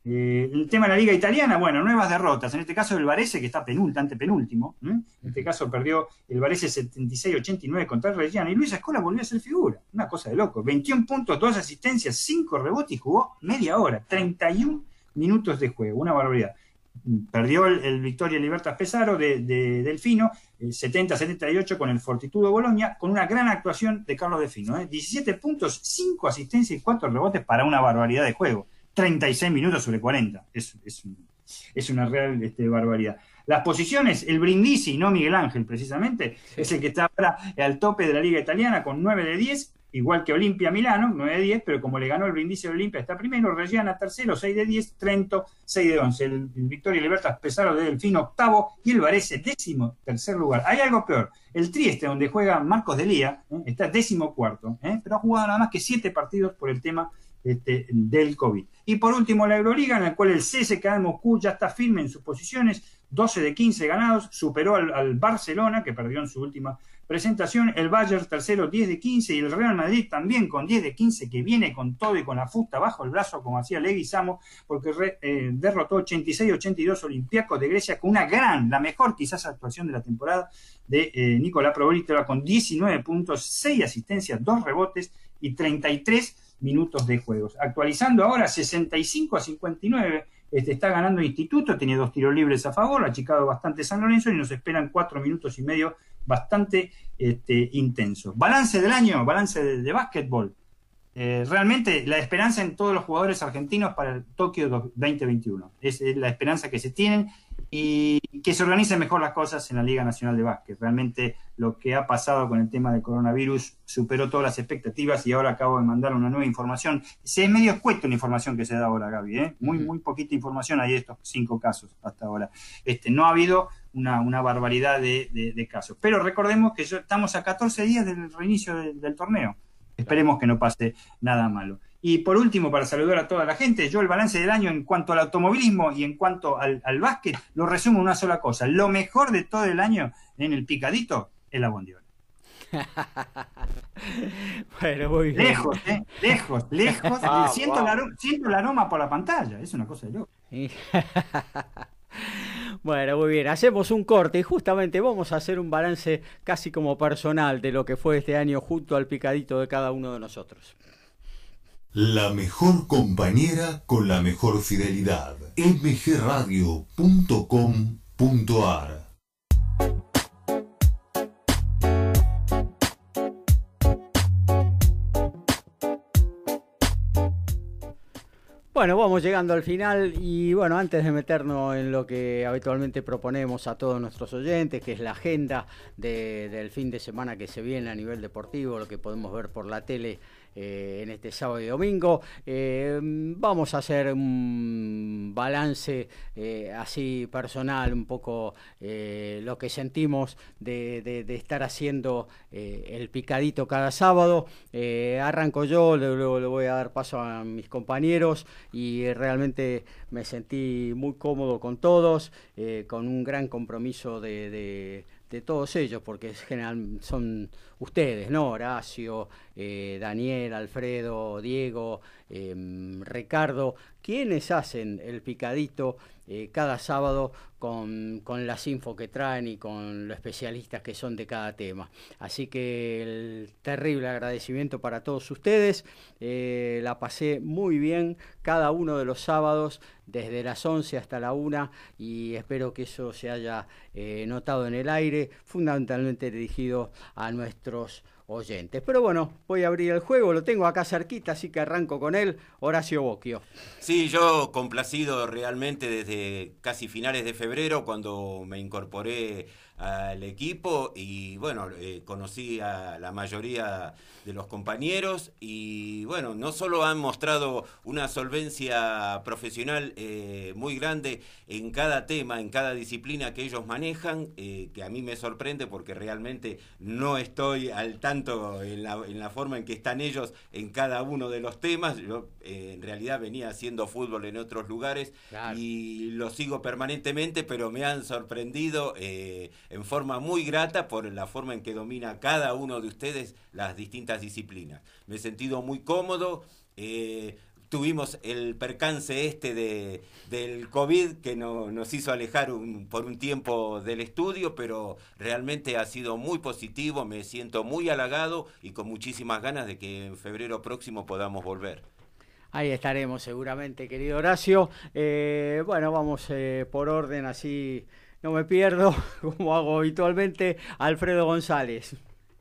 Eh, el tema de la Liga Italiana, bueno, nuevas derrotas. En este caso el Varese, que está penúltimo, antepenúltimo. ¿eh? En este caso perdió el Varese setenta y seis a ochenta y nueve contra el Reggiana. Y Luis Escola volvió a ser figura. Una cosa de loco. veintiún puntos, dos asistencias, cinco rebotes y jugó media hora. treinta y un minutos de juego. Una barbaridad. Perdió el, el Victoria Libertas Pesaro de, de Delfino, eh, setenta a setenta y ocho con el Fortitudo Bologna, con una gran actuación de Carlos Delfino. Eh, diecisiete puntos, cinco asistencias y cuatro rebotes para una barbaridad de juego. treinta y seis minutos sobre cuarenta. Es, es, un, es una real este, barbaridad. Las posiciones, el Brindisi, no Miguel Ángel precisamente, es el que está ahora al tope de la Liga Italiana con nueve de diez, igual que Olimpia Milano, nueve de diez, pero como le ganó el Brindisi a Olimpia está primero, Reggiana tercero, seis de diez, Trento seis de once, el, el Victoria Libertas Pesaro de Delfino octavo y el Varese décimo tercer lugar. Hay algo peor, el Trieste, donde juega Marcos Delía, ¿eh? está décimo cuarto, ¿eh? pero ha jugado nada más que siete partidos por el tema Este, del COVID. Y por último la Euroliga, en la cual el C S K A de Moscú ya está firme en sus posiciones, doce de quince ganados, superó al, al Barcelona, que perdió en su última presentación, el Bayern tercero, diez de quince, y el Real Madrid también con diez de quince, que viene con todo y con la fusta bajo el brazo, como hacía Leguizamo, porque re, eh, derrotó ochenta y seis a ochenta y dos Olympiacos de Grecia, con una gran, la mejor quizás actuación de la temporada de eh, Nicolás Provolitola, con diecinueve puntos, seis asistencias, dos rebotes y treinta y tres minutos de juegos. Actualizando ahora sesenta y cinco a cincuenta y nueve, este, está ganando Instituto, tiene dos tiros libres a favor, achicado bastante San Lorenzo y nos esperan cuatro minutos y medio bastante este, intensos. Balance del año, balance de, de básquetbol. Eh, realmente la esperanza en todos los jugadores argentinos para el Tokio veinte veintiuno. Es, es la esperanza que se tienen y que se organicen mejor las cosas en la Liga Nacional de Básquet. Realmente lo que ha pasado con el tema del coronavirus superó todas las expectativas y ahora acabo de mandar una nueva información. Se es medio escueto la información que se da ahora, Gaby, ¿eh? Muy, muy poquita información hay de estos cinco casos hasta ahora. Este, no ha habido una, una barbaridad de, de, de casos. Pero recordemos que yo, estamos a catorce días del reinicio de, del torneo. Esperemos que no pase nada malo. Y por último, para saludar a toda la gente, yo el balance del año en cuanto al automovilismo y en cuanto al, al básquet, lo resumo en una sola cosa. Lo mejor de todo el año en el picadito es la Bondiola. Bueno, muy bien. Lejos, ¿eh? Lejos, lejos. Ah, siento, wow. el aroma, siento el aroma por la pantalla. Es una cosa de loco. Bueno, muy bien, hacemos un corte y justamente vamos a hacer un balance casi como personal de lo que fue este año junto al picadito de cada uno de nosotros. La mejor compañera con la mejor fidelidad. m g radio punto com punto a r. Bueno, vamos llegando al final y bueno, antes de meternos en lo que habitualmente proponemos a todos nuestros oyentes, que es la agenda de, del fin de semana que se viene a nivel deportivo, lo que podemos ver por la tele eh, en este sábado y domingo, eh, vamos a hacer un balance eh, así personal, un poco eh, lo que sentimos de, de, de estar haciendo eh, el picadito cada sábado. Eh, arranco yo, luego le voy a dar paso a mis compañeros. Y realmente me sentí muy cómodo con todos, eh, con un gran compromiso de, de, de todos ellos, porque es general, son ustedes, ¿no? Horacio, eh, Daniel, Alfredo, Diego, eh, Ricardo, quienes hacen el picadito eh, cada sábado con, con las info que traen y con los especialistas que son de cada tema. Así que el terrible agradecimiento para todos ustedes. Eh, la pasé muy bien cada uno de los sábados, desde las once hasta la una, y espero que eso se haya eh, notado en el aire, fundamentalmente dirigido a nuestros oyentes. Pero bueno, voy a abrir el juego, lo tengo acá cerquita, así que arranco con él. Horacio Bocchio. Sí, yo complacido realmente desde casi finales de febrero, cuando me incorporé al equipo y bueno, eh, conocí a la mayoría de los compañeros y bueno, no solo han mostrado una solvencia profesional eh, muy grande en cada tema, en cada disciplina que ellos manejan, eh, que a mí me sorprende porque realmente no estoy al tanto en la, en la forma en que están ellos en cada uno de los temas. Yo eh, en realidad venía haciendo fútbol en otros lugares, claro, y lo sigo permanentemente, pero me han sorprendido eh, en forma muy grata por la forma en que domina cada uno de ustedes las distintas disciplinas. Me he sentido muy cómodo, eh, tuvimos el percance este de, del COVID que no, nos hizo alejar un, por un tiempo del estudio, pero realmente ha sido muy positivo, me siento muy halagado y con muchísimas ganas de que en febrero próximo podamos volver. Ahí estaremos seguramente, querido Horacio. Eh, bueno, vamos eh, por orden, así no me pierdo, como hago habitualmente. Alfredo González.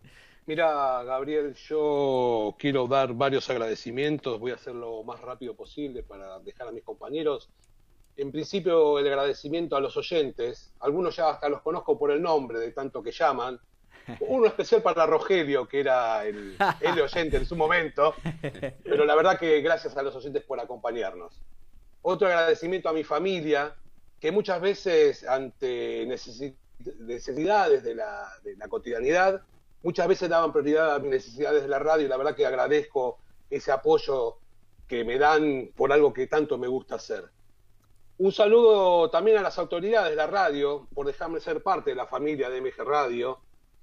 Mira, Gabriel, yo quiero dar varios agradecimientos, voy a hacerlo lo más rápido posible para dejar a mis compañeros. En principio, el agradecimiento a los oyentes, algunos ya hasta los conozco por el nombre de tanto que llaman. Uno especial para Rogelio, que era el, el oyente en su momento, pero la verdad que gracias a los oyentes por acompañarnos. Otro agradecimiento a mi familia, que muchas veces ante necesidades de la, de la cotidianidad, muchas veces daban prioridad a mis necesidades de la radio y la verdad que agradezco ese apoyo que me dan por algo que tanto me gusta hacer. Un saludo también a las autoridades de la radio por dejarme ser parte de la familia de M G Radio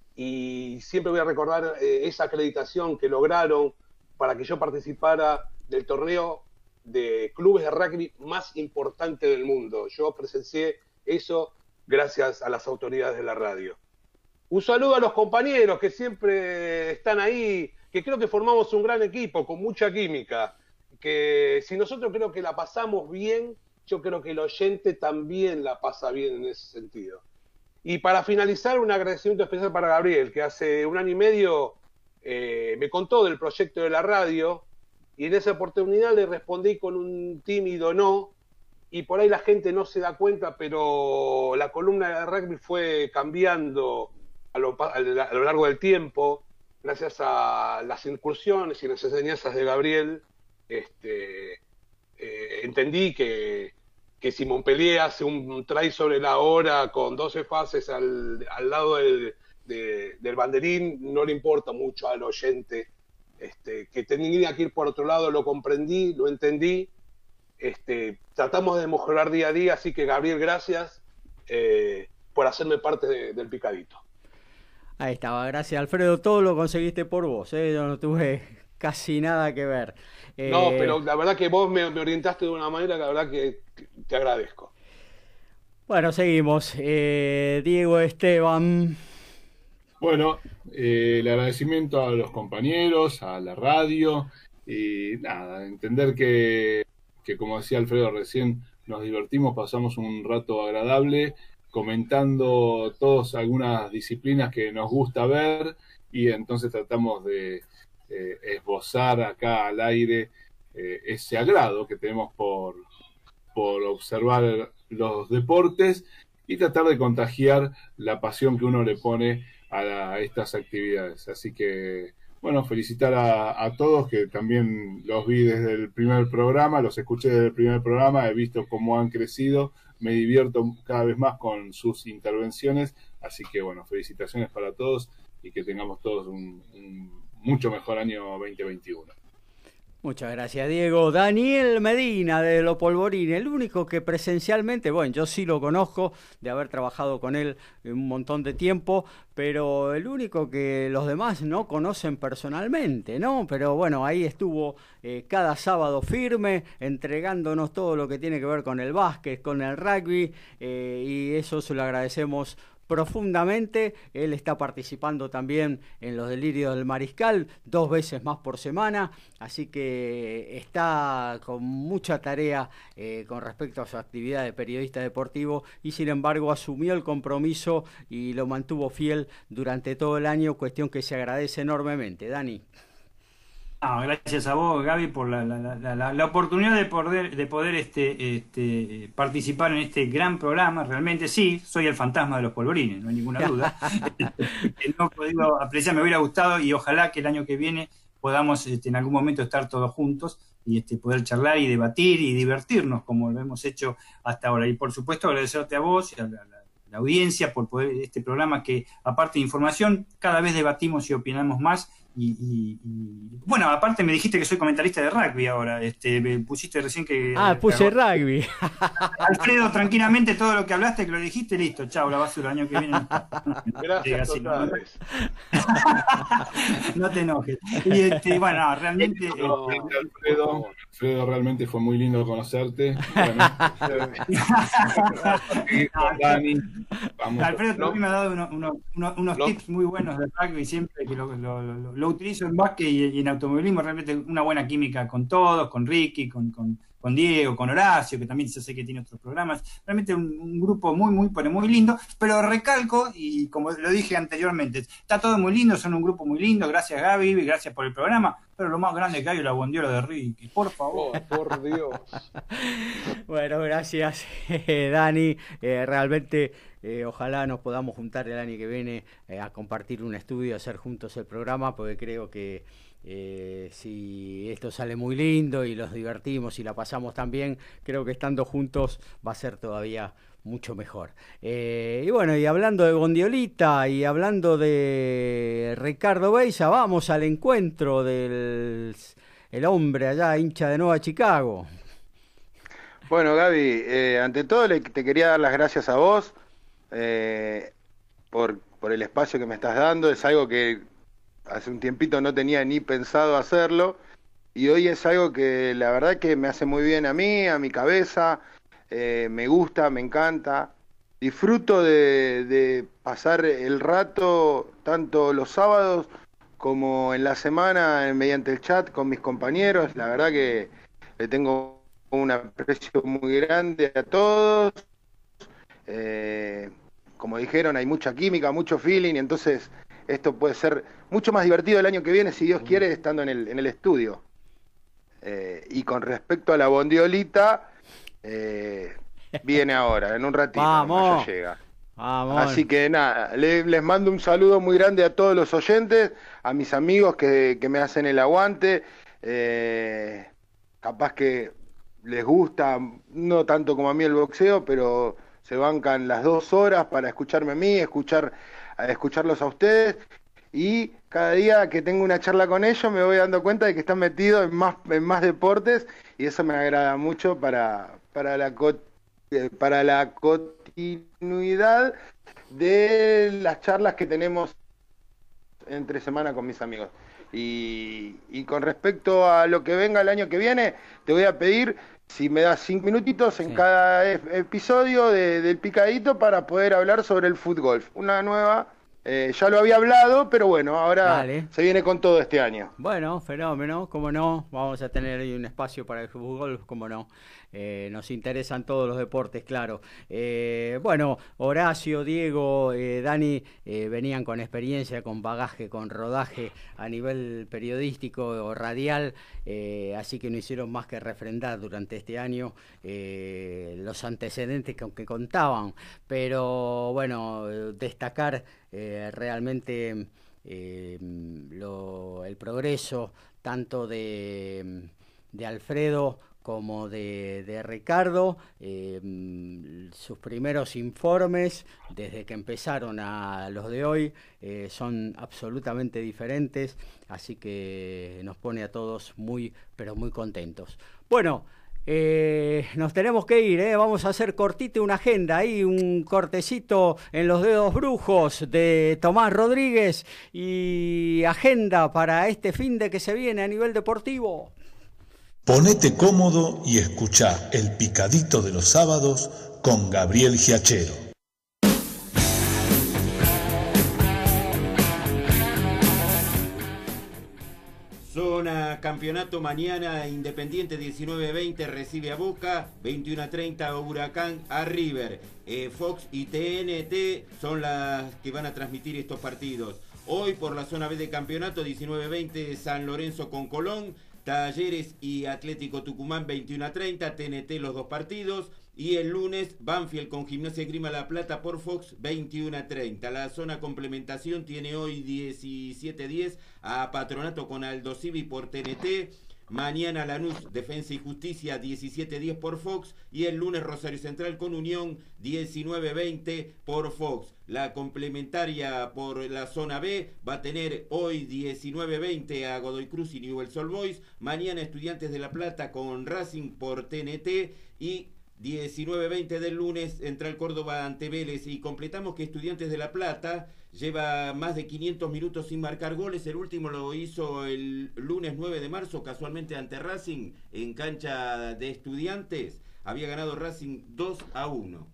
y siempre voy a recordar eh, esa acreditación que lograron para que yo participara del torneo de clubes de rugby más importante del mundo. Yo presencié eso gracias a las autoridades de la radio. Un saludo a los compañeros que siempre están ahí, que creo que formamos un gran equipo, con mucha química, que si nosotros creo que la pasamos bien, yo creo que el oyente también la pasa bien en ese sentido. Y para finalizar, un agradecimiento especial para Gabriel, que hace un año y medio eh, me contó del proyecto de la radio, y en esa oportunidad le respondí con un tímido no, y por ahí la gente no se da cuenta, pero la columna de rugby fue cambiando A lo, a lo largo del tiempo, gracias a las incursiones y las enseñanzas de Gabriel, este, eh, entendí que, que si Montpellier hace un try sobre la hora con doce fases al, al lado del, de, del banderín, no le importa mucho al oyente, este, que tenía que ir por otro lado, lo comprendí, lo entendí, este, tratamos de mejorar día a día, así que Gabriel, gracias eh, por hacerme parte de, del Picadito. Ahí estaba, gracias Alfredo, todo lo conseguiste por vos, ¿eh? Yo no tuve casi nada que ver. Eh... No, pero la verdad que vos me, me orientaste de una manera que la verdad que, que te agradezco. Bueno, seguimos. Eh, Diego Esteban. Bueno, eh, el agradecimiento a los compañeros, a la radio, y nada, entender que, que como decía Alfredo recién, nos divertimos, pasamos un rato agradable, comentando todos algunas disciplinas que nos gusta ver y entonces tratamos de eh, esbozar acá al aire eh, ese agrado que tenemos por, por observar los deportes y tratar de contagiar la pasión que uno le pone a, la, a estas actividades. Así que, bueno, felicitar a, a todos, que también los vi desde el primer programa, los escuché desde el primer programa, he visto cómo han crecido. Me divierto cada vez más con sus intervenciones, así que bueno, felicitaciones para todos y que tengamos todos un, un mucho mejor año veinte veintiuno. Muchas gracias, Diego. Daniel Medina de Los Polvorines, el único que presencialmente, bueno, yo sí lo conozco, de haber trabajado con él un montón de tiempo, pero el único que los demás no conocen personalmente, ¿no? Pero bueno, ahí estuvo eh, cada sábado firme, entregándonos todo lo que tiene que ver con el básquet, con el rugby, eh, y eso se lo agradecemos profundamente. Él está participando también en los Delirios del Mariscal dos veces más por semana, así que está con mucha tarea eh, con respecto a su actividad de periodista deportivo y sin embargo asumió el compromiso y lo mantuvo fiel durante todo el año, cuestión que se agradece enormemente. Dani. No, gracias a vos, Gaby, por la, la, la, la oportunidad de poder, de poder este, este, participar en este gran programa. Realmente sí, soy el fantasma de los polvorines, no hay ninguna duda. No he podido apreciar, me hubiera gustado y ojalá que el año que viene podamos este, en algún momento estar todos juntos y este, poder charlar y debatir y divertirnos como lo hemos hecho hasta ahora. Y por supuesto agradecerte a vos y a la, la, la audiencia por poder este programa que, aparte de información, cada vez debatimos y opinamos más y, y, y- bueno, aparte me dijiste que soy comentarista de rugby ahora. Este, me pusiste recién que. Ah, puse que- rugby. Alfredo, tranquilamente todo lo que hablaste, que lo dijiste, listo, chao, la basura, el año que viene. No, Gracias, así, no, totales. no te enojes. Y este, bueno, no, realmente. No, este, Alfredo, Alfredo, realmente fue muy lindo conocerte. Bueno, y con Dani, vamos. Alfredo ¿no? también me ha dado uno- uno- uno- unos No. tips muy buenos de rugby siempre que lo, lo- lo- lo utilizo en básquet y, y en automovilismo. Realmente una buena química con todos, con Ricky, con, con, con Diego, con Horacio, que también se sé que tiene otros programas. Realmente un, un grupo muy, muy, pero muy lindo. Pero recalco, y como lo dije anteriormente, está todo muy lindo, son un grupo muy lindo. Gracias, Gaby, gracias por el programa. Pero lo más grande que hay es la bondiola de Ricky, por favor. Oh, por Dios. Bueno, gracias, Dani. Eh, realmente, eh, ojalá nos podamos juntar el año que viene eh, a compartir un estudio, hacer juntos el programa, porque creo que eh, si esto sale muy lindo y los divertimos y la pasamos tan bien, creo que estando juntos va a ser todavía mucho mejor. Eh, y bueno, y hablando de Bondiolita y hablando de Ricardo Beisa, vamos al encuentro del el hombre allá, hincha de Nueva Chicago. Bueno, Gaby, eh, ante todo le, te quería dar las gracias a vos eh, por, por el espacio que me estás dando. Es algo que hace un tiempito no tenía ni pensado hacerlo y hoy es algo que la verdad que me hace muy bien a mí, a mi cabeza, eh, me gusta, me encanta. Disfruto de, de pasar el rato tanto los sábados como en la semana mediante el chat con mis compañeros. La verdad que le tengo un aprecio muy grande a todos. Eh, como dijeron, hay mucha química, mucho feeling, y entonces esto puede ser mucho más divertido el año que viene, si Dios quiere, estando en el, en el estudio. Eh, y con respecto a la bondiolita, eh, viene ahora, en un ratito, Vamos. nomás ya llega. Vamos. Así que nada, le- les mando un saludo muy grande a todos los oyentes, a mis amigos que, que me hacen el aguante. Eh, capaz que les gusta, no tanto como a mí el boxeo, pero se bancan las dos horas para escucharme a mí, escuchar, a escucharlos a ustedes. Y cada día que tengo una charla con ellos me voy dando cuenta de que están metidos en más, en más deportes, y eso me agrada mucho para, para la co- eh, para la continuidad de las charlas que tenemos entre semana con mis amigos. Y, y con respecto a lo que venga el año que viene, te voy a pedir si me das cinco minutitos en Sí. cada e- episodio de- del Picadito para poder hablar sobre el fútbol. Una nueva, eh, ya lo había hablado, pero bueno, ahora Dale. se viene con todo este año. Bueno, fenómeno, cómo no, vamos a tener ahí un espacio para el fútbol, cómo no. Eh, nos interesan todos los deportes, claro. Eh, bueno, Horacio, Diego, eh, Dani eh, venían con experiencia, con bagaje, con rodaje a nivel periodístico o radial, eh, así que no hicieron más que refrendar durante este año eh, los antecedentes con que contaban. Pero bueno, eh, destacar eh, realmente eh, lo- el progreso tanto de, de Alfredo como de, de Ricardo, eh, mm, sus primeros informes, desde que empezaron a los de hoy, eh, son absolutamente diferentes, así que nos pone a todos muy, pero muy contentos. Bueno, eh, nos tenemos que ir, ¿eh? Vamos a hacer cortito una agenda, ahí un cortecito en los dedos brujos de Tomás Rodríguez y agenda para este fin de que se viene a nivel deportivo. Ponete cómodo y escuchá el Picadito de los sábados con Gabriel Giachero. Zona campeonato mañana, Independiente diecinueve veinte recibe a Boca, veintiuno a treinta Huracán a River. Eh, Fox y T N T son las que van a transmitir estos partidos. Hoy por la zona B de campeonato, diecinueve veinte San Lorenzo con Colón, Talleres y Atlético Tucumán veintiuno a treinta, T N T los dos partidos. Y el lunes, Banfield con Gimnasia y Grima La Plata por Fox, veintiuno a treinta. La zona complementación tiene hoy diecisiete diez a Patronato con Aldo Civi por T N T. Mañana Lanús, Defensa y Justicia, diecisiete diez por Fox. Y el lunes Rosario Central con Unión, diecinueve veinte por Fox. La complementaria por la zona B va a tener hoy diecinueve veinte a Godoy Cruz y Newell's Old Boys. Mañana Estudiantes de La Plata con Racing por T N T. Y diecinueve veinte del lunes Central Córdoba ante Vélez. Y completamos que Estudiantes de La Plata lleva más de quinientos minutos sin marcar goles. El último lo hizo el lunes nueve de marzo, casualmente ante Racing, en cancha de Estudiantes. Había ganado Racing dos a uno.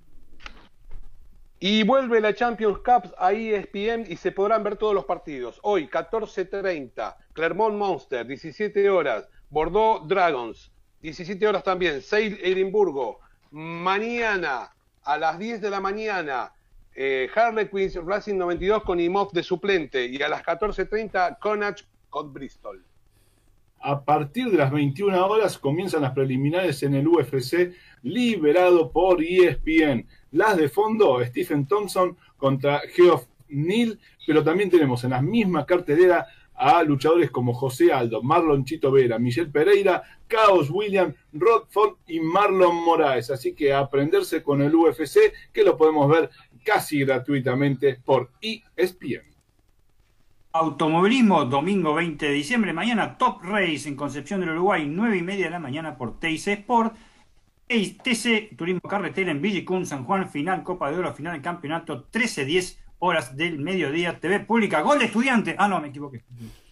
Y vuelve la Champions Cup a E S P N y se podrán ver todos los partidos. Hoy, catorce treinta, Clermont Monster, diecisiete horas, Bordeaux Dragons, diecisiete horas también, Sale Edimburgo. Mañana, a las diez de la mañana, eh, Harlequins Racing noventa y dos con Imhoff de suplente. Y a las catorce treinta, Connacht con Bristol. A partir de las veintiuna horas comienzan las preliminares en el U F C, liberado por E S P N. Las de fondo, Stephen Thompson contra Geoff Neal, pero también tenemos en la misma cartelera a luchadores como José Aldo, Marlon Chito Vera, Michel Pereira, Chaos William, Rod Ford y Marlon Moraes. Así que a aprenderse con el U F C, que lo podemos ver casi gratuitamente por E S P N. Automovilismo, domingo veinte de diciembre, mañana Top Race en Concepción del Uruguay, nueve y media de la mañana por T I C Sport. T C Turismo Carretera en Villicún, San Juan, final Copa de Oro, final del campeonato, trece diez horas del mediodía, T V pública, gol de Estudiante. Ah, no, me equivoqué.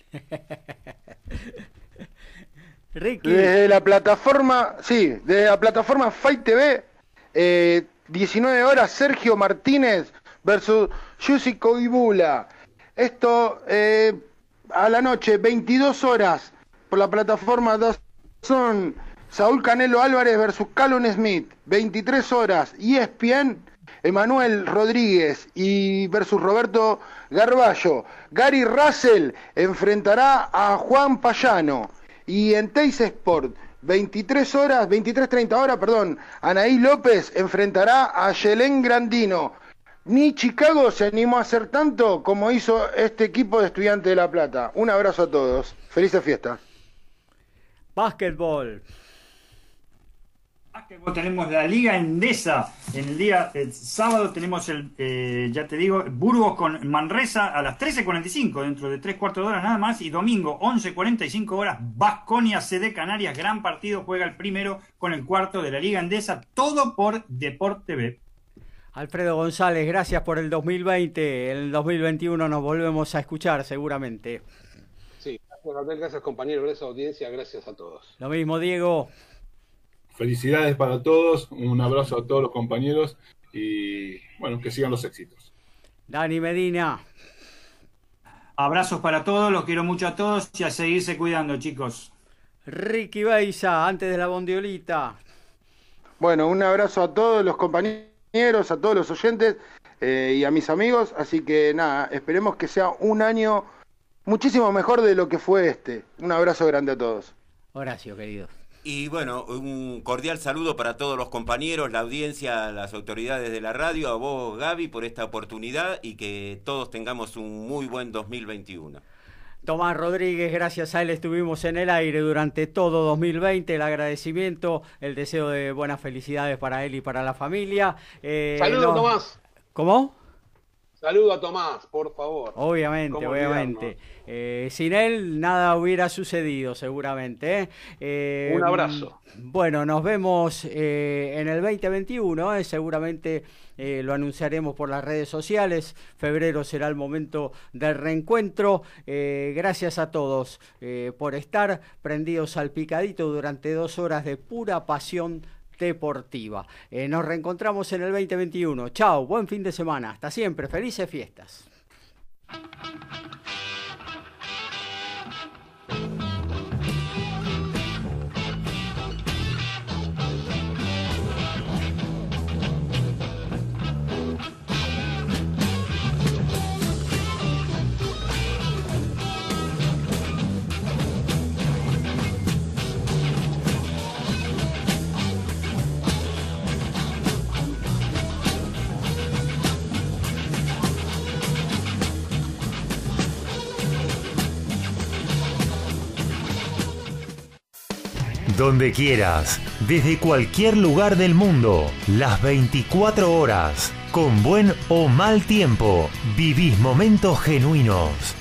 Ricky. Desde la plataforma, sí, desde la plataforma Fight T V, eh, diecinueve horas, Sergio Martínez versus Yusi Koibula. Esto eh, a la noche, veintidós horas, por la plataforma DAZN, Saúl Canelo Álvarez versus Callum Smith. veintitrés horas, E S P N, Emanuel Rodríguez y versus Roberto Garballo. Gary Russell enfrentará a Juan Payano. Y en Teis Sport, veintitrés horas, veintitrés treinta horas, perdón, Anaí López enfrentará a Yelén Grandino. Ni Chicago se animó a hacer tanto como hizo este equipo de Estudiantes de La Plata. Un abrazo a todos. Felices fiestas. Básquetbol. Básquetbol, tenemos la Liga Endesa. En el día el sábado tenemos el, eh, ya te digo, Burgos con Manresa a las trece cuarenta y cinco, dentro de tres cuartos de hora nada más. Y domingo, once cuarenta y cinco horas, Baskonia C D Canarias. Gran partido, juega el primero con el cuarto de la Liga Endesa. Todo por Deport T V. Alfredo González, gracias por el dos mil veinte. En el dos mil veintiuno nos volvemos a escuchar seguramente. Sí, gracias Gabriel, gracias compañero, gracias audiencia, gracias a todos. Lo mismo, Diego. Felicidades para todos, un abrazo a todos los compañeros y bueno, que sigan los éxitos. Dani Medina. Abrazos para todos, los quiero mucho a todos y a seguirse cuidando, chicos. Ricky Beiza, antes de la bondiolita. Bueno, un abrazo a todos los compañeros, a todos los oyentes eh, y a mis amigos, así que nada, esperemos que sea un año muchísimo mejor de lo que fue este. Un abrazo grande a todos. Horacio, querido. Y bueno, un cordial saludo para todos los compañeros, la audiencia, las autoridades de la radio, a vos Gaby por esta oportunidad y que todos tengamos un muy buen dos mil veintiuno. Tomás Rodríguez, gracias a él estuvimos en el aire durante todo dos mil veinte, el agradecimiento, el deseo de buenas felicidades para él y para la familia. Eh, Saludos, no... Tomás. ¿Cómo? Saludo a Tomás, por favor. Obviamente, obviamente. Eh, sin él nada hubiera sucedido, seguramente. ¿eh? Eh, Un abrazo. Bueno, nos vemos eh, en el veinte veintiuno, ¿eh? seguramente eh, lo anunciaremos por las redes sociales. Febrero será el momento del reencuentro. Eh, gracias a todos eh, por estar prendidos al picadito durante dos horas de pura pasión deportiva. Eh, nos reencontramos en el veinte veintiuno. Chao, buen fin de semana. Hasta siempre. Felices fiestas. Donde quieras, desde cualquier lugar del mundo, las veinticuatro horas, con buen o mal tiempo, vivís momentos genuinos.